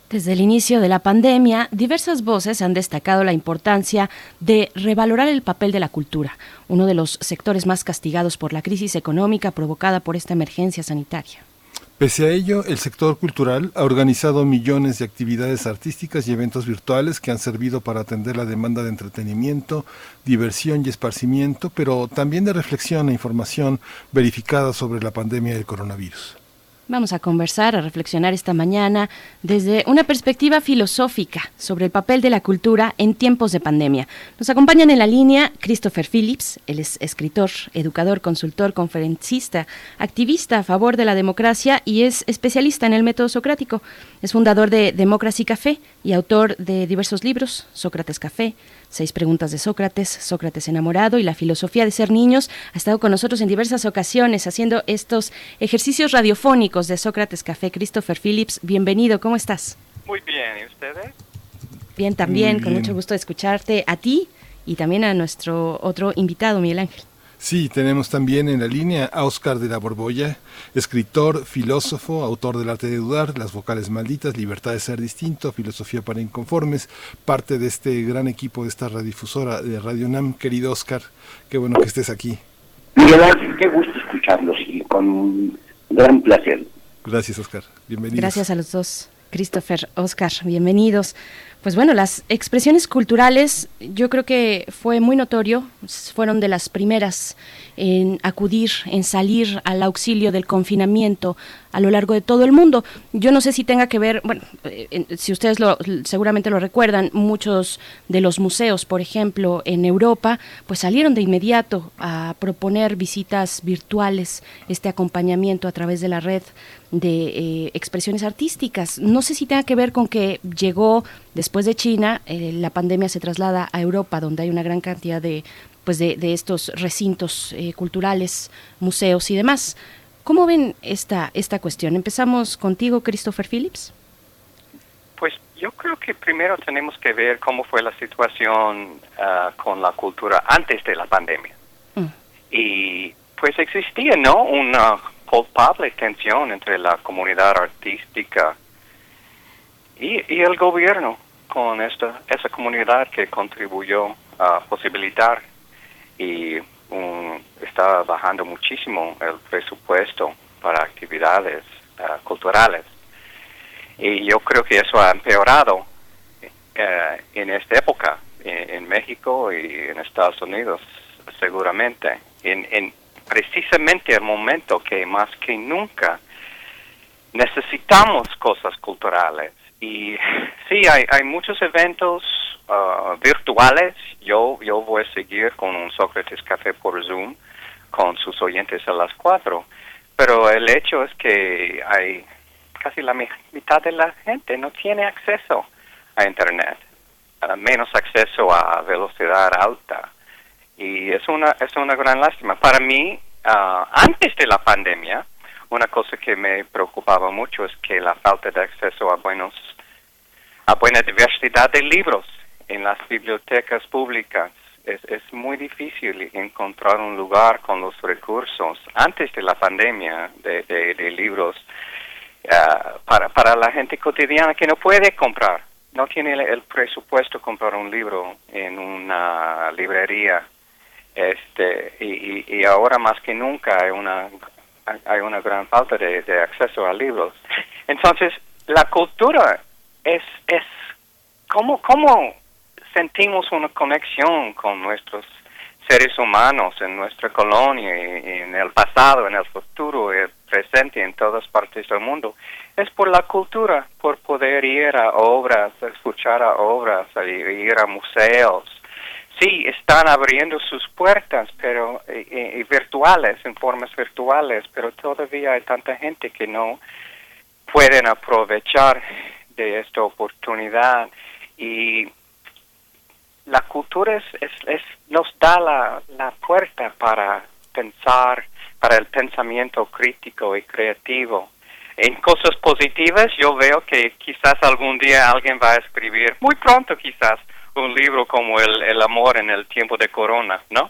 Speaker 2: Desde el inicio de la pandemia, diversas voces han destacado la importancia de revalorar el papel de la cultura, uno de los sectores más castigados por la crisis económica provocada por esta emergencia sanitaria.
Speaker 3: Pese a ello, el sector cultural ha organizado millones de actividades artísticas y eventos virtuales que han servido para atender la demanda de entretenimiento, diversión y esparcimiento, pero también de reflexión e información verificada sobre la pandemia del coronavirus.
Speaker 2: Vamos a conversar, a reflexionar esta mañana desde una perspectiva filosófica sobre el papel de la cultura en tiempos de pandemia. Nos acompañan en la línea Christopher Phillips, él es escritor, educador, consultor, conferencista, activista a favor de la democracia y es especialista en el método socrático. Es fundador de Democracy Café y autor de diversos libros, Sócrates Café, 6 preguntas de Sócrates, Sócrates enamorado y la filosofía de ser niños. Ha estado con nosotros en diversas ocasiones haciendo estos ejercicios radiofónicos de Sócrates Café. Christopher Phillips, bienvenido, ¿cómo estás?
Speaker 20: Muy bien, ¿y ustedes?
Speaker 2: Bien, también,
Speaker 3: Muy bien.
Speaker 2: con mucho gusto de escucharte a ti y también a nuestro otro invitado, Miguel Ángel.
Speaker 3: Sí, tenemos también en la línea a Óscar de la Borbolla, escritor, filósofo, autor del Arte de Dudar, Las Vocales Malditas, Libertad de Ser Distinto, Filosofía para Inconformes, parte de este gran equipo de esta radiodifusora de Radio UNAM. Querido Óscar, qué bueno que estés aquí.
Speaker 21: Miguel Ángel, qué gusto escucharlos y con gran placer.
Speaker 3: Gracias, Óscar. Bienvenidos.
Speaker 2: Gracias a los dos. Christopher, Óscar, bienvenidos. Pues bueno, las expresiones culturales, yo creo que fue muy notorio, fueron de las primeras en acudir, en salir al auxilio del confinamiento a lo largo de todo el mundo. Yo no sé si tenga que ver, bueno, si ustedes seguramente lo recuerdan, muchos de los museos, por ejemplo, en Europa, pues salieron de inmediato a proponer visitas virtuales, este acompañamiento a través de la red de expresiones artísticas. No sé si tenga que ver con que llegó después de China, la pandemia se traslada a Europa, donde hay una gran cantidad de estos recintos culturales, museos y demás. ¿Cómo ven esta cuestión? Empezamos contigo, Christopher Phillips.
Speaker 20: Pues yo creo que primero tenemos que ver cómo fue la situación con la cultura antes de la pandemia. Y pues existía, ¿no?, una culpable tensión entre la comunidad artística y el gobierno con esa comunidad que contribuyó a posibilitar y está bajando muchísimo el presupuesto para actividades culturales. Y yo creo que eso ha empeorado en esta época, en México y en Estados Unidos, seguramente. En precisamente el momento que más que nunca necesitamos cosas culturales. Y sí, hay muchos eventos virtuales. Yo voy a seguir con un Sócrates Café por Zoom con sus oyentes a las 4. Pero el hecho es que hay casi la mitad de la gente no tiene acceso a Internet, menos acceso a velocidad alta. Y es una gran lástima. Para mí, antes de la pandemia, una cosa que me preocupaba mucho es que la falta de acceso a buena diversidad de libros en las bibliotecas públicas. Es muy difícil encontrar un lugar con los recursos antes de la pandemia de libros para la gente cotidiana que no puede comprar, no tiene el presupuesto comprar un libro en una librería. Y ahora más que nunca hay una gran falta de acceso a libros. Entonces, la cultura es cómo sentimos una conexión con nuestros seres humanos en nuestra colonia, y en el pasado, en el futuro, el presente, en todas partes del mundo. Es por la cultura, por poder ir a obras, escuchar a obras, ir a museos. Sí, están abriendo sus puertas, pero virtuales, en formas virtuales, pero todavía hay tanta gente que no pueden aprovechar de esta oportunidad. Y la cultura nos da la puerta para pensar, para el pensamiento crítico y creativo. En cosas positivas, yo veo que quizás algún día alguien va a escribir, muy pronto quizás, un libro como el amor en el tiempo de corona, ¿no?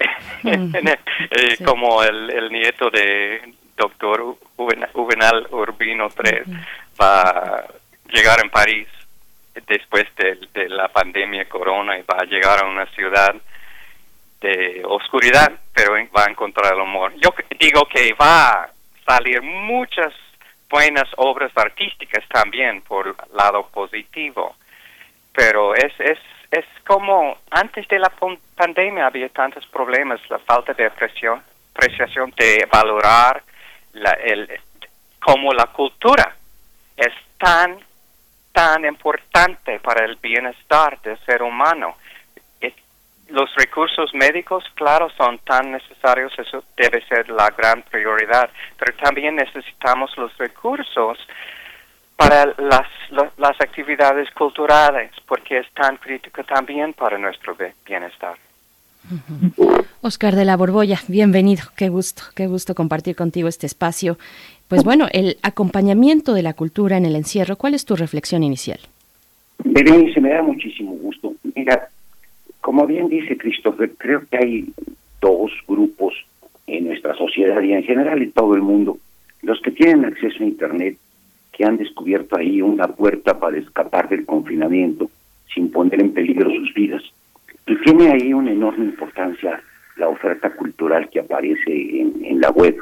Speaker 20: Sí. Como el nieto de doctor Juvenal Urbino III va llegar en París después de la pandemia corona y va a llegar a una ciudad de oscuridad, pero va a encontrar el amor. Yo digo que va a salir muchas buenas obras artísticas también por el lado positivo, pero es como antes de la pandemia había tantos problemas, la falta de apreciación de valorar como la cultura es tan importante para el bienestar del ser humano. Los recursos médicos, claro, son tan necesarios, eso debe ser la gran prioridad, pero también necesitamos los recursos para las actividades culturales, porque es tan crítico también para nuestro bienestar.
Speaker 2: Oscar de la Borbolla, bienvenido, qué gusto compartir contigo este espacio. Pues bueno, el acompañamiento de la cultura en el encierro, ¿cuál es tu reflexión inicial?
Speaker 21: Berenice, me da muchísimo gusto. Mira, como bien dice Christopher, creo que hay dos grupos en nuestra sociedad y en general en todo el mundo. Los que tienen acceso a Internet, que han descubierto ahí una puerta para escapar del confinamiento sin poner en peligro sus vidas. Y tiene ahí una enorme importancia la oferta cultural que aparece en la web.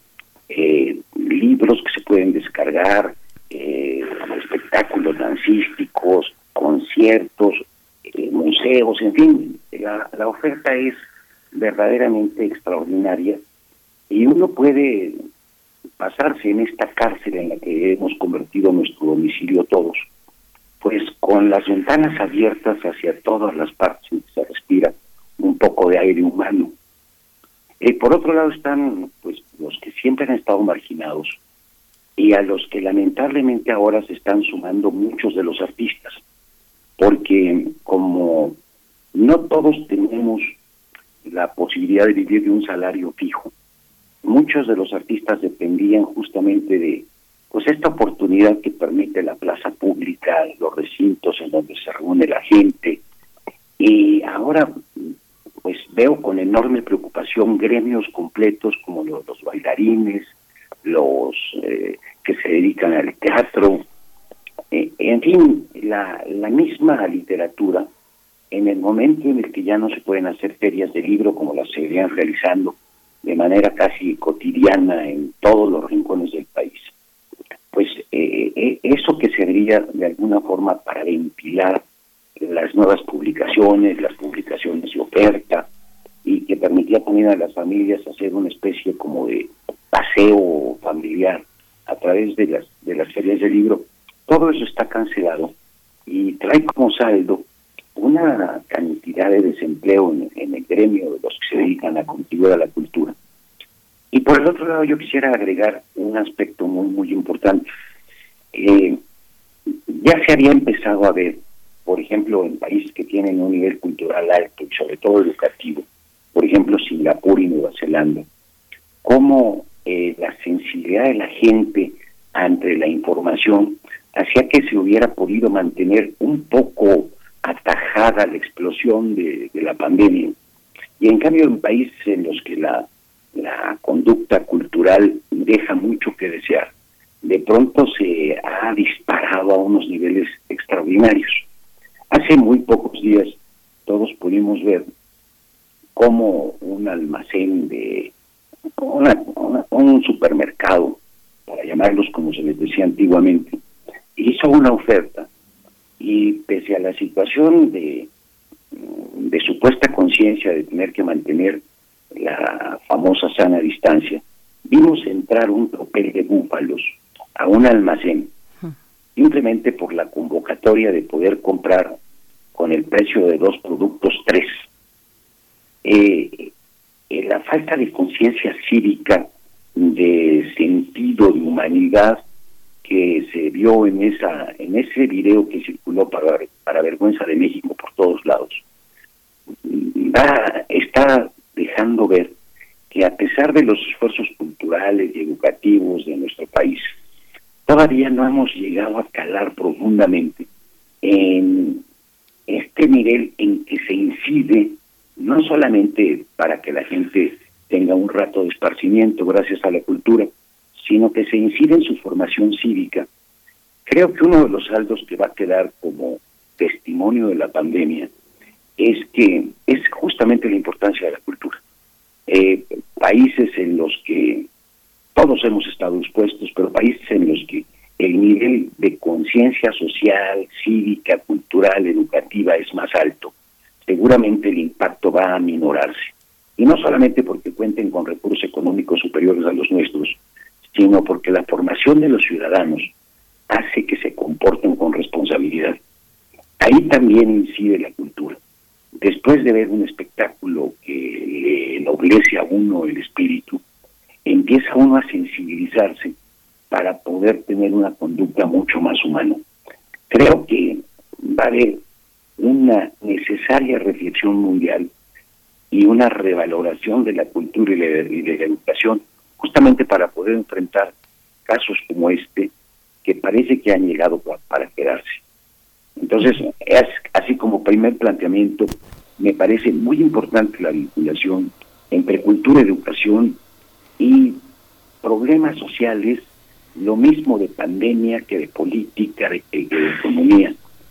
Speaker 21: Libros que se pueden descargar, espectáculos dancísticos, conciertos, museos, en fin, la oferta es verdaderamente extraordinaria y uno puede pasarse en esta cárcel en la que hemos convertido nuestro domicilio todos, pues con las ventanas abiertas hacia todas las partes en que se respira un poco de aire humano. Por otro lado están pues los que siempre han estado marginados y a los que lamentablemente ahora se están sumando muchos de los artistas, porque como no todos tenemos la posibilidad de vivir de un salario fijo, muchos de los artistas dependían justamente de pues esta oportunidad que permite la plaza pública, los recintos en donde se reúne la gente, y ahora pues veo con enorme preocupación gremios completos como los bailarines, los que se dedican al teatro, en fin, la misma literatura, en el momento en el que ya no se pueden hacer ferias de libro como las se venían realizando de manera casi cotidiana en todos los rincones del país, pues eso que serviría de alguna forma para ventilar las nuevas publicaciones, las publicaciones de oferta, y que permitía también a las familias hacer una especie como de paseo familiar a través de las ferias de libro, todo eso está cancelado y trae como saldo una cantidad de desempleo en el gremio de los que se dedican a cultivar la cultura. Y por el otro lado yo quisiera agregar un aspecto muy importante. Ya se había empezado a ver, por ejemplo, en países que tienen un nivel cultural alto y sobre todo educativo, por ejemplo Singapur y Nueva Zelanda, cómo la sensibilidad de la gente ante la información hacía que se hubiera podido mantener un poco atajada la explosión de la pandemia. Y en cambio en países en los que la conducta cultural deja mucho que desear, de pronto se ha disparado a unos niveles extraordinarios. Hace muy pocos días todos pudimos ver cómo un almacén de un supermercado, para llamarlos como se les decía antiguamente, hizo una oferta y pese a la situación de supuesta conciencia de tener que mantener la famosa sana distancia, vimos entrar un tropel de búfalos a un almacén simplemente por la convocatoria de poder comprar con el precio de 2 productos 3. La falta de conciencia cívica, de sentido de humanidad que se vio en ese video que circuló para vergüenza de México por todos lados, está dejando ver que a pesar de los esfuerzos culturales y educativos de nuestro país, todavía no hemos llegado a calar profundamente en este nivel en que se incide no solamente para que la gente tenga un rato de esparcimiento gracias a la cultura, sino que se incide en su formación cívica Creo que uno de los saldos que va a quedar como testimonio de la pandemia es que es justamente la importancia de la cultura. Países en los que todos hemos estado expuestos, pero países en los que el nivel de conciencia social, cívica, cultural, educativa es más alto, seguramente el impacto va a aminorarse. Y no solamente porque cuenten con recursos económicos superiores a los nuestros, sino porque la formación de los ciudadanos hace que se comporten con responsabilidad. Ahí también incide la cultura. Después de ver un espectáculo que le ennoblece a uno el espíritu, empieza uno a sensibilizarse para poder tener una conducta mucho más humana. Creo que va a haber una necesaria reflexión mundial y una revaloración de la cultura y de la educación, justamente para poder enfrentar casos como este, que parece que han llegado para quedarse. Entonces, así como primer planteamiento, me parece muy importante la vinculación entre cultura, educación y problemas sociales, lo mismo de pandemia que de política, de economía.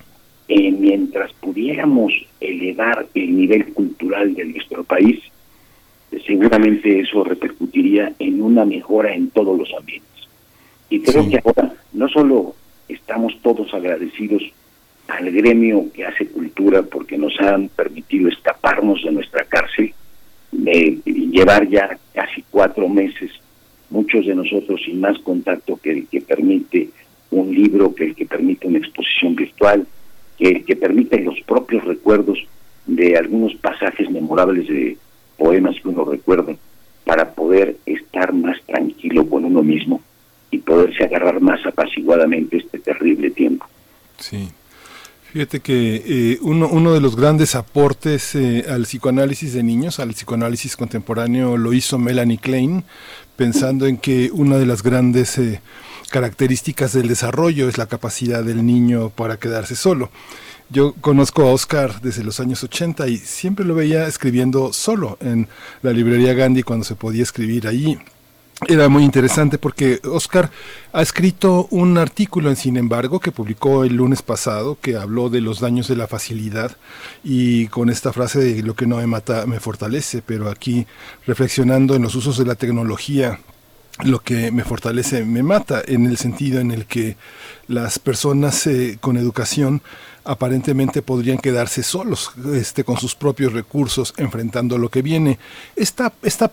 Speaker 21: Mientras pudiéramos elevar el nivel cultural de nuestro país, seguramente eso repercutiría en una mejora en todos los ambientes. Y creo que ahora no solo estamos todos agradecidos al gremio que hace cultura porque nos han permitido escaparnos de nuestra cárcel, de llevar ya casi 4 meses, muchos de nosotros sin más contacto que el que permite un libro, que el que permite una exposición virtual, que el que permite los propios recuerdos de algunos pasajes memorables de poemas que uno recuerda, para poder estar más tranquilo con uno mismo y poderse agarrar más apaciguadamente este terrible tiempo.
Speaker 3: Sí. Fíjate que uno de los grandes aportes al psicoanálisis de niños, al psicoanálisis contemporáneo, lo hizo Melanie Klein, pensando en que una de las grandes características del desarrollo es la capacidad del niño para quedarse solo. Yo conozco a Oscar desde los años 80 y siempre lo veía escribiendo solo en la librería Gandhi cuando se podía escribir allí. Era muy interesante porque Oscar ha escrito un artículo en Sin embargo que publicó el lunes pasado que habló de los daños de la facilidad y con esta frase de lo que no me mata me fortalece, pero aquí reflexionando en los usos de la tecnología, lo que me fortalece me mata, en el sentido en el que las personas con educación aparentemente podrían quedarse solos con sus propios recursos enfrentando lo que viene. Esta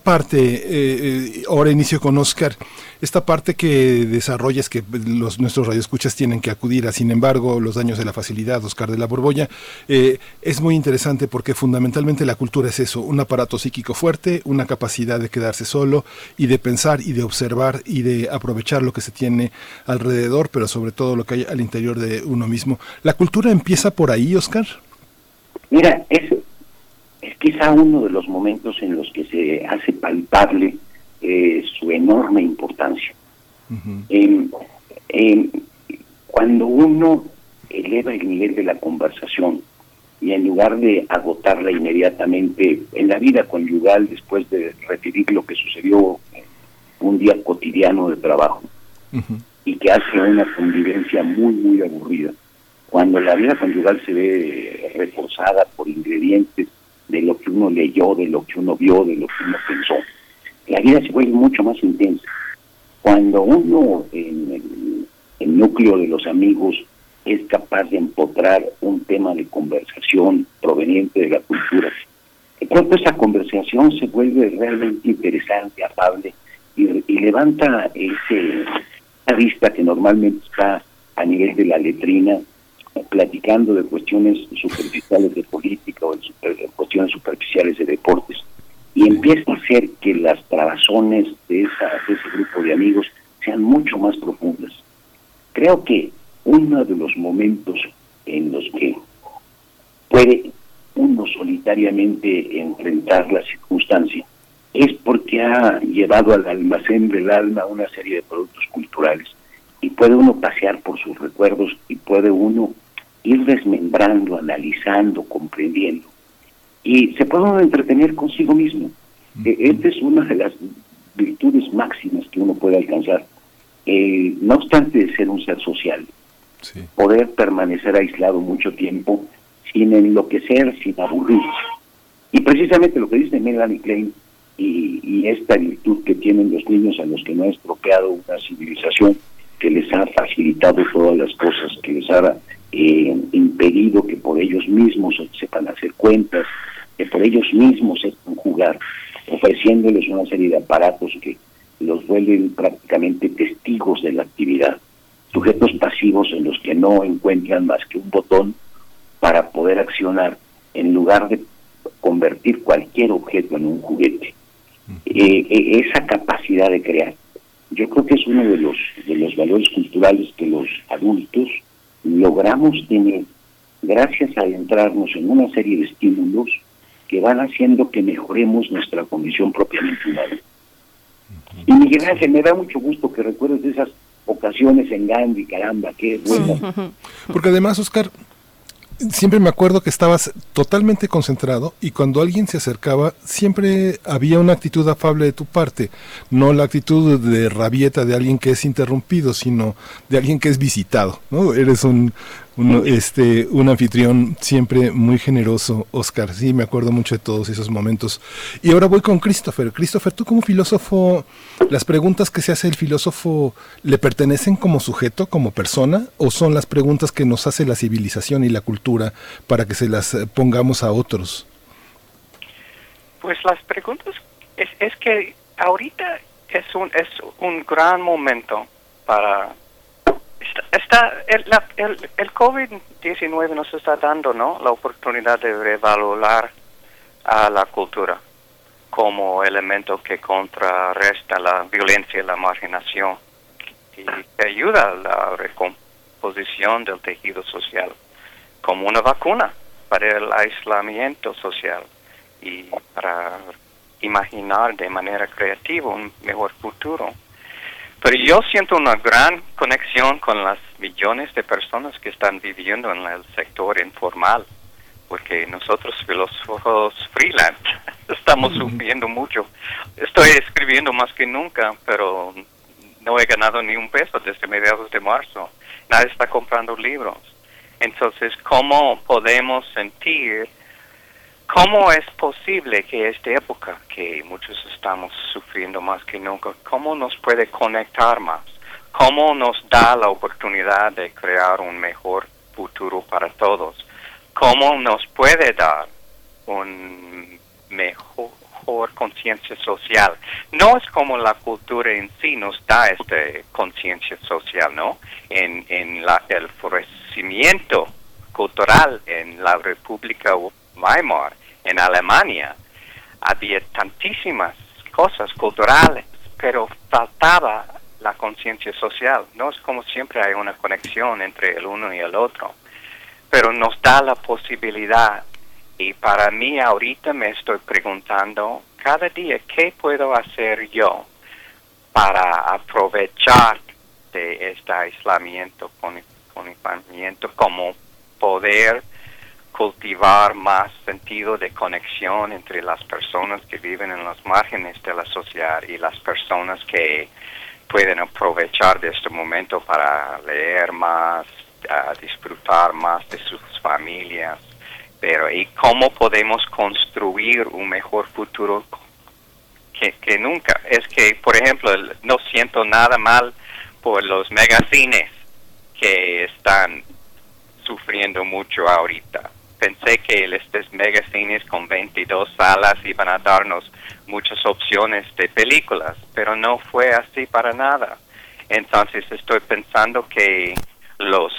Speaker 3: parte, ahora inicio con Oscar, esta parte que desarrollas, que nuestros radioescuchas tienen que acudir a, sin embargo, los daños de la facilidad, Oscar de la Borbolla, es muy interesante porque fundamentalmente la cultura es eso, un aparato psíquico fuerte, una capacidad de quedarse solo y de pensar y de observar y de aprovechar lo que se tiene alrededor, pero sobre todo lo que hay al interior de uno mismo. La cultura empieza por ahí, Oscar. Mira,
Speaker 21: es quizá uno de los momentos en los que se hace palpable su enorme importancia. Uh-huh. Cuando uno eleva el nivel de la conversación y en lugar de agotarla inmediatamente en la vida conyugal después de referir lo que sucedió un día cotidiano de trabajo, uh-huh, y que hace una convivencia muy, muy aburrida, cuando la vida conyugal se ve reforzada por ingredientes de lo que uno leyó, de lo que uno vio, de lo que uno pensó, la vida se vuelve mucho más intensa. Cuando uno en el núcleo de los amigos es capaz de empotrar un tema de conversación proveniente de la cultura, de pronto esa conversación se vuelve realmente interesante, afable, y levanta esa vista que normalmente está a nivel de la letrina, platicando de cuestiones superficiales de política o de cuestiones superficiales de deportes, y empieza a hacer que las trabazones de ese grupo de amigos sean mucho más profundas. Creo que uno de los momentos en los que puede uno solitariamente enfrentar la circunstancia es porque ha llevado al almacén del alma una serie de productos culturales, y puede uno pasear por sus recuerdos y puede uno ir desmembrando, analizando, comprendiendo, y se puede uno entretener consigo mismo. Esta es una de las virtudes máximas que uno puede alcanzar, no obstante de ser un ser social, poder permanecer aislado mucho tiempo sin enloquecer, sin aburrirse. Y precisamente lo que dice Melanie Klein y esta virtud que tienen los niños a los que no ha estropeado una civilización, que les ha facilitado todas las cosas, que les ha impedido que por ellos mismos sepan hacer cuentas, que por ellos mismos sepan jugar, ofreciéndoles una serie de aparatos que los vuelven prácticamente testigos de la actividad, sujetos pasivos en los que no encuentran más que un botón para poder accionar en lugar de convertir cualquier objeto en un juguete. Esa capacidad de crear, yo creo que es uno de los valores culturales que los adultos logramos tener gracias a adentrarnos en una serie de estímulos que van haciendo que mejoremos nuestra condición propiamente humana. Y Miguel Ángel, me da mucho gusto que recuerdes esas ocasiones en Gandhi, caramba, qué bueno.
Speaker 3: Porque además, Oscar, siempre me acuerdo que estabas totalmente concentrado y cuando alguien se acercaba siempre había una actitud afable de tu parte, no la actitud de rabieta de alguien que es interrumpido, sino de alguien que es visitado, ¿no? Eres un anfitrión siempre muy generoso, Oscar. Sí, me acuerdo mucho de todos esos momentos. Y ahora voy con Christopher. Christopher, tú como filósofo, ¿las preguntas que se hace el filósofo le pertenecen como sujeto, como persona, o son las preguntas que nos hace la civilización y la cultura para que se las pongamos a otros?
Speaker 20: Pues las preguntas es que ahorita es un gran momento para el COVID-19 nos está dando, ¿no?, la oportunidad de revalorar a la cultura como elemento que contrarresta la violencia y la marginación y que ayuda a la recomposición del tejido social como una vacuna para el aislamiento social y para imaginar de manera creativa un mejor futuro. Pero yo siento una gran conexión con las millones de personas que están viviendo en el sector informal, porque nosotros filósofos freelance estamos sufriendo mucho. Estoy escribiendo más que nunca, pero no he ganado ni un peso desde mediados de marzo. Nadie está comprando libros. Entonces, ¿cómo podemos sentir? ¿Cómo es posible que esta época, que muchos estamos sufriendo más que nunca, cómo nos puede conectar más? ¿Cómo nos da la oportunidad de crear un mejor futuro para todos? ¿Cómo nos puede dar un mejor conciencia social? No es como la cultura en sí nos da esta conciencia social, ¿no? En el florecimiento cultural en la República Weimar, en Alemania, había tantísimas cosas culturales, pero faltaba la conciencia social. No es como siempre hay una conexión entre el uno y el otro, pero nos da la posibilidad. Y para mí ahorita me estoy preguntando cada día, ¿qué puedo hacer yo para aprovechar de este aislamiento, confinamiento, como poder cultivar más sentido de conexión entre las personas que viven en los márgenes de la sociedad y las personas que pueden aprovechar de este momento para leer más, disfrutar más de sus familias. Pero ¿y cómo podemos construir un mejor futuro que nunca? Es que, por ejemplo, no siento nada mal por los megacines que están sufriendo mucho ahorita. Pensé que estos megacines con 22 salas iban a darnos muchas opciones de películas, pero no fue así para nada. Entonces estoy pensando que los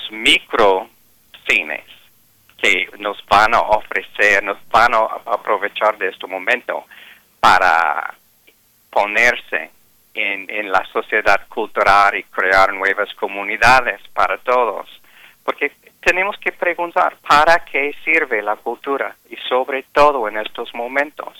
Speaker 20: microcines que nos van a ofrecer, nos van a aprovechar de este momento para ponerse en la sociedad cultural y crear nuevas comunidades para todos. Porque tenemos que preguntar, ¿para qué sirve la cultura? Y sobre todo en estos momentos.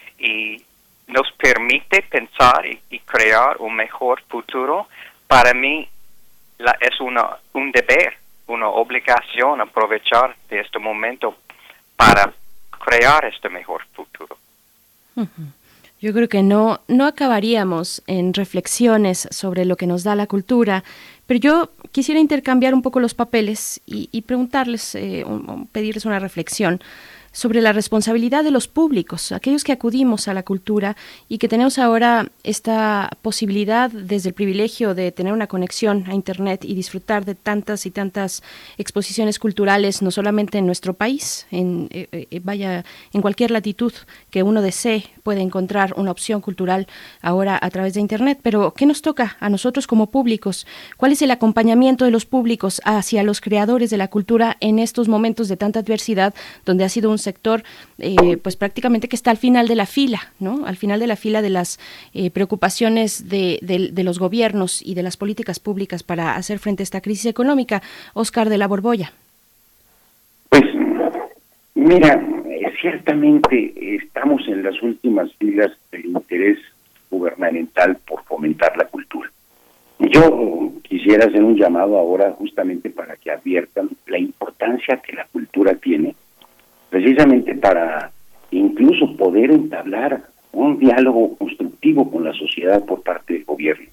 Speaker 20: Y nos permite pensar y crear un mejor futuro. Para mí es un deber, una obligación aprovechar de este momento para crear este mejor futuro.
Speaker 2: Yo creo que no acabaríamos en reflexiones sobre lo que nos da la cultura, pero yo quisiera intercambiar un poco los papeles y preguntarles, pedirles una reflexión sobre la responsabilidad de los públicos, aquellos que acudimos a la cultura y que tenemos ahora esta posibilidad desde el privilegio de tener una conexión a Internet y disfrutar de tantas y tantas exposiciones culturales, no solamente en nuestro país, en cualquier latitud que uno desee puede encontrar una opción cultural ahora a través de Internet. Pero ¿qué nos toca a nosotros como públicos? ¿Cuál es el acompañamiento de los públicos hacia los creadores de la cultura en estos momentos de tanta adversidad, donde ha sido un sector pues prácticamente que está al final de la fila, ¿no? Al final de la fila de las preocupaciones de los gobiernos y de las políticas públicas para hacer frente a esta crisis económica? Óscar de la Borbolla.
Speaker 21: Pues mira, ciertamente estamos en las últimas filas del interés gubernamental por fomentar la cultura. Yo quisiera hacer un llamado ahora justamente para que adviertan la importancia que la cultura tiene, precisamente para incluso poder entablar un diálogo constructivo con la sociedad por parte del gobierno.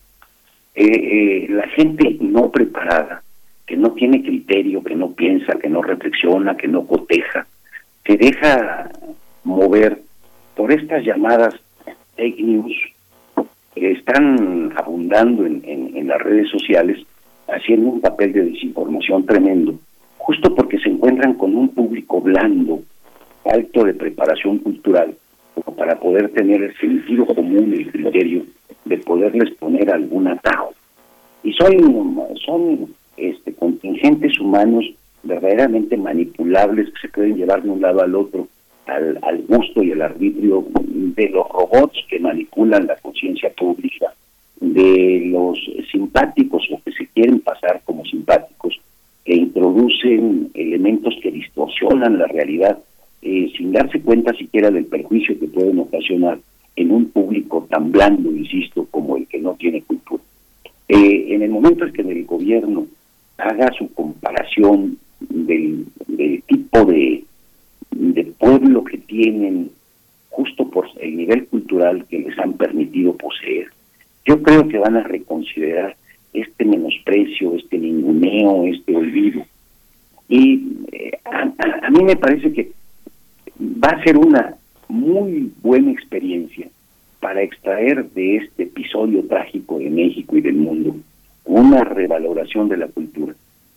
Speaker 21: La gente no preparada, que no tiene criterio, que no piensa, que no reflexiona, que no coteja, se deja mover por estas llamadas fake news que están abundando en las redes sociales, haciendo un papel de desinformación tremendo, justo porque se encuentran con un público blando, alto de preparación cultural, como para poder tener el sentido común y el criterio de poderles poner algún atajo. Y son contingentes humanos verdaderamente manipulables que se pueden llevar de un lado al otro al gusto y al arbitrio de los robots que manipulan la conciencia pública, de los simpáticos o que se quieren pasar como simpáticos, que introducen elementos que distorsionan la realidad sin darse cuenta siquiera del perjuicio que pueden ocasionar en un público tan blando, insisto, como el que no tiene cultura. En el momento en que el gobierno haga su comparación del tipo de pueblo que tienen justo por el nivel cultural que les han permitido poseer, yo creo que van a reconsiderar este menosprecio, este ninguneo, este olvido. Y a mí me parece que va a ser una muy buena experiencia para extraer de este episodio trágico de México y del mundo una revaloración de la cultura.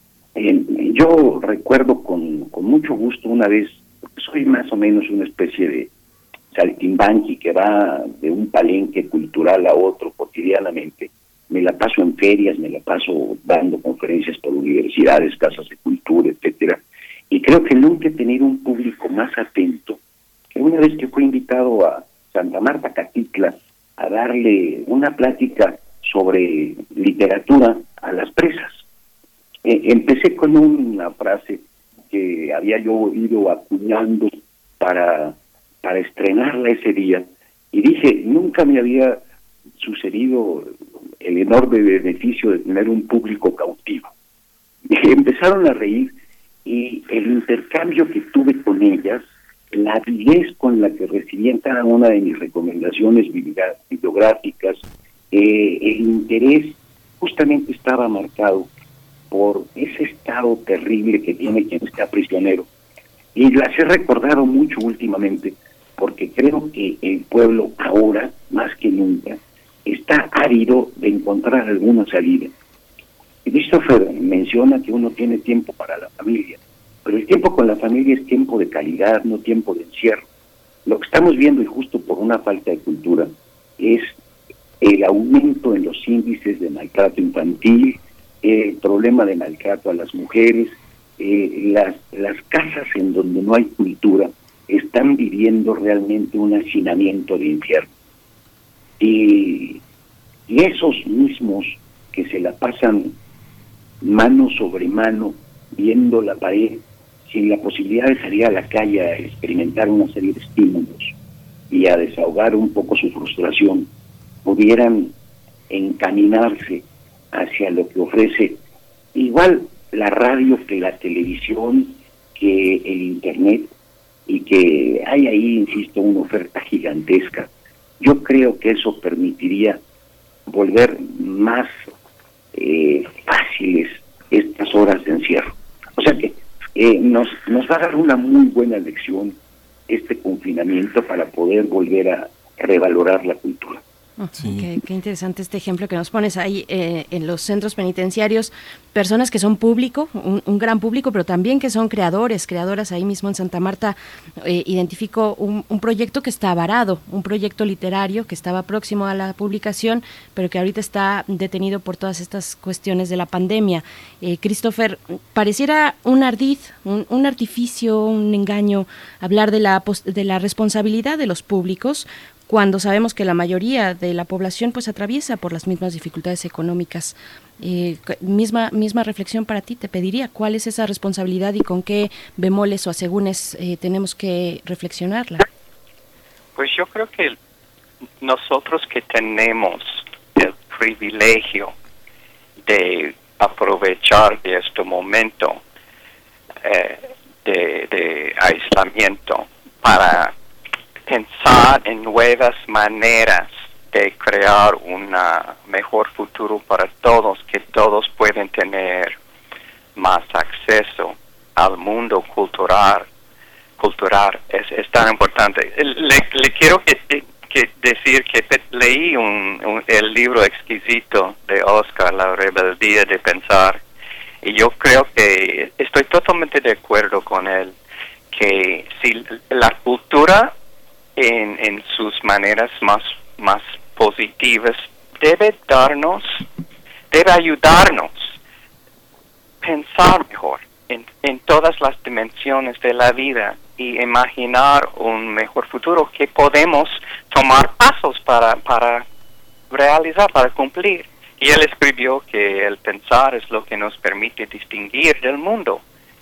Speaker 21: Yo recuerdo con mucho gusto una vez, porque soy más o menos una especie de saltimbanqui que va de un palenque cultural a otro cotidianamente. Me la paso en ferias, me la paso dando conferencias por universidades, casas de cultura, etcétera. Y creo que nunca he tenido un público más atento que una vez que fui invitado a Santa Marta, Catitla, a darle una plática sobre literatura a las presas. Empecé con una frase que había yo ido acuñando para estrenarla ese día, y dije, nunca me había sucedido el enorme beneficio de tener un público cautivo. Empezaron a reír, y el intercambio que tuve con ellas, la avidez con la que recibían cada una de mis recomendaciones bibliográficas, el interés justamente estaba marcado por ese estado terrible que tiene quien está prisionero. Y las he recordado mucho últimamente, porque creo que el pueblo ahora, más que nunca, está ávido de encontrar alguna salida. Christopher menciona que uno tiene tiempo para la familia, pero el tiempo con la familia es tiempo de calidad, no tiempo de encierro. Lo que estamos viendo, y justo por una falta de cultura, es el aumento en los índices de maltrato infantil, el problema de maltrato a las mujeres. Las casas en donde no hay cultura están viviendo realmente un hacinamiento de infierno. Y esos mismos que se la pasan mano sobre mano viendo la pared, sin la posibilidad de salir a la calle a experimentar una serie de estímulos y a desahogar un poco su frustración, pudieran encaminarse hacia lo que ofrece igual la radio que la televisión, que el internet, y que hay ahí, insisto, una oferta gigantesca yo creo que eso permitiría volver más fáciles estas horas de encierro. O sea que nos va a dar una muy buena lección este confinamiento para poder volver a revalorar la cultura.
Speaker 2: Sí. Qué interesante este ejemplo que nos pones ahí en los centros penitenciarios, personas que son público, un gran público, pero también que son creadoras. Ahí mismo en Santa Marta identifico un proyecto que está varado, un proyecto literario que estaba próximo a la publicación, pero que ahorita está detenido por todas estas cuestiones de la pandemia. Christopher, pareciera un ardiz, un artificio, un engaño, hablar de la responsabilidad de los públicos, cuando sabemos que la mayoría de la población pues atraviesa por las mismas dificultades económicas. Misma reflexión para ti, te pediría, ¿cuál es esa responsabilidad y con qué bemoles o asegúnes tenemos que reflexionarla?
Speaker 20: Pues yo creo que nosotros que tenemos el privilegio de aprovechar de este momento de aislamiento para pensar en nuevas maneras de crear un mejor futuro para todos, que todos pueden tener más acceso al mundo cultural es tan importante. Le quiero decir que leí el libro exquisito de Oscar, La rebeldía de pensar, y yo creo que estoy totalmente de acuerdo con él, que si la cultura en sus maneras más positivas debe ayudarnos a pensar mejor en todas las dimensiones de la vida y imaginar un mejor futuro que podemos tomar pasos para realizar, para cumplir. Y él escribió que el pensar es lo que nos permite distinguir el mundo,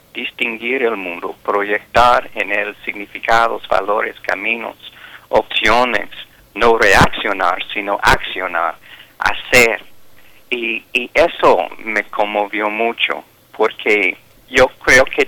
Speaker 20: proyectar en él significados, valores, caminos, opciones, no reaccionar, sino accionar, hacer. Y eso me conmovió mucho, porque yo creo que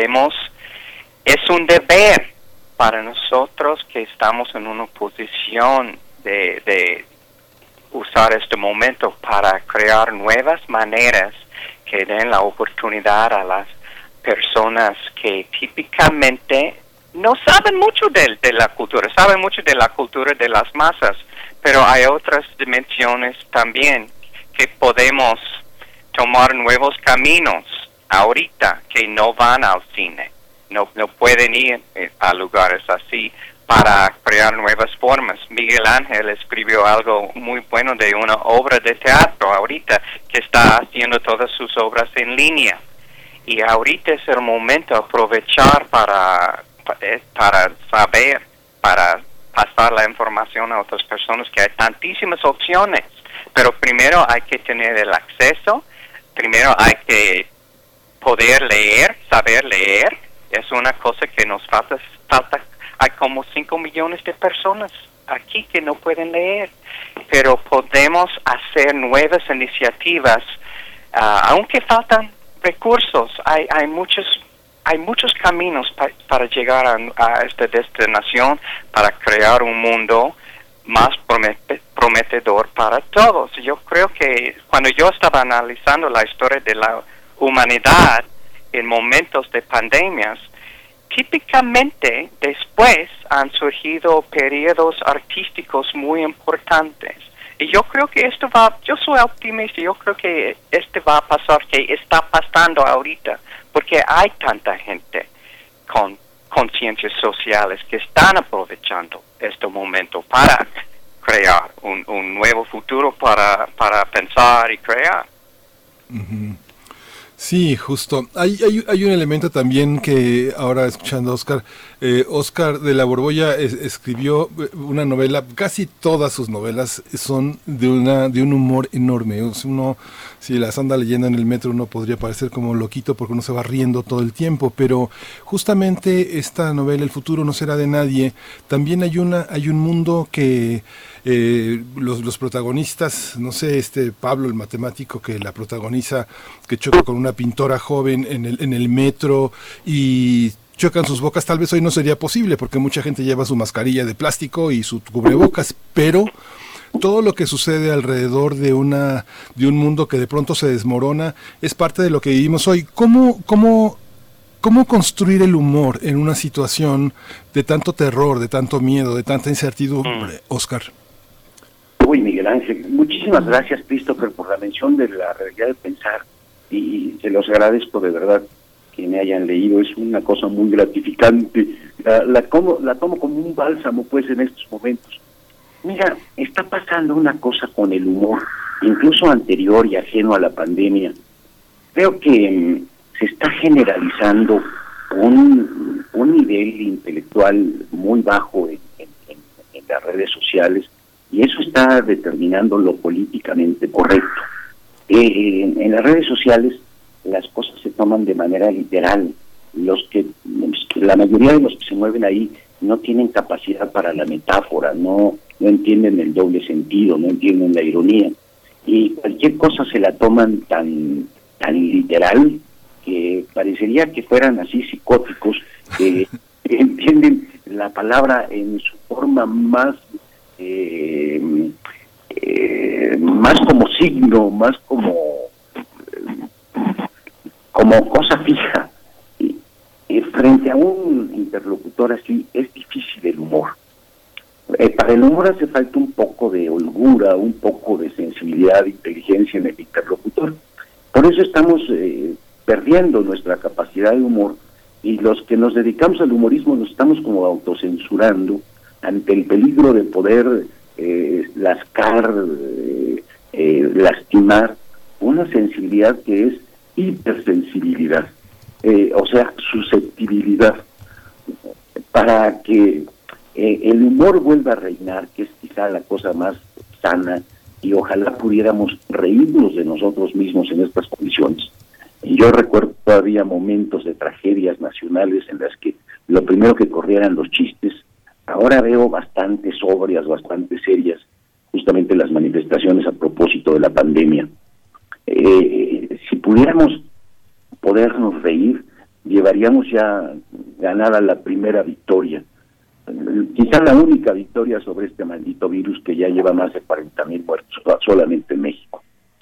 Speaker 20: es un deber para nosotros que estamos en una posición de usar este momento para crear nuevas maneras que den la oportunidad a las personas que típicamente no saben mucho de la cultura, saben mucho de la cultura de las masas, pero hay otras dimensiones también que podemos tomar nuevos caminos ahorita que no van al cine, no pueden ir a lugares así para crear nuevas formas. Miguel Ángel escribió algo muy bueno de una obra de teatro ahorita que está haciendo todas sus obras en línea. Y ahorita es el momento de aprovechar para saber, para pasar la información a otras personas, que hay tantísimas opciones. Pero primero hay que tener el acceso, primero hay que poder leer, saber leer. Es una cosa que nos falta. Hay como 5 millones de personas aquí que no pueden leer, pero podemos hacer nuevas iniciativas, aunque faltan recursos. Hay muchos caminos para llegar a esta destinación, para crear un mundo más prometedor para todos. Yo creo que cuando yo estaba analizando la historia de la humanidad en momentos de pandemias, típicamente después han surgido periodos artísticos muy importantes. Y yo creo que yo soy optimista, yo creo que va a pasar, que está pasando ahorita, porque hay tanta gente con conciencias sociales que están aprovechando este momento para crear un nuevo futuro, para pensar y crear.
Speaker 3: Uh-huh. Sí, justo. Hay un elemento también que ahora escuchando a Oscar de la Borbolla escribió una novela. Casi todas sus novelas son de un humor enorme. Uno, si las anda leyendo en el metro, uno podría parecer como loquito porque uno se va riendo todo el tiempo. Pero justamente esta novela, El futuro no será de nadie, también hay un mundo que los protagonistas, no sé, Pablo, el matemático que la protagoniza, que choca con una pintora joven en el metro y chocan sus bocas. Tal vez hoy no sería posible porque mucha gente lleva su mascarilla de plástico y su cubrebocas, pero todo lo que sucede alrededor de un mundo que de pronto se desmorona es parte de lo que vivimos hoy. ¿Cómo construir el humor en una situación de tanto terror, de tanto miedo, de tanta incertidumbre, Oscar?
Speaker 21: Uy, Miguel Ángel, muchísimas gracias, Christopher, por la mención de la realidad de pensar, y se los agradezco de verdad que me hayan leído. Es una cosa muy gratificante. La tomo como un bálsamo, pues, en estos momentos. Mira, está pasando una cosa con el humor, incluso anterior y ajeno a la pandemia. Creo que se está generalizando un nivel intelectual muy bajo en las redes sociales, y eso está determinando lo políticamente correcto. En las redes sociales las cosas se toman de manera literal. La mayoría de los que se mueven ahí no tienen capacidad para la metáfora, no entienden el doble sentido, no entienden la ironía, y cualquier cosa se la toman tan literal que parecería que fueran así psicóticos, que entienden la palabra en su forma más como signo, más como cosa fija. Y frente a un interlocutor así es difícil el humor. Para el humor hace falta un poco de holgura, un poco de sensibilidad, de inteligencia en el interlocutor. Por eso estamos perdiendo nuestra capacidad de humor, y los que nos dedicamos al humorismo nos estamos como autocensurando ante el peligro de poder lascar, lastimar una sensibilidad que es hipersensibilidad, o sea, susceptibilidad. Para que el humor vuelva a reinar, que es quizá la cosa más sana, y ojalá pudiéramos reírnos de nosotros mismos en estas condiciones. Y yo recuerdo todavía momentos de tragedias nacionales en las que lo primero que corrieran los chistes. Ahora veo bastante sobrias, bastante serias, justamente las manifestaciones a propósito de la pandemia. Si pudiéramos podernos reír, llevaríamos ya ganada la primera victoria. Quizá la única victoria sobre este maldito virus que ya lleva más de 40,000 muertos solamente en México.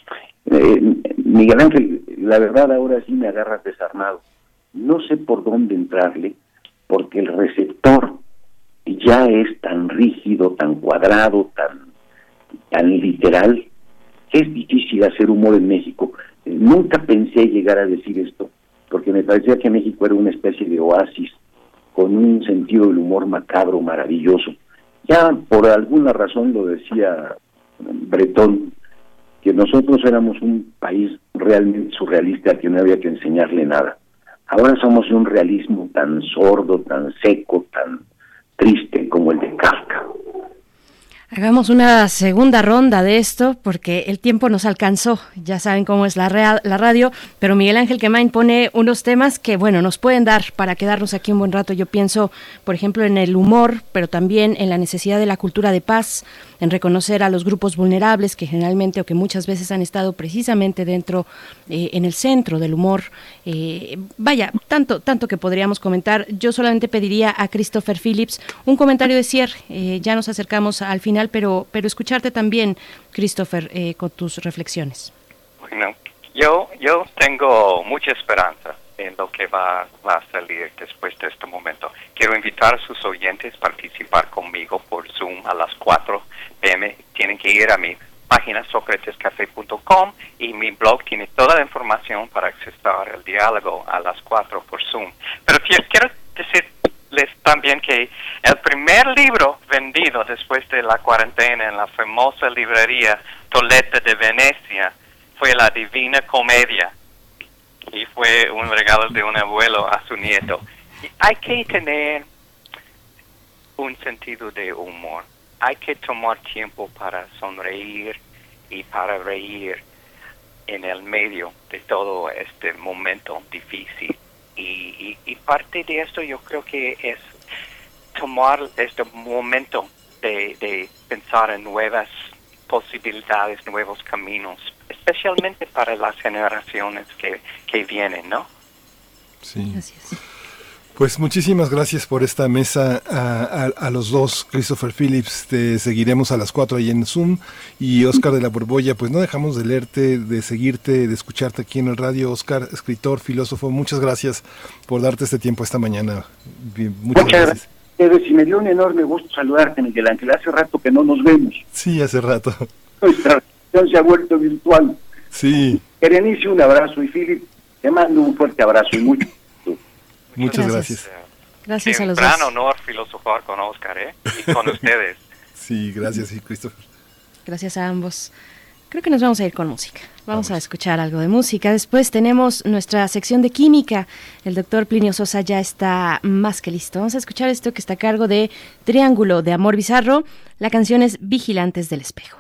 Speaker 21: Miguel Ángel, la verdad ahora sí me agarras desarmado. No sé por dónde entrarle, porque el receptor ya es tan rígido, tan cuadrado, tan literal, que es difícil hacer humor en México. Nunca pensé llegar a decir esto, porque me parecía que México era una especie de oasis, con un sentido del humor macabro, maravilloso. Ya por alguna razón lo decía Bretón, que nosotros éramos un país realmente surrealista al que no había que enseñarle nada. Ahora somos de un realismo tan sordo, tan seco, tan triste como el de Kafka.
Speaker 2: Hagamos una segunda ronda de esto porque el tiempo nos alcanzó. Ya saben cómo es la radio, pero Miguel Ángel Quemain pone unos temas que, bueno, nos pueden dar para quedarnos aquí un buen rato. Yo pienso, por ejemplo, en el humor, pero también en la necesidad de la cultura de paz, en reconocer a los grupos vulnerables que generalmente o que muchas veces han estado precisamente dentro, en el centro del humor. Vaya, tanto que podríamos comentar. Yo solamente pediría a Christopher Phillips un comentario de cierre. Ya nos acercamos al final, pero escucharte también, Christopher, con tus reflexiones.
Speaker 20: Bueno, yo tengo mucha esperanza en lo que va a salir después de este momento. Quiero invitar a sus oyentes a participar conmigo por Zoom a las 4 p.m. Tienen que ir a mi página socratescafé.com y mi blog tiene toda la información para accesar el diálogo a las 4 por Zoom. Pero quiero decirles también que el primer libro vendido después de la cuarentena en la famosa librería Toletta de Venecia fue La Divina Comedia, y fue un regalo de un abuelo a su nieto. Y hay que tener un sentido de humor. Hay que tomar tiempo para sonreír y para reír en el medio de todo este momento difícil. Y parte de esto yo creo que es tomar este momento de pensar en nuevas posibilidades, nuevos caminos, especialmente para las generaciones que vienen, ¿no?
Speaker 3: Sí.
Speaker 2: Así es.
Speaker 3: Pues muchísimas gracias por esta mesa a los dos. Christopher Phillips, te seguiremos a las 4 ahí en Zoom, y Oscar de la Borbolla, pues no dejamos de leerte, de seguirte, de escucharte aquí en el radio. Oscar, escritor, filósofo, muchas gracias por darte este tiempo esta mañana. Muchas gracias.
Speaker 21: Y me dio un enorme gusto saludarte, Miguel Ángel. Hace rato que no nos vemos.
Speaker 3: Sí, hace rato.
Speaker 21: Nuestra relación se ha vuelto virtual.
Speaker 3: Sí.
Speaker 21: Berenice, un abrazo, y Philip, te mando un fuerte abrazo y mucho.
Speaker 3: Muchas gracias.
Speaker 2: Gracias a los dos.
Speaker 20: Gran honor filosofar con Oscar, y con ustedes.
Speaker 3: Sí, gracias, y Christopher.
Speaker 2: Gracias a ambos. Creo que nos vamos a ir con música. Vamos a escuchar algo de música. Después tenemos nuestra sección de química. El doctor Plinio Sosa ya está más que listo. Vamos a escuchar esto que está a cargo de Triángulo de Amor Bizarro. La canción es Vigilantes del Espejo.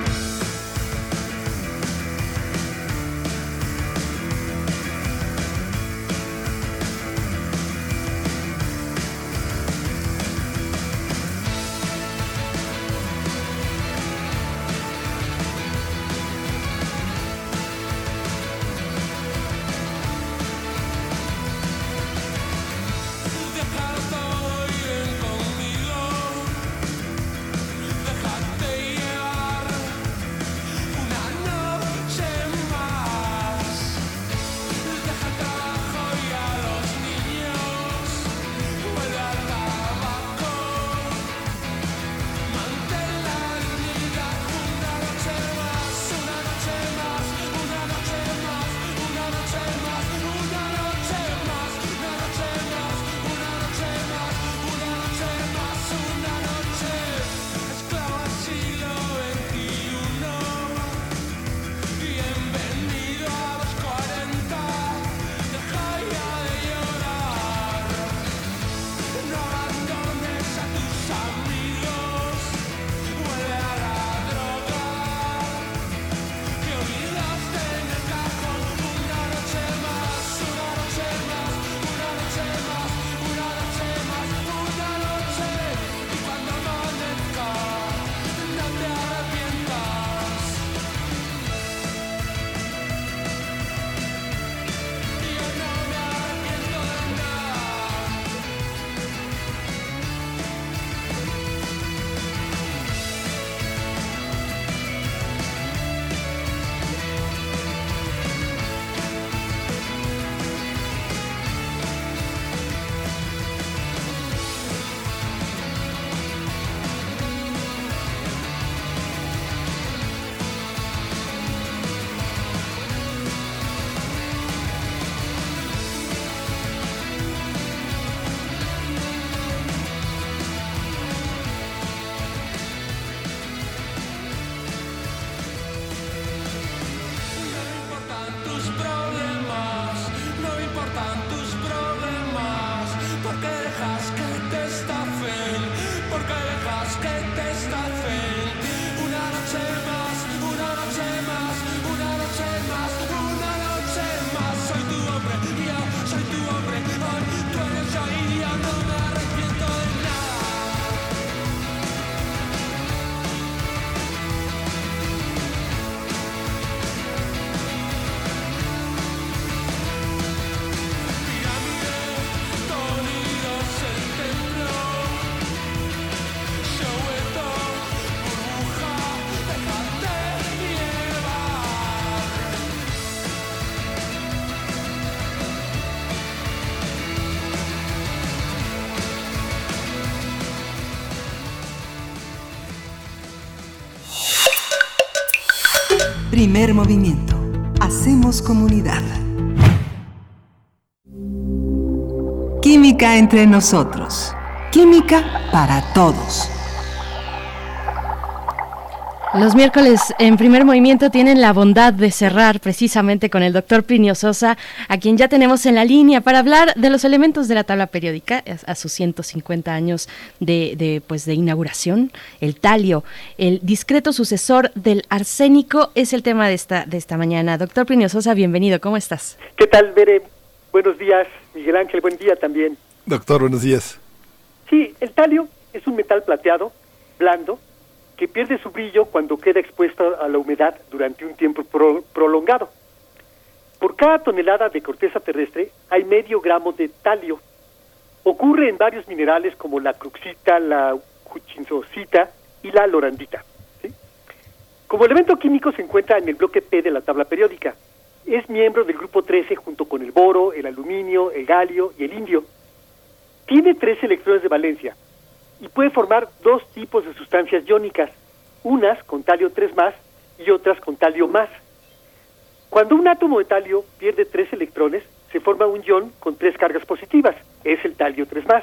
Speaker 5: Primer movimiento. Hacemos comunidad. Química entre nosotros. Química para todos.
Speaker 2: Los miércoles en Primer Movimiento tienen la bondad de cerrar precisamente con el doctor Plinio Sosa, a quien ya tenemos en la línea para hablar de los elementos de la tabla periódica a sus 150 años de inauguración. El talio, el discreto sucesor del arsénico, es el tema de esta mañana. Doctor Plinio Sosa, bienvenido, ¿cómo estás?
Speaker 6: ¿Qué tal, Bere? Buenos días. Miguel Ángel, buen día también.
Speaker 3: Doctor, buenos días.
Speaker 6: Sí, el talio es un metal plateado, blando, que pierde su brillo cuando queda expuesto a la humedad durante un tiempo prolongado. Por cada tonelada de corteza terrestre hay medio gramo de talio. Ocurre en varios minerales como la cruxita, la hutchinsonita y la lorandita. ¿Sí? Como elemento químico se encuentra en el bloque P de la tabla periódica. Es miembro del grupo 13 junto con el boro, el aluminio, el galio y el indio. Tiene 3 electrones de valencia y puede formar 2 tipos de sustancias iónicas, unas con talio 3+ y otras con talio más. Cuando un átomo de talio pierde 3 electrones, se forma un ion con 3 cargas positivas, es el talio 3+.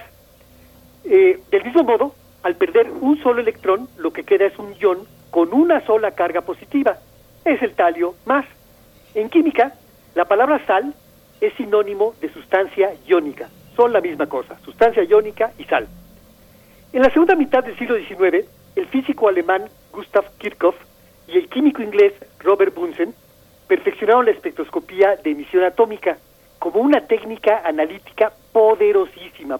Speaker 6: Del mismo modo, al perder un solo electrón, lo que queda es un ion con una sola carga positiva, es el talio más. En química, la palabra sal es sinónimo de sustancia iónica, son la misma cosa, sustancia iónica y sal. En la segunda mitad del siglo XIX, el físico alemán Gustav Kirchhoff y el químico inglés Robert Bunsen perfeccionaron la espectroscopía de emisión atómica como una técnica analítica poderosísima.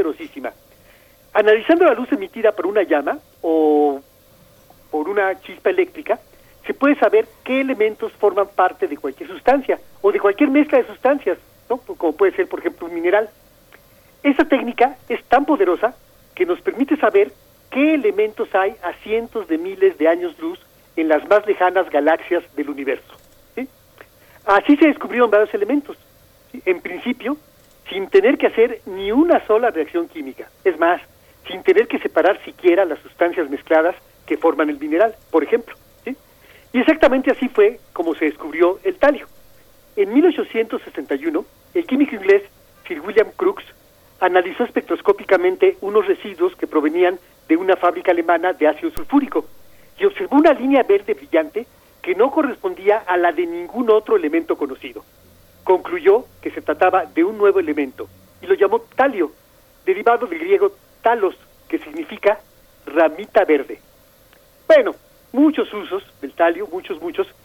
Speaker 6: Analizando la luz emitida por una llama o por una chispa eléctrica, se puede saber qué elementos forman parte de cualquier sustancia o de cualquier mezcla de sustancias, ¿no? Como puede ser, por ejemplo, un mineral. Esta técnica es tan poderosa que nos permite saber qué elementos hay a cientos de miles de años luz en las más lejanas galaxias del universo. ¿Sí? Así se descubrieron varios elementos, ¿sí? En principio, sin tener que hacer ni una sola reacción química. Es más, sin tener que separar siquiera las sustancias mezcladas que forman el mineral, por ejemplo. ¿Sí? Y exactamente así fue como se descubrió el talio. En 1861, el químico inglés Sir William Crookes analizó espectroscópicamente unos residuos que provenían de una fábrica alemana de ácido sulfúrico y observó una línea verde brillante que no correspondía a la de ningún otro elemento conocido. Concluyó que se trataba de un nuevo elemento y lo llamó talio, derivado del griego talos, que significa ramita verde. Bueno, muchos usos del talio, muchos,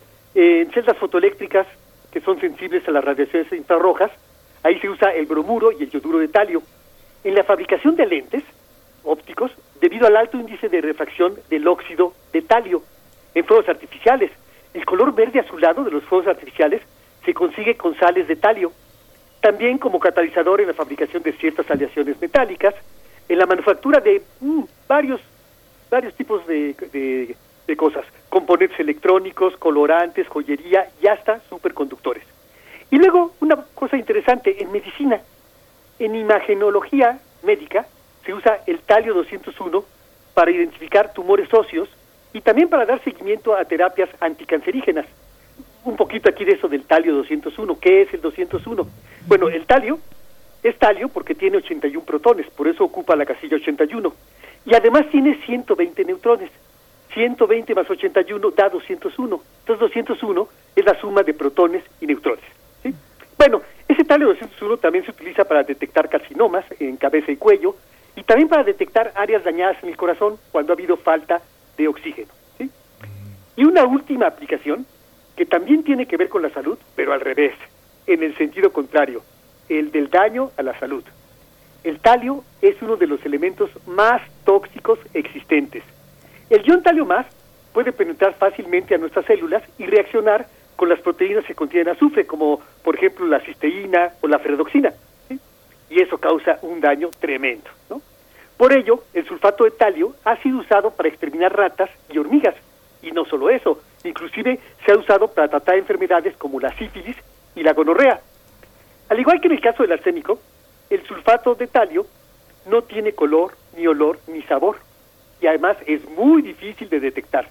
Speaker 6: en celdas fotoeléctricas que son sensibles a las radiaciones infrarrojas. Ahí se usa el bromuro y el yoduro de talio. En la fabricación de lentes ópticos, debido al alto índice de refracción del óxido de talio. En fuegos artificiales, el color verde azulado de los fuegos artificiales se consigue con sales de talio. También como catalizador en la fabricación de ciertas aleaciones metálicas, en la manufactura de varios tipos de cosas, componentes electrónicos, colorantes, joyería y hasta superconductores. Y luego, una cosa interesante, en medicina, en imagenología médica, se usa el talio 201 para identificar tumores óseos y también para dar seguimiento a terapias anticancerígenas. Un poquito aquí de eso del talio 201. ¿Qué es el 201? Bueno, el talio es talio porque tiene 81 protones, por eso ocupa la casilla 81. Y además tiene 120 neutrones. 120 más 81 da 201. Entonces 201 es la suma de protones y neutrones. ¿Sí? Bueno, ese talio 201 también se utiliza para detectar carcinomas en cabeza y cuello y también para detectar áreas dañadas en el corazón cuando ha habido falta de oxígeno. ¿Sí? Y una última aplicación que también tiene que ver con la salud, pero al revés, en el sentido contrario, el del daño a la salud. El talio es uno de los elementos más tóxicos existentes. El ion talio más puede penetrar fácilmente a nuestras células y reaccionar con las proteínas que contienen azufre, como por ejemplo la cisteína o la ferredoxina, ¿sí? Y eso causa un daño tremendo, ¿no? Por ello, el sulfato de talio ha sido usado para exterminar ratas y hormigas. Y no solo eso, inclusive se ha usado para tratar enfermedades como la sífilis y la gonorrea. Al igual que en el caso del arsénico, el sulfato de talio no tiene color, ni olor, ni sabor. Y además es muy difícil de detectar.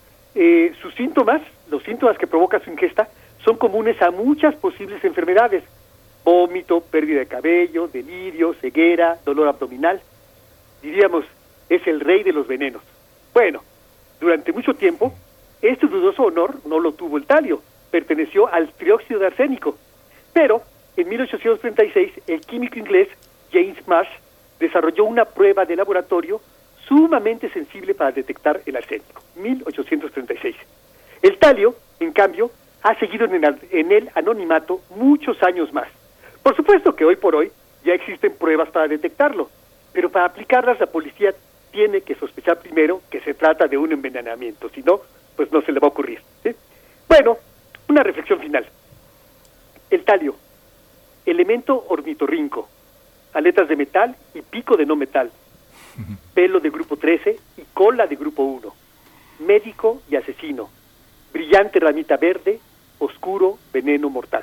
Speaker 6: Sus síntomas, los síntomas que provoca su ingesta, son comunes a muchas posibles enfermedades. Vómito, pérdida de cabello, delirio, ceguera, dolor abdominal. Diríamos, es el rey de los venenos. Bueno, durante mucho tiempo, este dudoso honor no lo tuvo el talio, perteneció al trióxido de arsénico. Pero, en 1836, el químico inglés James Marsh desarrolló una prueba de laboratorio sumamente sensible para detectar el arsénico, 1836. El talio, en cambio, ha seguido en el anonimato muchos años más. Por supuesto que hoy por hoy ya existen pruebas para detectarlo, pero para aplicarlas la policía tiene que sospechar primero que se trata de un envenenamiento, si no, pues no se le va a ocurrir, ¿sí? Bueno, una reflexión final. El talio, elemento ornitorrinco, aletas de metal y pico de no metal, pelo de grupo 13 y cola de grupo 1, médico y asesino, brillante ramita verde, oscuro veneno mortal.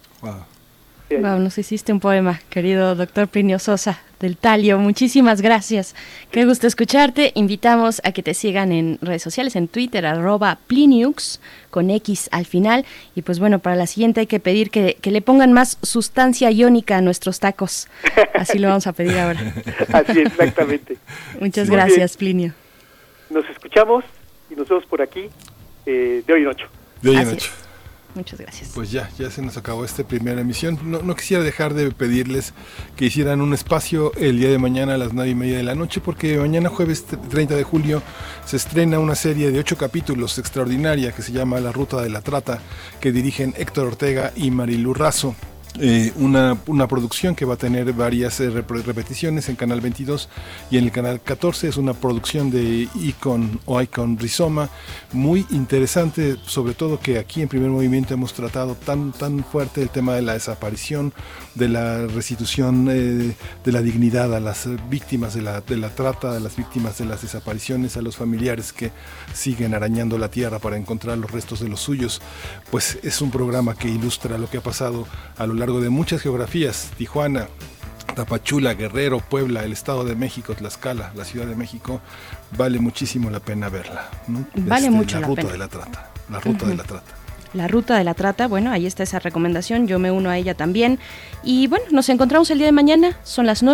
Speaker 2: Wow, nos hiciste un poema, querido doctor Plinio Sosa del Talio. Muchísimas gracias. Qué gusto escucharte. Invitamos a que te sigan en redes sociales, en Twitter, @Pliniux, con X al final. Y pues bueno, para la siguiente hay que pedir que le pongan más sustancia iónica a nuestros tacos. Así lo vamos a pedir ahora.
Speaker 6: Así es, exactamente.
Speaker 2: Muchas gracias, Plinio.
Speaker 6: Nos escuchamos y nos vemos por aquí de hoy en ocho.
Speaker 3: De hoy en ocho.
Speaker 2: Muchas gracias.
Speaker 3: Pues ya se nos acabó esta primera emisión. No quisiera dejar de pedirles que hicieran un espacio el día de mañana a las 9:30 de la noche, porque mañana jueves 30 de julio se estrena una serie de 8 capítulos extraordinaria que se llama La Ruta de la Trata, que dirigen Héctor Ortega y Marilu Razo. Una producción que va a tener varias repeticiones en Canal 22 y en el Canal 14. Es una producción de Icon Rizoma, muy interesante, sobre todo que aquí en Primer Movimiento hemos tratado tan fuerte el tema de la desaparición, de la restitución de la dignidad a las víctimas de la trata, a las víctimas de las desapariciones, a los familiares que siguen arañando la tierra para encontrar los restos de los suyos. Pues es un programa que ilustra lo que ha pasado a lo largo de muchas geografías: Tijuana, Tapachula, Guerrero, Puebla, el Estado de México, Tlaxcala, la Ciudad de México. Vale muchísimo la pena verla, ¿no?
Speaker 2: Vale mucho la pena.
Speaker 3: La Ruta de la Trata. La Ruta de la Trata.
Speaker 2: La Ruta de la Trata, bueno, ahí está esa recomendación, yo me uno a ella también. Y bueno, nos encontramos el día de mañana, son las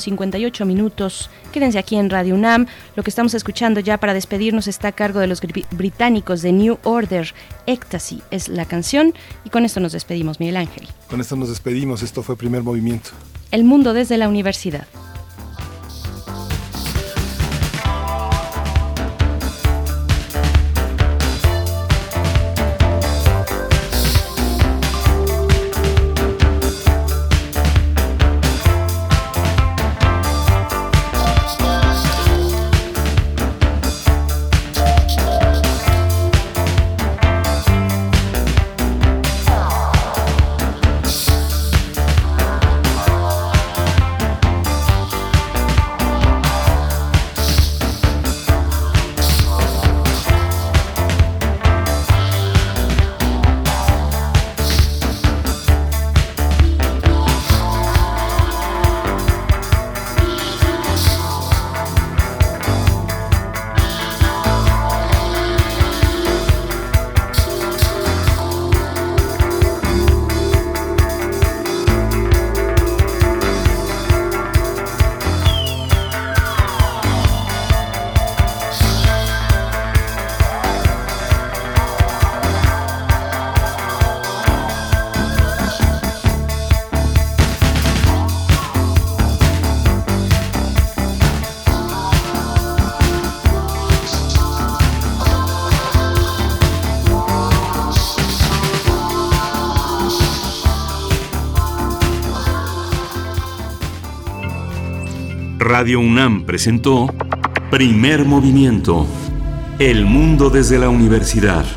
Speaker 2: 9:58. Quédense aquí en Radio UNAM. Lo que estamos escuchando ya para despedirnos está a cargo de los británicos de New Order. Ecstasy es la canción, y con esto nos despedimos, Miguel Ángel.
Speaker 3: Con esto nos despedimos, esto fue Primer Movimiento.
Speaker 2: El mundo desde la universidad.
Speaker 1: Radio UNAM presentó Primer Movimiento, El mundo desde la universidad.